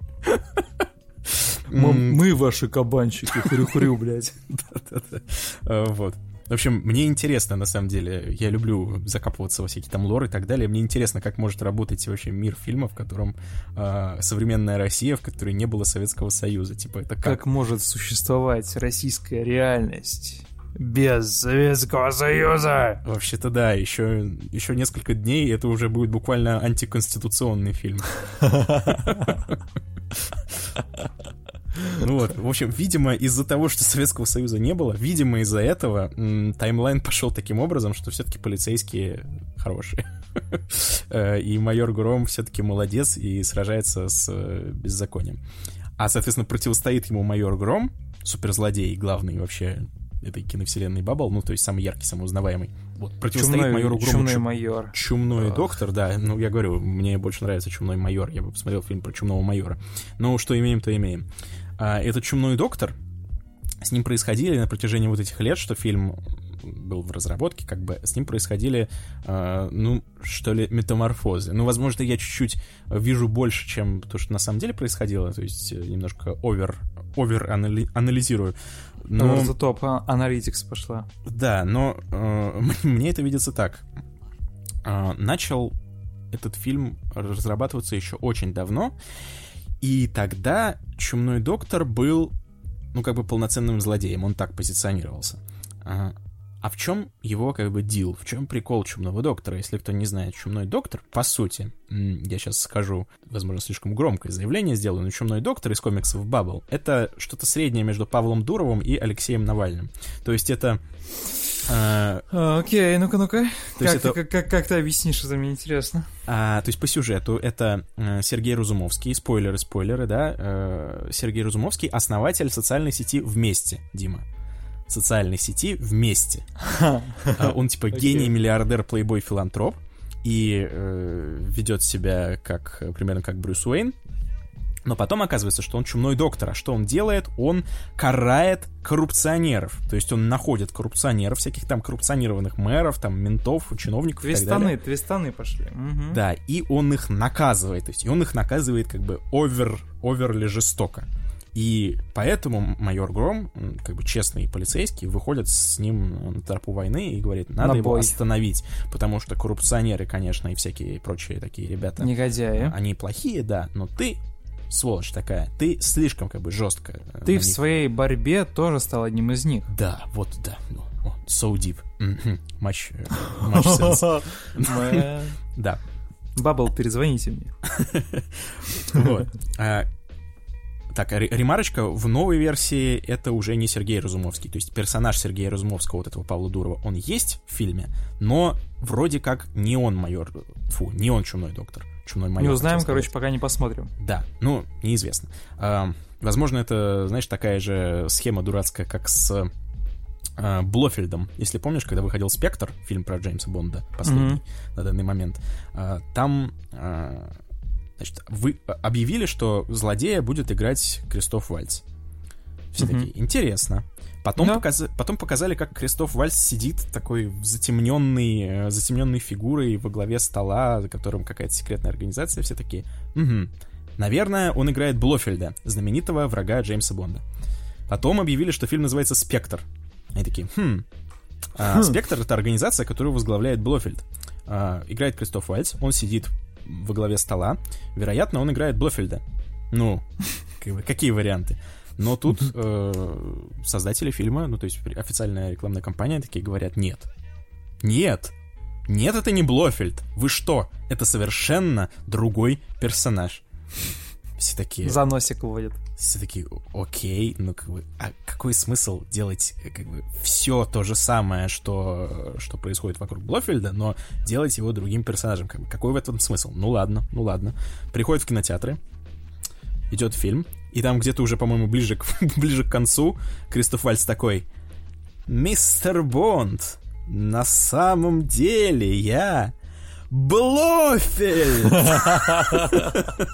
Мы ваши кабанчики, хрю-хрю, блядь. Да-да-да. Вот. В общем, мне интересно, на самом деле, я люблю закапываться во всякие там лоры и так далее, мне интересно, как может работать вообще мир фильма, в котором современная Россия, в которой не было Советского Союза, типа это как может существовать российская реальность без Советского Союза? Вообще-то да, еще несколько дней, и это уже будет буквально антиконституционный фильм. Ну вот, в общем, видимо, из-за того, что Советского Союза не было, видимо, из-за этого таймлайн пошел таким образом, что все-таки полицейские хорошие. И майор Гром все-таки молодец и сражается с беззаконием. А, соответственно, противостоит ему майор Гром, суперзлодей, главный вообще этой киновселенной Баббл, ну, то есть самый яркий, самый узнаваемый. Вот, противостоит майору Грому Чумной майор. Чумной доктор, да. Ну, я говорю, мне больше нравится Чумной майор. Я бы посмотрел фильм про Чумного майора. Но что имеем, то имеем. Этот Чумной доктор, с ним происходили на протяжении вот этих лет, что фильм был в разработке, как бы с ним происходили, ну, что ли, метаморфозы. Ну, возможно, я чуть-чуть вижу больше, чем то, что на самом деле происходило, то есть немножко овер-анализирую. Но... Топ Analytics пошла. Да, но мне это видится так. Начал этот фильм разрабатываться еще очень давно, и тогда Чумной доктор был, ну, как бы полноценным злодеем, он так позиционировался. А в чем его, как бы, дил? В чем прикол Чумного доктора? Если кто не знает, Чумной доктор, по сути, я сейчас скажу, возможно, слишком громкое заявление сделаю, но Чумной доктор из комиксов Баббл — это что-то среднее между Павлом Дуровым и Алексеем Навальным. То есть это... Окей, ну-ка. Как ты объяснишь это, мне интересно. То есть по сюжету это Сергей Разумовский, спойлеры, да, Сергей Разумовский, основатель социальной сети «Вместе», Дима. Социальной сети «Вместе». Он типа гений, миллиардер, плейбой, филантроп и ведет себя примерно как Брюс Уэйн. Но потом оказывается, что он чумной доктор. А что он делает? Он карает коррупционеров. То есть он находит коррупционеров, всяких там коррупционированных мэров, там, ментов, чиновников и так далее. Твистаны пошли. Угу. Да, и он их наказывает. То есть и он их наказывает как бы оверли жестоко. И поэтому майор Гром, как бы честный полицейский, выходит с ним на тропу войны и говорит, надо его остановить, потому что коррупционеры, конечно, и всякие прочие такие ребята... Негодяи. Они плохие, да, но ты... сволочь такая, ты слишком как бы жестко. Ты в своей борьбе тоже стал одним из них. Да, вот, да. So deep. Much sense. Да. Баббл, перезвоните мне. Вот. Так, ремарочка, в новой версии это уже не Сергей Разумовский. То есть персонаж Сергея Разумовского, вот этого Павла Дурова, он есть в фильме, но вроде как не он майор, не он чумной доктор. Не узнаем, короче, пока не посмотрим. Да, ну, неизвестно. Возможно, это, знаешь, такая же схема дурацкая, как с Блофельдом. Если помнишь, когда выходил «Спектр», фильм про Джеймса Бонда, последний на данный момент, там, значит, вы объявили, что злодея будет играть Кристоф Вальц. Все такие, интересно. Потом показали, как Кристоф Вальц сидит такой затемненной фигурой во главе стола, за которым какая-то секретная организация. Все такие, наверное, он играет Блофельда, знаменитого врага Джеймса Бонда. Потом объявили, что фильм называется «Спектр». Они такие, «Спектр» — это организация, которую возглавляет Блофельд. Играет Кристоф Вальц, он сидит во главе стола. Вероятно, он играет Блофельда. Ну, какие варианты? Но тут создатели фильма, ну, то есть официальная рекламная кампания, такие говорят, нет, это не Блофельд. Вы что? Это совершенно другой персонаж. Все такие... За носик уводят. Все такие, окей, ну, как бы, а какой смысл делать, как бы, все то же самое, что происходит вокруг Блофельда, но делать его другим персонажем? Как бы, какой в этом смысл? Ну, ладно. Приходят в кинотеатры, идет фильм, и там где-то уже, по-моему, ближе к концу Кристоф Вальц такой: «Мистер Бонд, на самом деле я Блофельд!»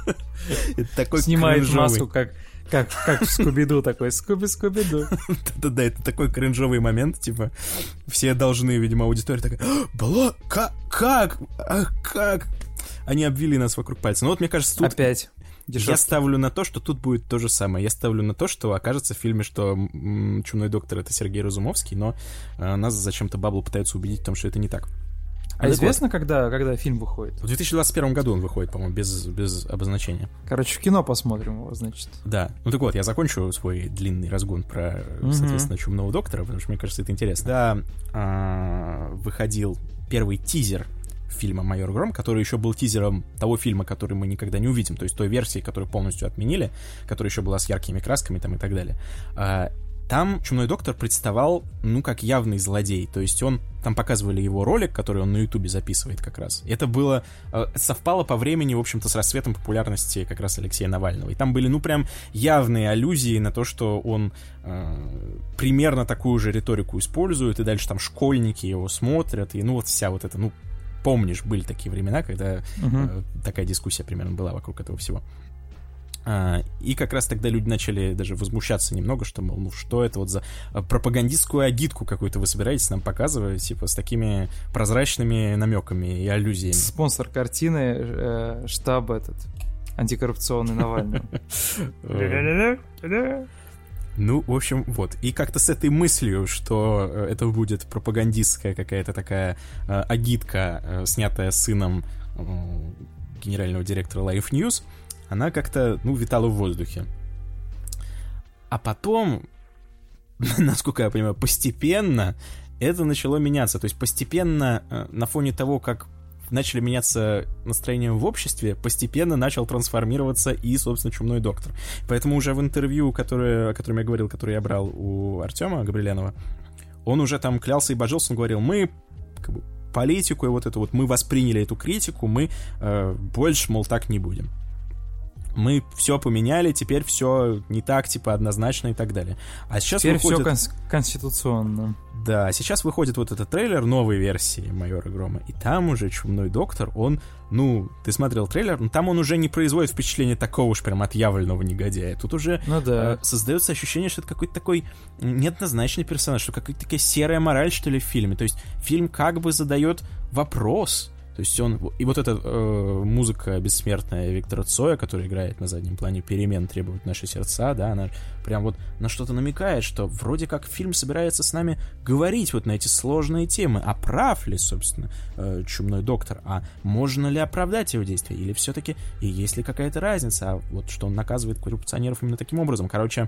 Снимает маску, как в Скуби-Ду такой, Скуби-Скуби-Ду. Да-да-да, это такой кринжовый момент, типа, все должны, видимо, аудитория такая, как? Они обвели нас вокруг пальца. Ну вот, мне кажется, тут... Опять. Дешевки. Я ставлю на то, что тут будет то же самое. Я ставлю на то, что окажется в фильме, что «Чумной доктор» — это Сергей Разумовский, но нас зачем-то Бабл пытаются убедить в том, что это не так. А известно, когда фильм выходит? В 2021 году он выходит, по-моему, без обозначения. Короче, в кино посмотрим его, значит. Да. Ну так вот, я закончу свой длинный разгон про, соответственно, «Чумного доктора», потому что мне кажется, это интересно. Да, выходил первый тизер фильма «Майор Гром», который еще был тизером того фильма, который мы никогда не увидим, то есть той версии, которую полностью отменили, которая еще была с яркими красками там и так далее. Там Чумной доктор представал, как явный злодей, то есть там показывали его ролик, который он на Ютубе записывает как раз. Это было, совпало по времени, в общем-то, с расцветом популярности как раз Алексея Навального. И там были, прям явные аллюзии на то, что он примерно такую же риторику использует, и дальше там школьники его смотрят, и вся вот эта, помнишь, были такие времена, когда такая дискуссия примерно была вокруг этого всего. И как раз тогда люди начали даже возмущаться немного, что, мол, что это вот за пропагандистскую агитку какую-то вы собираетесь нам показывать, типа, с такими прозрачными намеками и аллюзиями. Спонсор картины штаб антикоррупционный Навального. В общем, вот. И как-то с этой мыслью, что это будет пропагандистская какая-то такая агитка, снятая сыном генерального директора Life News, она как-то, витала в воздухе. А потом, насколько я понимаю, постепенно это начало меняться. То есть постепенно на фоне того, как начали меняться настроения в обществе, постепенно начал трансформироваться и, собственно, Чумной доктор. Поэтому уже в интервью, о котором я говорил, которое я брал у Артема Габрилянова, он уже там клялся и божился, он говорил, мы политику и вот это вот, мы восприняли эту критику, мы больше, мол, так не будем. Мы все поменяли, теперь все не так, типа, однозначно и так далее. А сейчас теперь выходит... все конституционно. Да, сейчас выходит вот этот трейлер новой версии «Майора Грома», и там уже Чумной доктор, он, ты смотрел трейлер, но там он уже не производит впечатление такого уж прям отъявленного негодяя. Тут уже создается ощущение, что это какой-то такой неоднозначный персонаж, что какая-то такая серая мораль, что ли, в фильме. То есть фильм как бы задает вопрос. То есть и вот эта музыка бессмертная Виктора Цоя, которая играет на заднем плане «Перемен требуют наши сердца», да, она прям вот на что-то намекает, что вроде как фильм собирается с нами говорить вот на эти сложные темы. А прав ли, собственно, Чумной доктор? А можно ли оправдать его действия? Или все-таки и есть ли какая-то разница? А вот что он наказывает коррупционеров именно таким образом? Короче,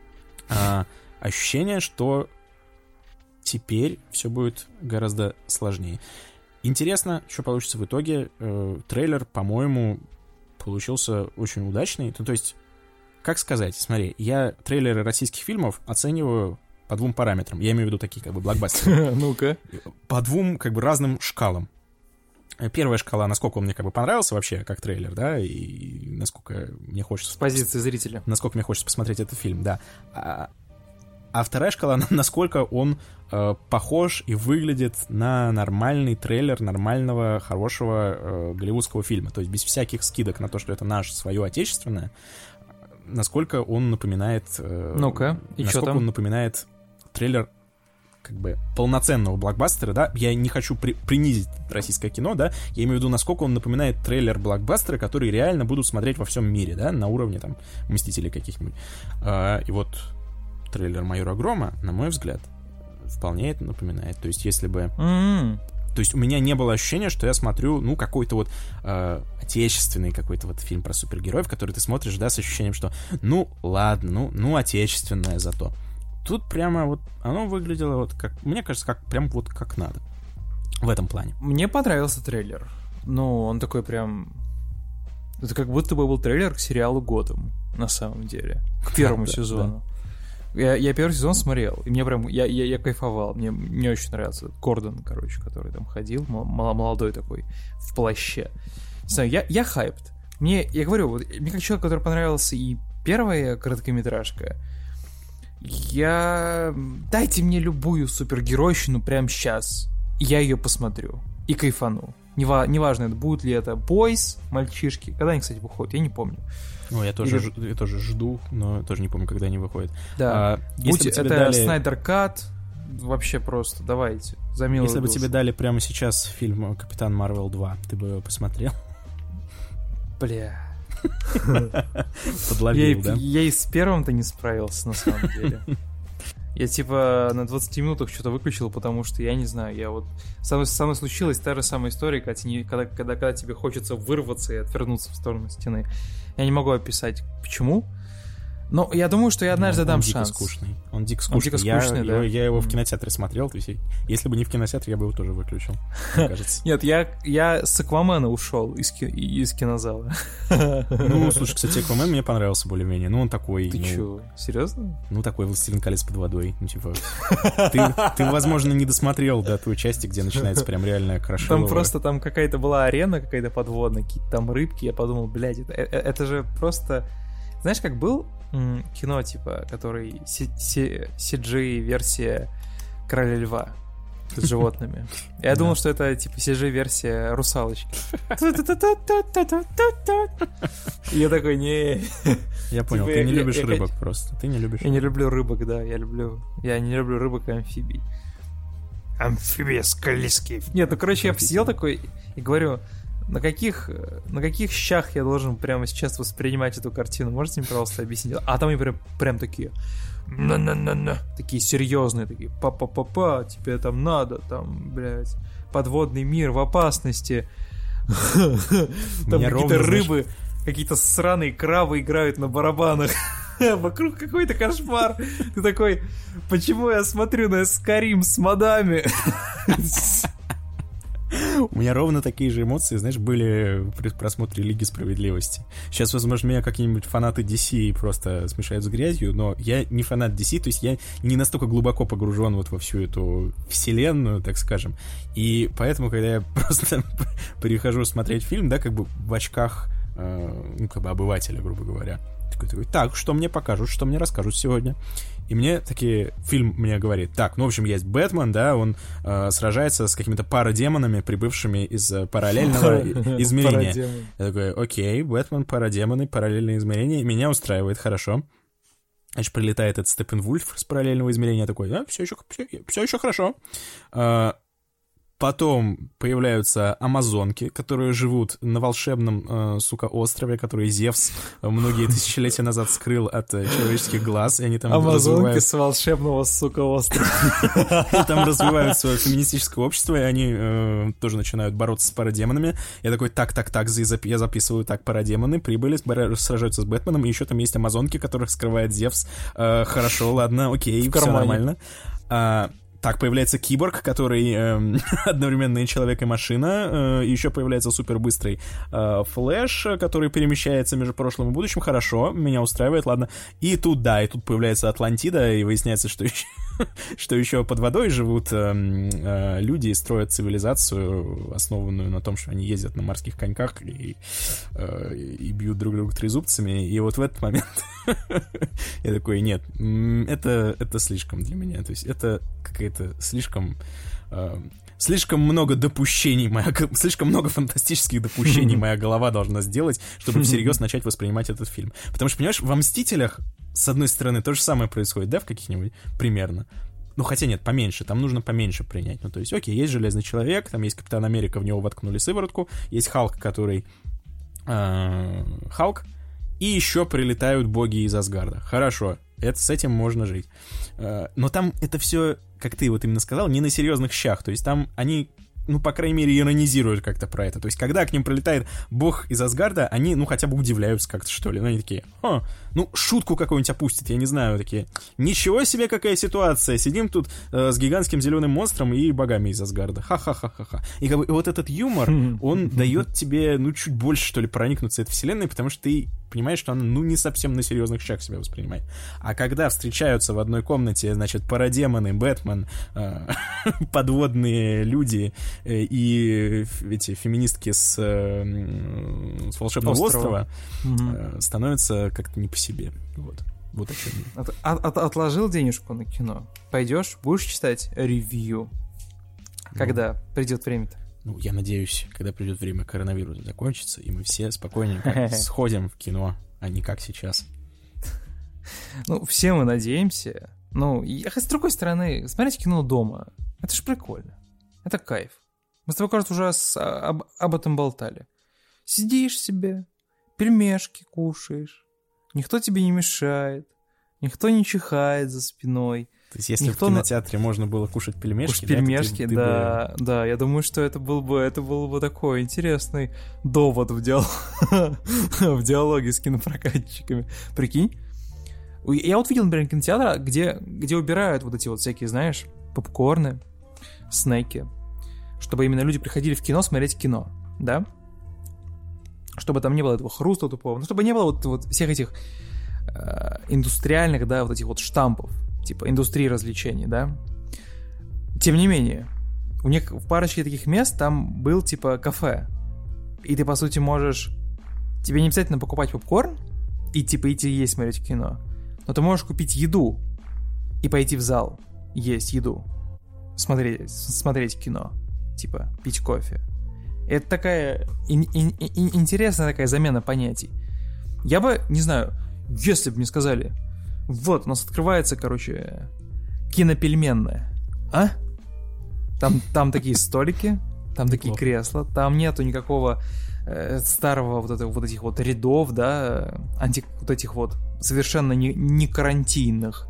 ощущение, что теперь все будет гораздо сложнее. Интересно, что получится в итоге. Трейлер, по-моему, получился очень удачный. То есть, как сказать, смотри, я трейлеры российских фильмов оцениваю по двум параметрам. Я имею в виду такие, как бы, блокбастеры. Ну-ка. По двум, как бы, разным шкалам. Первая шкала, насколько он мне, как бы, понравился вообще, как трейлер, да, и насколько мне хочется... С позиции зрителя. Насколько мне хочется посмотреть этот фильм, да. А вторая шкала, насколько он похож и выглядит на нормальный трейлер нормального, хорошего голливудского фильма. То есть без всяких скидок на то, что это наше, свое отечественное, насколько он напоминает... Ну-ка, и что там? Он напоминает трейлер как бы полноценного блокбастера, да, я не хочу принизить российское кино, да, я имею в виду, насколько он напоминает трейлер блокбастера, который реально будут смотреть во всем мире, да, на уровне там Мстителей каких-нибудь. И вот трейлер «Майора Грома», на мой взгляд, вполне это напоминает. То есть, если бы... То есть, у меня не было ощущения, что я смотрю, какой-то вот отечественный какой-то вот фильм про супергероев, который ты смотришь, да, с ощущением, что, ладно, отечественное зато. Тут прямо вот оно выглядело вот как... Мне кажется, как прям вот как надо. В этом плане. Мне понравился трейлер. Он такой прям... Это как будто бы был трейлер к сериалу «Готэм», на самом деле. К первому сезону. Да. Я первый сезон смотрел, и мне прям... Я кайфовал. Мне очень нравился этот Кордон, который там ходил, молодой такой, в плаще. Не знаю, я хайпт. Я говорю, мне как человек, который понравился и первая короткометражка, дайте мне любую супергеройщину прямо сейчас, я ее посмотрю и кайфану. Неважно, будет ли это бойс, мальчишки. Когда они, кстати, выходят, я не помню. Ну, я тоже жду, но тоже не помню, когда они выходят. Да, будь это Снайдер Кат, вообще просто, давайте, за милую Если бы душу. тебе дали прямо сейчас фильм «Капитан Марвел 2», ты бы его посмотрел? Бля. Подловил, да? Я и с первым-то не справился, на самом деле. Я типа на 20 минутах что-то выключил, потому что я не знаю, я вот... Со мной случилась та же самая история, когда тебе хочется вырваться и отвернуться в сторону стены. Я не могу описать, почему. Но я думаю, что я однажды дам шанс. Он дико скучный. Да? Я его в кинотеатре смотрел, то есть если бы не в кинотеатре, я бы его тоже выключил, мне кажется. Нет, я с Аквамена ушел из кинозала. Ну, слушай, кстати, Аквамен мне понравился более-менее. Ну, он такой... Ты чё, серьезно? Ну, такой «Властелин колец» под водой. Ну, типа... Ты, возможно, не досмотрел до той части, где начинается прям реальная Крашилова. Там просто какая-то была арена, какая-то подводная, какие-то там рыбки. Я подумал, блядь, это же просто... Знаешь, как был кино, типа, который CG-версия «Короля льва» с животными. Я думал, что это, типа, CG-версия «Русалочки». Я такой, не. Я понял, ты не любишь рыбок просто. Ты не любишь. Я не люблю рыбок, да, я не люблю рыбок и амфибий. Амфибии скалистские. Нет, ну, короче, я сидел такой и говорю... На каких щах я должен прямо сейчас воспринимать эту картину? Можете мне, пожалуйста, объяснить? А там они прям такие... Такие серьезные, такие... Па-па-па-па, тебе там надо, там, блядь... Подводный мир в опасности. Там какие-то рыбы, какие-то сраные крабы играют на барабанах. Вокруг какой-то кошмар. Ты такой... Почему я смотрю на Скарим с модами? У меня ровно такие же эмоции, знаешь, были при просмотре Лиги Справедливости. Сейчас, возможно, меня какие-нибудь фанаты DC просто смешают с грязью, но я не фанат DC, то есть я не настолько глубоко погружен вот во всю эту вселенную, так скажем. И поэтому, когда я просто перехожу смотреть фильм, да, как бы в очках, ну, как бы обывателя, грубо говоря, такой, так, что мне покажут, что мне расскажут сегодня? И мне фильм мне говорит, так, ну, в общем, есть Бэтмен, да, он сражается с какими-то парадемонами, прибывшими из параллельного измерения. Я такой, окей, Бэтмен, парадемоны, параллельное измерение, меня устраивает, хорошо. Значит, прилетает этот Степенвульф с параллельного измерения, такой, да, все еще хорошо. Потом появляются амазонки, которые живут на волшебном, острове, который Зевс многие тысячелетия назад скрыл от человеческих глаз, и они там амазонки с волшебного, острова. И там развивают свое феминистическое общество, и они тоже начинают бороться с парадемонами. Я такой, так, я записываю, так, парадемоны прибыли, сражаются с Бэтменом, и еще там есть амазонки, которых скрывает Зевс. Хорошо, ладно, окей, все нормально. Так, появляется киборг, который одновременно и человек, и машина. Еще появляется супербыстрый Флэш, который перемещается между прошлым и будущим. Хорошо, меня устраивает, ладно. И тут появляется Атлантида, и выясняется, что еще под водой живут люди и строят цивилизацию, основанную на том, что они ездят на морских коньках и бьют друг друга трезубцами. И вот в этот момент я такой, нет, это слишком для меня. То есть это какая-то слишком много допущений, слишком много фантастических допущений моя голова должна сделать, чтобы всерьез начать воспринимать этот фильм. Потому что, понимаешь, во «Мстителях», с одной стороны, то же самое происходит, да, в каких-нибудь, примерно. Ну, хотя нет, поменьше, там нужно поменьше принять. Ну, то есть, окей, есть Железный Человек, там есть Капитан Америка, в него воткнули сыворотку, есть Халк, который... Халк, и еще прилетают боги из Асгарда. Хорошо, с этим можно жить. Но там это все, как ты вот именно сказал, не на серьезных щах. То есть там они, ну, по крайней мере, иронизируют как-то про это. То есть когда к ним прилетает бог из Асгарда, они, ну, хотя бы удивляются как-то, что ли. Ну, они такие, ну, шутку какую-нибудь опустят, я не знаю, такие. Ничего себе, какая ситуация. Сидим тут с гигантским зеленым монстром и богами из Асгарда. Ха-ха-ха-ха-ха. И как бы вот этот юмор, он дает тебе, ну, чуть больше, что ли, проникнуться этой вселенной, потому что ты понимаешь, что она, ну, не совсем на серьезных щах себя воспринимает. А когда встречаются в одной комнате, значит, парадемоны, Бэтмен, подводные люди и эти феминистки с волшебного острова, становится как-то не по себе. Вот о чем. Отложил денежку на кино. Пойдешь, будешь читать ревью? Когда придет время-то? Ну, я надеюсь, когда придет время, коронавирус закончится, и мы все спокойненько сходим в кино, а не как сейчас. Ну, все мы надеемся. Ну, с другой стороны, смотреть кино дома, это ж прикольно. Это кайф. Мы с тобой, кажется, уже об этом болтали. Сидишь себе, пельмешки кушаешь, никто тебе не мешает, никто не чихает за спиной. То есть, если в кинотеатре можно было кушать пельмешки, пельмешки, да, я думаю, что это был бы такой интересный довод в диалоге с кинопрокатчиками. Прикинь? Я вот видел, например, кинотеатр, где убирают вот эти вот всякие, знаешь, попкорны, снеки, чтобы именно люди приходили в кино смотреть кино, да? Чтобы там не было этого хруста тупого, ну, чтобы не было вот всех этих индустриальных, да, вот этих вот штампов, типа индустрии развлечений, да? Тем не менее, у них в парочке таких мест там был типа кафе, и ты, по сути, можешь... Тебе не обязательно покупать попкорн и типа идти есть, смотреть кино, но ты можешь купить еду и пойти в зал, есть еду, смотреть кино, типа пить кофе. Это такая интересная такая замена понятий. Я бы, не знаю, если бы мне сказали, вот, у нас открывается, короче, кинопельменная, а? Там такие столики, там такие кресла, там нету никакого старого вот этих вот рядов, да, вот этих вот совершенно не карантинных.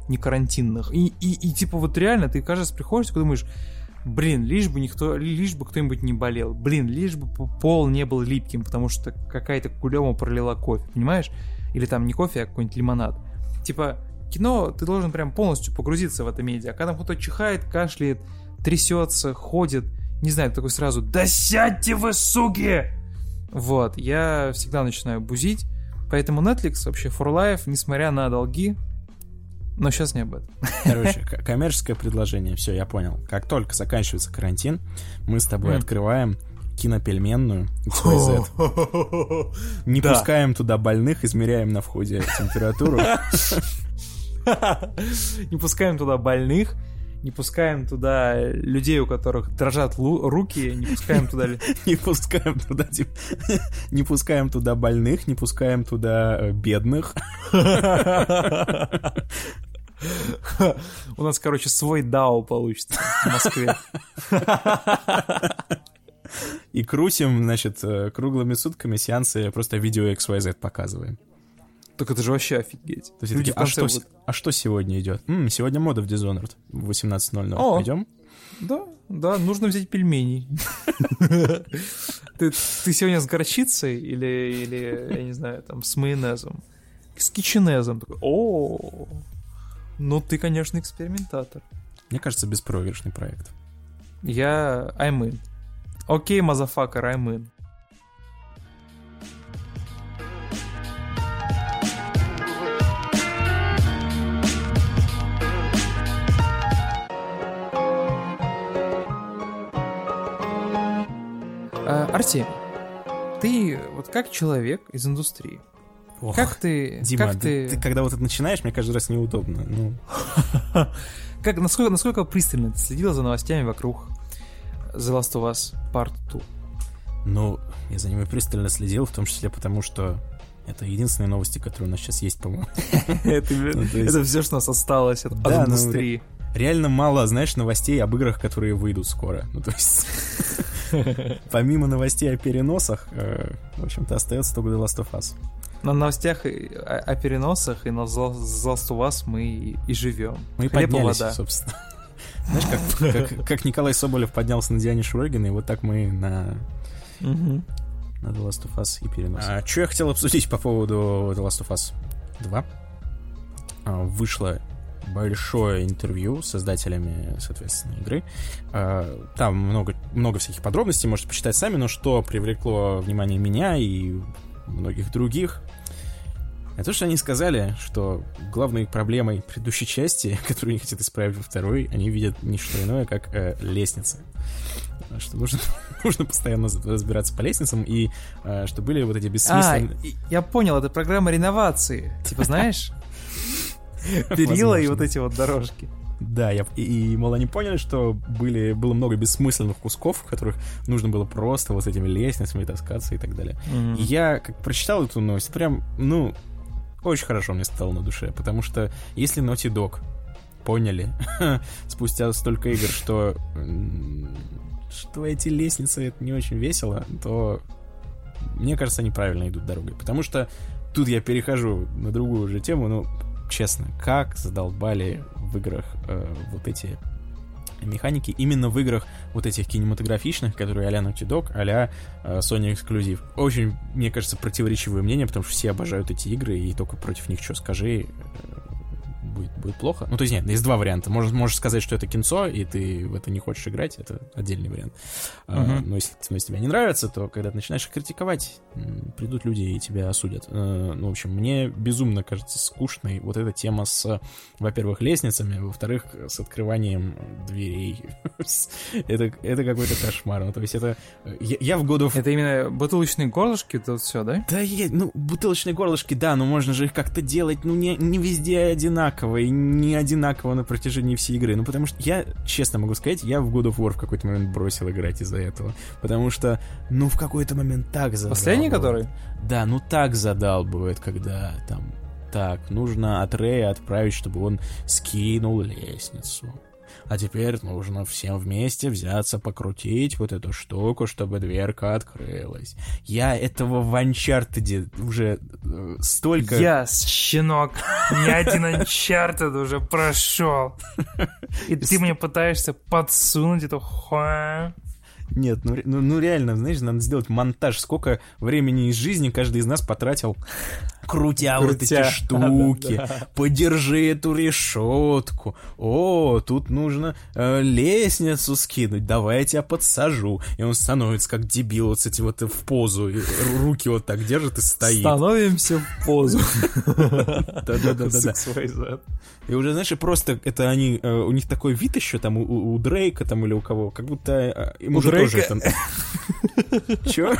И типа вот реально ты кажется приходишь и думаешь, блин, лишь бы кто-нибудь не болел, блин, лишь бы пол не был липким, потому что какая-то кулема пролила кофе, понимаешь? Или там не кофе, а какой-нибудь лимонад. Типа кино, ты должен прям полностью погрузиться в это медиа. Когда там кто-то чихает, кашляет, трясется, ходит, не знаю, такой сразу, да сядьте вы, суки! Вот, я всегда начинаю бузить, поэтому Netflix вообще for life, несмотря на долги, но сейчас не об этом. Короче, коммерческое предложение, все, я понял. Как только заканчивается карантин, мы с тобой открываем кинопельменную XYZ. Не пускаем туда больных, измеряем на входе температуру. Не пускаем туда больных, не пускаем туда людей, у которых дрожат руки, не пускаем туда... Не пускаем туда больных, не пускаем туда бедных. У нас, короче, свой DAO получится в Москве. И крутим, значит, круглыми сутками сеансы, просто видео XYZ показываем. Так это же вообще офигеть. То есть люди такие, что сегодня идет? Сегодня мода в Dishonored в 18:00. Пойдем? Да, нужно взять пельменей. Ты сегодня с горчицей или, я не знаю, там, с майонезом? С киченезом. О, ну ты, конечно, экспериментатор. Мне кажется, беспроигрышный проект. I'm in. Окей, мазафакер, I'm in. Артемий, ты вот как человек из индустрии, Ох, как ты... Дима, ты когда вот это начинаешь, мне каждый раз неудобно. Ну. Насколько пристально ты следила за новостями вокруг The Last of Us Part 2? Ну, я за ними пристально следил, в том числе потому, что это единственные новости, которые у нас сейчас есть, по-моему. Это все, что у нас осталось от индустрии. Реально мало, знаешь, новостей об играх, которые выйдут скоро. Ну, то есть... Помимо новостей о переносах, в общем-то, остается только The Last of Us. На новостях о переносах и на The Last of Us мы и живем. Мы и поднялись, собственно. Знаешь, как Николай Соболев поднялся на Диане Шурыгиной, вот так мы на The Last of Us и переносах. Что я хотел обсудить по поводу The Last of Us 2? Вышло большое интервью с создателями, соответственно, игры. Там много всяких подробностей, можете почитать сами, но что привлекло внимание меня и многих других, это то, что они сказали, что главной проблемой предыдущей части, которую они хотят исправить во второй, они видят не что иное, как лестницы. Что нужно постоянно разбираться по лестницам, и что были вот эти бессмысленные... Я понял, это программа реновации. Типа, знаешь... Перила и вот эти вот дорожки. Да, мол, они поняли, что было много бессмысленных кусков, в которых нужно было просто вот с этими лестницами таскаться и так далее. И я, как прочитал эту новость, прям, очень хорошо мне стало на душе, потому что если Naughty Dog поняли спустя столько игр, что эти лестницы это не очень весело, то мне кажется, они правильно идут дорогой. Потому что тут я перехожу на другую уже тему, честно, как задолбали в играх вот эти механики, именно в играх вот этих кинематографичных, которые а-ля Naughty Dog, а-ля Sony эксклюзив. Очень, мне кажется, противоречивое мнение, потому что все обожают эти игры, и только против них что скажи, будет плохо. То есть нет, есть два варианта. Можешь сказать, что это кинцо, и ты в это не хочешь играть, это отдельный вариант. Но если тебе не нравится, то когда ты начинаешь критиковать, придут люди и тебя осудят. В общем, мне безумно кажется скучной вот эта тема с, во-первых, лестницами, во-вторых, с открыванием дверей. Это какой-то кошмар. То есть это... Я в God of... Это именно бутылочные горлышки, это все, да? Да, бутылочные горлышки, да, но можно же их как-то делать, не везде одинаково, и не одинаково на протяжении всей игры. Потому что я, честно могу сказать, я в God of War в какой-то момент бросил играть из-за этого. Потому что, в какой-то момент так задалбывает. Последний, который? Да, так задалбывает, когда там, так, нужно Атрея отправить, чтобы он скинул лестницу. А теперь нужно всем вместе взяться покрутить вот эту штуку, чтобы дверка открылась. Я этого в Uncharted уже столько... Я, щенок, ни один Uncharted уже прошел. И ты мне пытаешься подсунуть эту хуйню. Нет, реально, знаешь, надо сделать монтаж. Сколько времени из жизни каждый из нас потратил, крутя вот эти штуки. Да. Подержи эту решетку. Тут нужно лестницу скинуть. Давай я тебя подсажу. И он становится как дебил вот эти вот в позу. И руки вот так держит и стоит. Становимся в позу. Да. И уже, знаешь, просто это они... У них такой вид еще там у Дрейка там или у кого. Как будто ему же тоже это... Чё?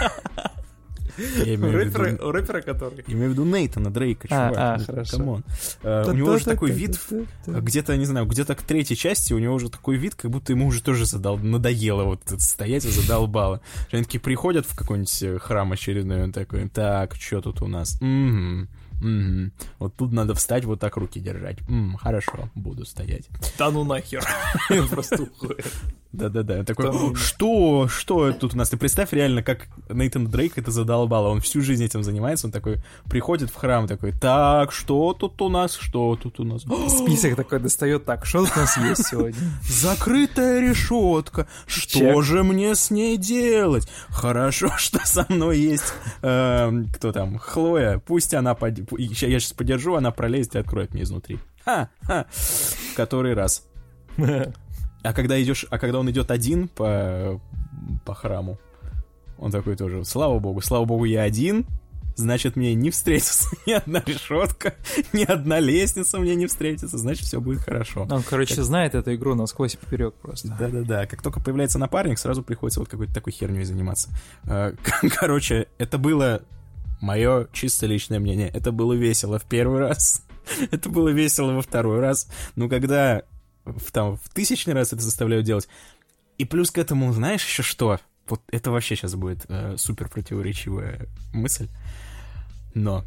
У рэпера который? Я имею в виду Нейтана Дрейка, чувак. Хорошо. Камон. У него уже такой вид, где-то, не знаю, где-то к третьей части у него уже такой вид, как будто ему уже тоже надоело вот стоять и задолбало. Они такие приходят в какой-нибудь храм очередной, он такой, так, что тут у нас? Вот тут надо встать, вот так руки держать. Хорошо, буду стоять. Да ну нахер. Просто уходит. Да-да-да. Такой, что тут у нас? Ты представь реально, как Нейтан Дрейк это задолбало. Он всю жизнь этим занимается. Он такой приходит в храм, такой, так, что тут у нас? Список такой достает, так, что тут у нас есть сегодня? Закрытая решетка. Что же мне с ней делать? Хорошо, что со мной есть кто там? Хлоя. Пусть она... Я сейчас подержу, она пролезет и откроет мне изнутри. Который раз. А когда он идет один по храму, он такой тоже, слава богу, я один, значит, мне не встретится ни одна решетка, ни одна лестница мне не встретится, значит, все будет хорошо. Он, знает эту игру насквозь и поперек просто. Да-да-да, как только появляется напарник, сразу приходится вот какой-то такой херней заниматься. Короче, это было мое чисто личное мнение. Это было весело в первый раз, это было весело во второй раз, но когда... в 1000-й раз это заставляют делать. И плюс к этому, знаешь еще что? Вот это вообще сейчас будет супер противоречивая мысль. Но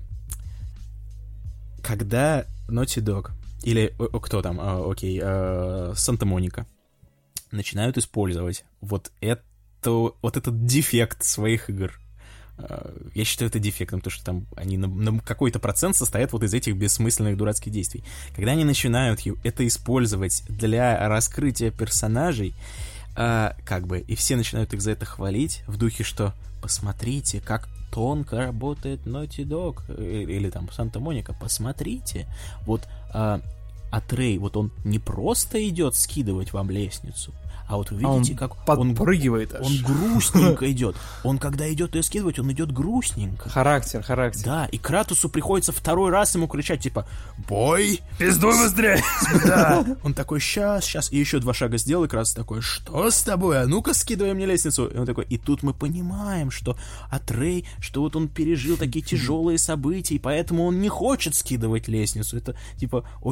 когда Naughty Dog или кто там, Санта-Моника начинают использовать вот этот дефект своих игр, я считаю это дефектом, потому что там они на какой-то процент состоят вот из этих бессмысленных дурацких действий. Когда они начинают это использовать для раскрытия персонажей, и все начинают их за это хвалить, в духе, что посмотрите, как тонко работает Naughty Dog, или там Санта-Моника, посмотрите, вот Атрей, вот он не просто идет скидывать вам лестницу, а вот вы видите, как подпрыгивает он грустненько идет. Он, когда идет ее скидывать, он идет грустненько. Характер. Да, и Кратосу приходится второй раз ему кричать, типа, бой! Пиздуй быстрее! Да. Он такой, сейчас. И еще 2 шага сделал, и Кратос такой, что с тобой? А ну-ка, скидывай мне лестницу. И он такой, и тут мы понимаем, что Атрей, что вот он пережил такие тяжелые события, и поэтому он не хочет скидывать лестницу. Это, типа, очень вот так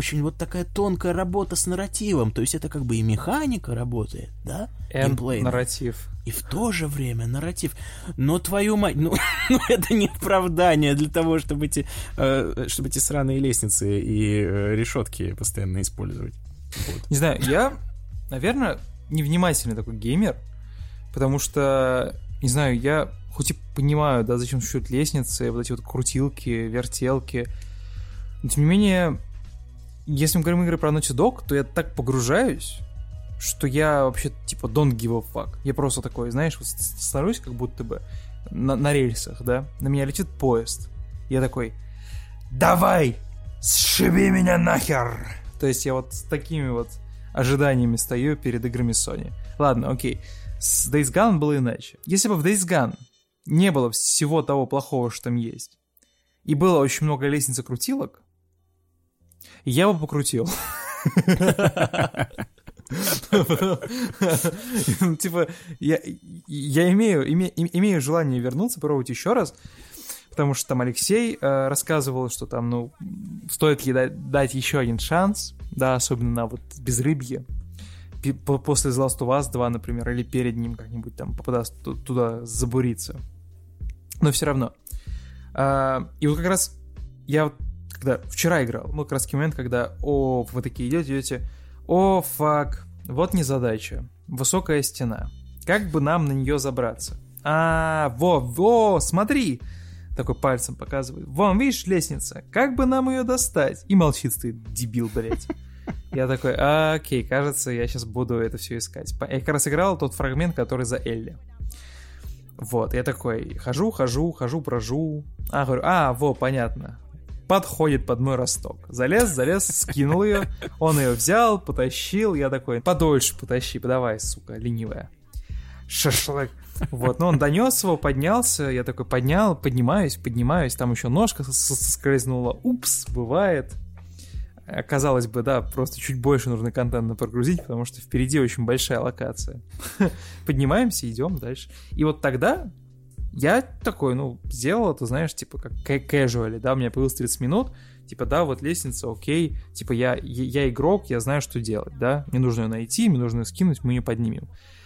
такая тонкая работа с нарративом, то есть это как бы и механика работает, да? Нарратив. И в то же время нарратив. Но твою мать, ну это не оправдание для того, чтобы эти сраные лестницы и решетки постоянно использовать. Вот. Не знаю, я, наверное, невнимательный такой геймер, потому что, не знаю, я хоть и понимаю, да, зачем существуют лестницы, вот эти вот крутилки, вертелки, но тем не менее, если мы говорим игры про Naughty Dog, то я так погружаюсь, что я вообще, типа, don't give a fuck. Я просто такой, знаешь, вот становлюсь как будто бы на рельсах, да, на меня летит поезд. Я такой, давай, сшиби меня нахер! То есть я вот с такими вот ожиданиями стою перед играми Sony. Ладно, окей. С Days Gone было иначе. Если бы в Days Gone не было всего того плохого, что там есть, и было очень много лестниц и крутилок, я бы покрутил. Типа, я имею желание вернуться, попробовать еще раз, потому что там Алексей рассказывал, что там, ну, стоит ей дать еще один шанс, да, особенно на вот безрыбье, после The Last of Us 2, например, или перед ним как-нибудь там попадаст туда забуриться. Но все равно. И вот как раз я вот, когда вчера играл, ну, как раз такой момент, когда, вы такие идете, фак, вот незадача, высокая стена, как бы нам на нее забраться? Смотри, такой пальцем показывает, вон, видишь, лестница, как бы нам ее достать? И молчит, стоит, дебил, блять. Я такой, окей, кажется, я сейчас буду это все искать. Я как раз играл тот фрагмент, который за Элли. Вот, я такой, хожу, брожу. Говорю, понятно. Подходит под мой росток. Залез, скинул ее. Он ее взял, потащил. Я такой, подольше потащи, давай, сука, ленивая. Шашлык. Вот, но он донес его, поднялся. Я такой, поднимаюсь. Там еще ножка соскользнула. Упс, бывает. Казалось бы, да, просто чуть больше нужно контента прогрузить, потому что впереди очень большая локация. Поднимаемся, идем дальше. И вот тогда я такой, сделал это, знаешь, типа как casually, да, у меня появилось 30 минут, типа, да, вот лестница, окей, типа я игрок, я знаю, что делать, да, мне нужно ее найти, мне нужно ее скинуть, мы ее поднимем.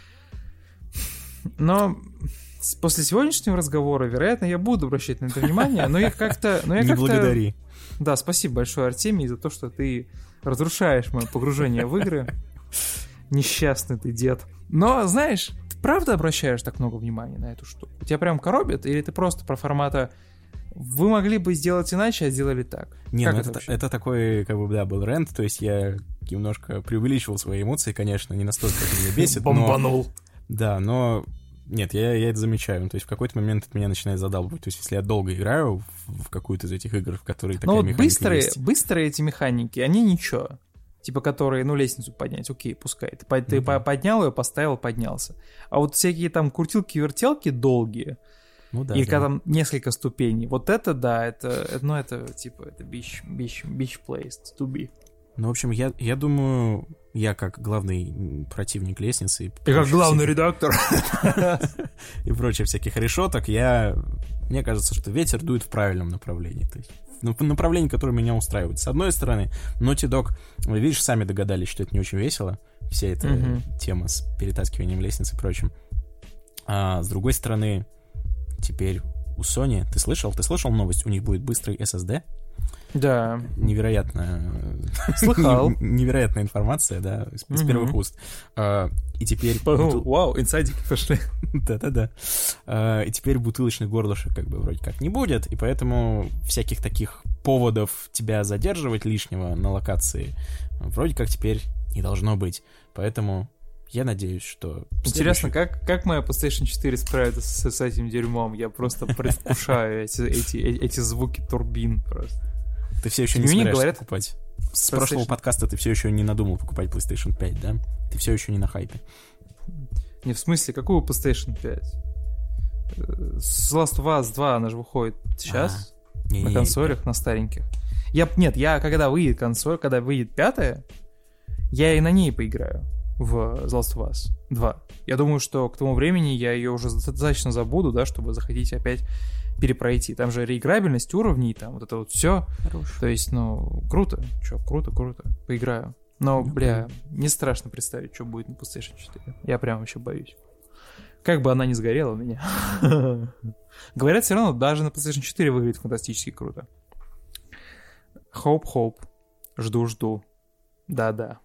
Но после сегодняшнего разговора, вероятно, я буду обращать на это внимание, но я как-то... Не благодари. Да, спасибо большое, Артемий, за то, что ты разрушаешь мое погружение в игры. Несчастный ты дед. Но, знаешь, ты правда обращаешь так много внимания на эту штуку? Тебя прям коробит? Или ты просто про формата «вы могли бы сделать иначе, а сделали так»? Не, это такой, как бы, да, был рент, то есть я немножко преувеличивал свои эмоции, конечно, не настолько это меня бесит, бомбанул. Да, но... Нет, я это замечаю. То есть в какой-то момент это меня начинает задалбывать. То есть если я долго играю в какую-то из этих игр, в которые такая механика есть... быстрые эти механики, они ничего. Типа, которые, лестницу поднять, окей, пускай. Ты поднял ее, поставил, поднялся. А вот всякие там крутилки-вертелки долгие, или когда там несколько ступеней, вот это, да, это beach place to be. Ну, в общем, я думаю... Я как главный противник лестницы... И как главный редактор. И прочее всяких решеток, мне кажется, что ветер дует в правильном направлении. То есть в направлении, которое меня устраивает. С одной стороны, Naughty Dog, вы видишь, сами догадались, что это не очень весело. Вся эта тема с перетаскиванием лестниц и прочим. А с другой стороны, теперь у Sony... Ты слышал новость? У них будет быстрый SSD. Да. Невероятная информация, да, из первых уст. И теперь... Вау, инсайдики пошли. Да-да-да. И теперь бутылочных горлышек как бы вроде как не будет, и поэтому всяких таких поводов тебя задерживать лишнего на локации вроде как теперь не должно быть. Поэтому я надеюсь, что... Интересно, как моя PlayStation 4 справится с этим дерьмом? Я просто предвкушаю эти звуки турбин просто. Ты все еще не собираешься покупать. С прошлого подкаста ты все еще не надумал покупать PlayStation 5, да? Ты все еще не на хайпе. Не, в смысле, какую PlayStation 5? Last of Us 2, она же выходит сейчас на консолях, на стареньких. Я когда выйдет консоль, когда выйдет 5-я, я и на ней поиграю в The Last of Us 2. Я думаю, что к тому времени я ее уже достаточно забуду, да, чтобы заходить опять перепройти. Там же реиграбельность уровней, там вот это вот все. То есть, круто. Круто. Поиграю. Но, не страшно представить, что будет на PlayStation 4. Я прям вообще боюсь. Как бы она ни сгорела у меня. Говорят, все равно даже на PlayStation 4 выглядит фантастически круто. Hope. Жду. Да.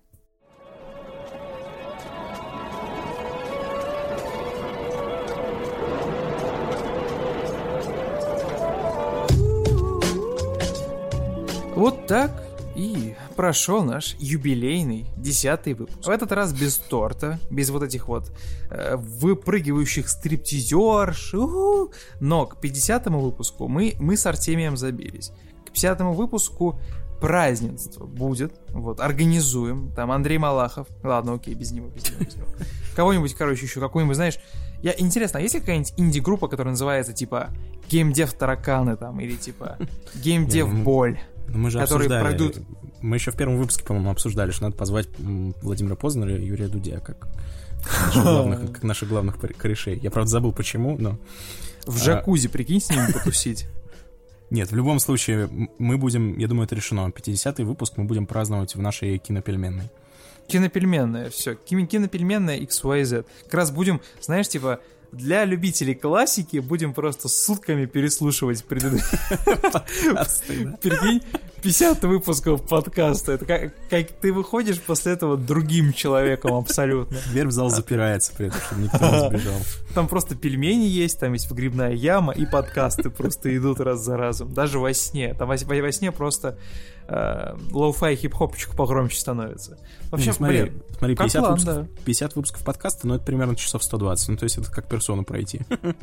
Вот так и прошел наш юбилейный 10-й выпуск. В этот раз без торта, без вот этих вот выпрыгивающих стриптизерш. Но к 50-му выпуску мы с Артемием забились. К 50-му выпуску празднество будет. Вот, организуем. Там Андрей Малахов. Ладно, окей, без него. Кого-нибудь, еще какой-нибудь, знаешь... Интересно, а есть ли какая-нибудь инди-группа, которая называется, типа, Геймдев Тараканы, там, или, типа, Геймдев Боль? Мы же обсуждали, мы еще в первом выпуске, по-моему, обсуждали, что надо позвать Владимира Познера и Юрия Дудя как наших главных корешей. Я, правда, забыл, почему, но... В джакузи, прикинь, с ними потусить. Нет, в любом случае, мы будем, я думаю, это решено. 50-й выпуск мы будем праздновать в нашей кинопельменной. Кинопельменная, все. Кинопельменная XYZ. Как раз будем, знаешь, типа, для любителей классики будем просто сутками переслушивать предыдущие... Прикинь, 50 выпусков подкаста. Это как ты выходишь после этого другим человеком абсолютно. Дверь в зал запирается при этом, чтобы никто не сбежал. Там просто пельмени есть, там есть грибная яма, и подкасты просто идут раз за разом. Даже во сне. Там во сне просто лоу-фай хип-хопчик погромче становится. Вообще, смотри, 50 выпусков подкаста, но это примерно часов 120. Ну, то есть это как персону пройти.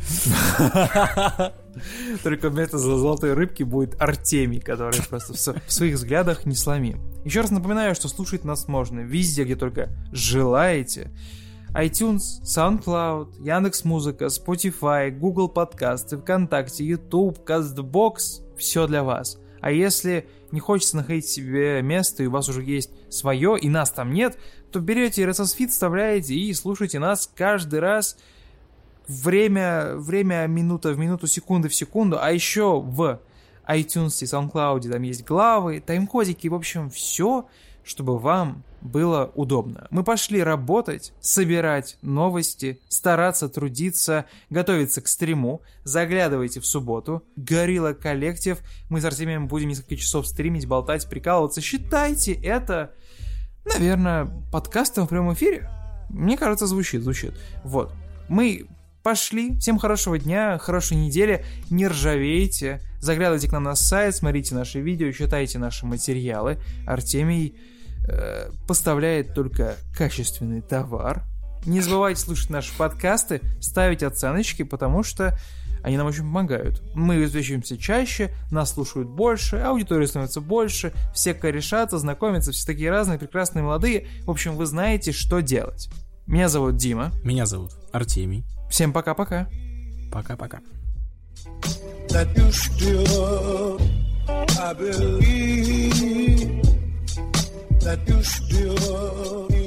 Только вместо золотой рыбки будет Артемий, который просто в своих взглядах не сломим. Еще раз напоминаю, что слушать нас можно везде, где только желаете. iTunes, SoundCloud, Яндекс.Музыка, Spotify, Google подкасты, ВКонтакте, YouTube, CastBox. Все для вас. А если не хочется находить себе место, и у вас уже есть свое, и нас там нет, то берете RSS-фид, вставляете и слушайте нас каждый раз. Время минута в минуту, секунды в секунду. А еще в iTunes и SoundCloud там есть главы, тайм-кодики, в общем, все, чтобы вам было удобно. Мы пошли работать, собирать новости, стараться трудиться, готовиться к стриму. Заглядывайте в субботу. Горилла Коллектив. Мы с Артемием будем несколько часов стримить, болтать, прикалываться. Считайте это, наверное, подкастом в прямом эфире. Мне кажется, звучит. Вот. Мы пошли. Всем хорошего дня, хорошей недели. Не ржавейте. Заглядывайте к нам на сайт, смотрите наши видео, читайте наши материалы. Артемий поставляет только качественный товар. Не забывайте слушать наши подкасты, ставить оценочки, потому что они нам очень помогают. Мы извещаемся чаще, нас слушают больше, аудитория становится больше, все корешатся, знакомятся, все такие разные, прекрасные, молодые. В общем, вы знаете, что делать. Меня зовут Дима. Меня зовут Артемий. Всем пока-пока. Пока-пока. That you still, I believe that you still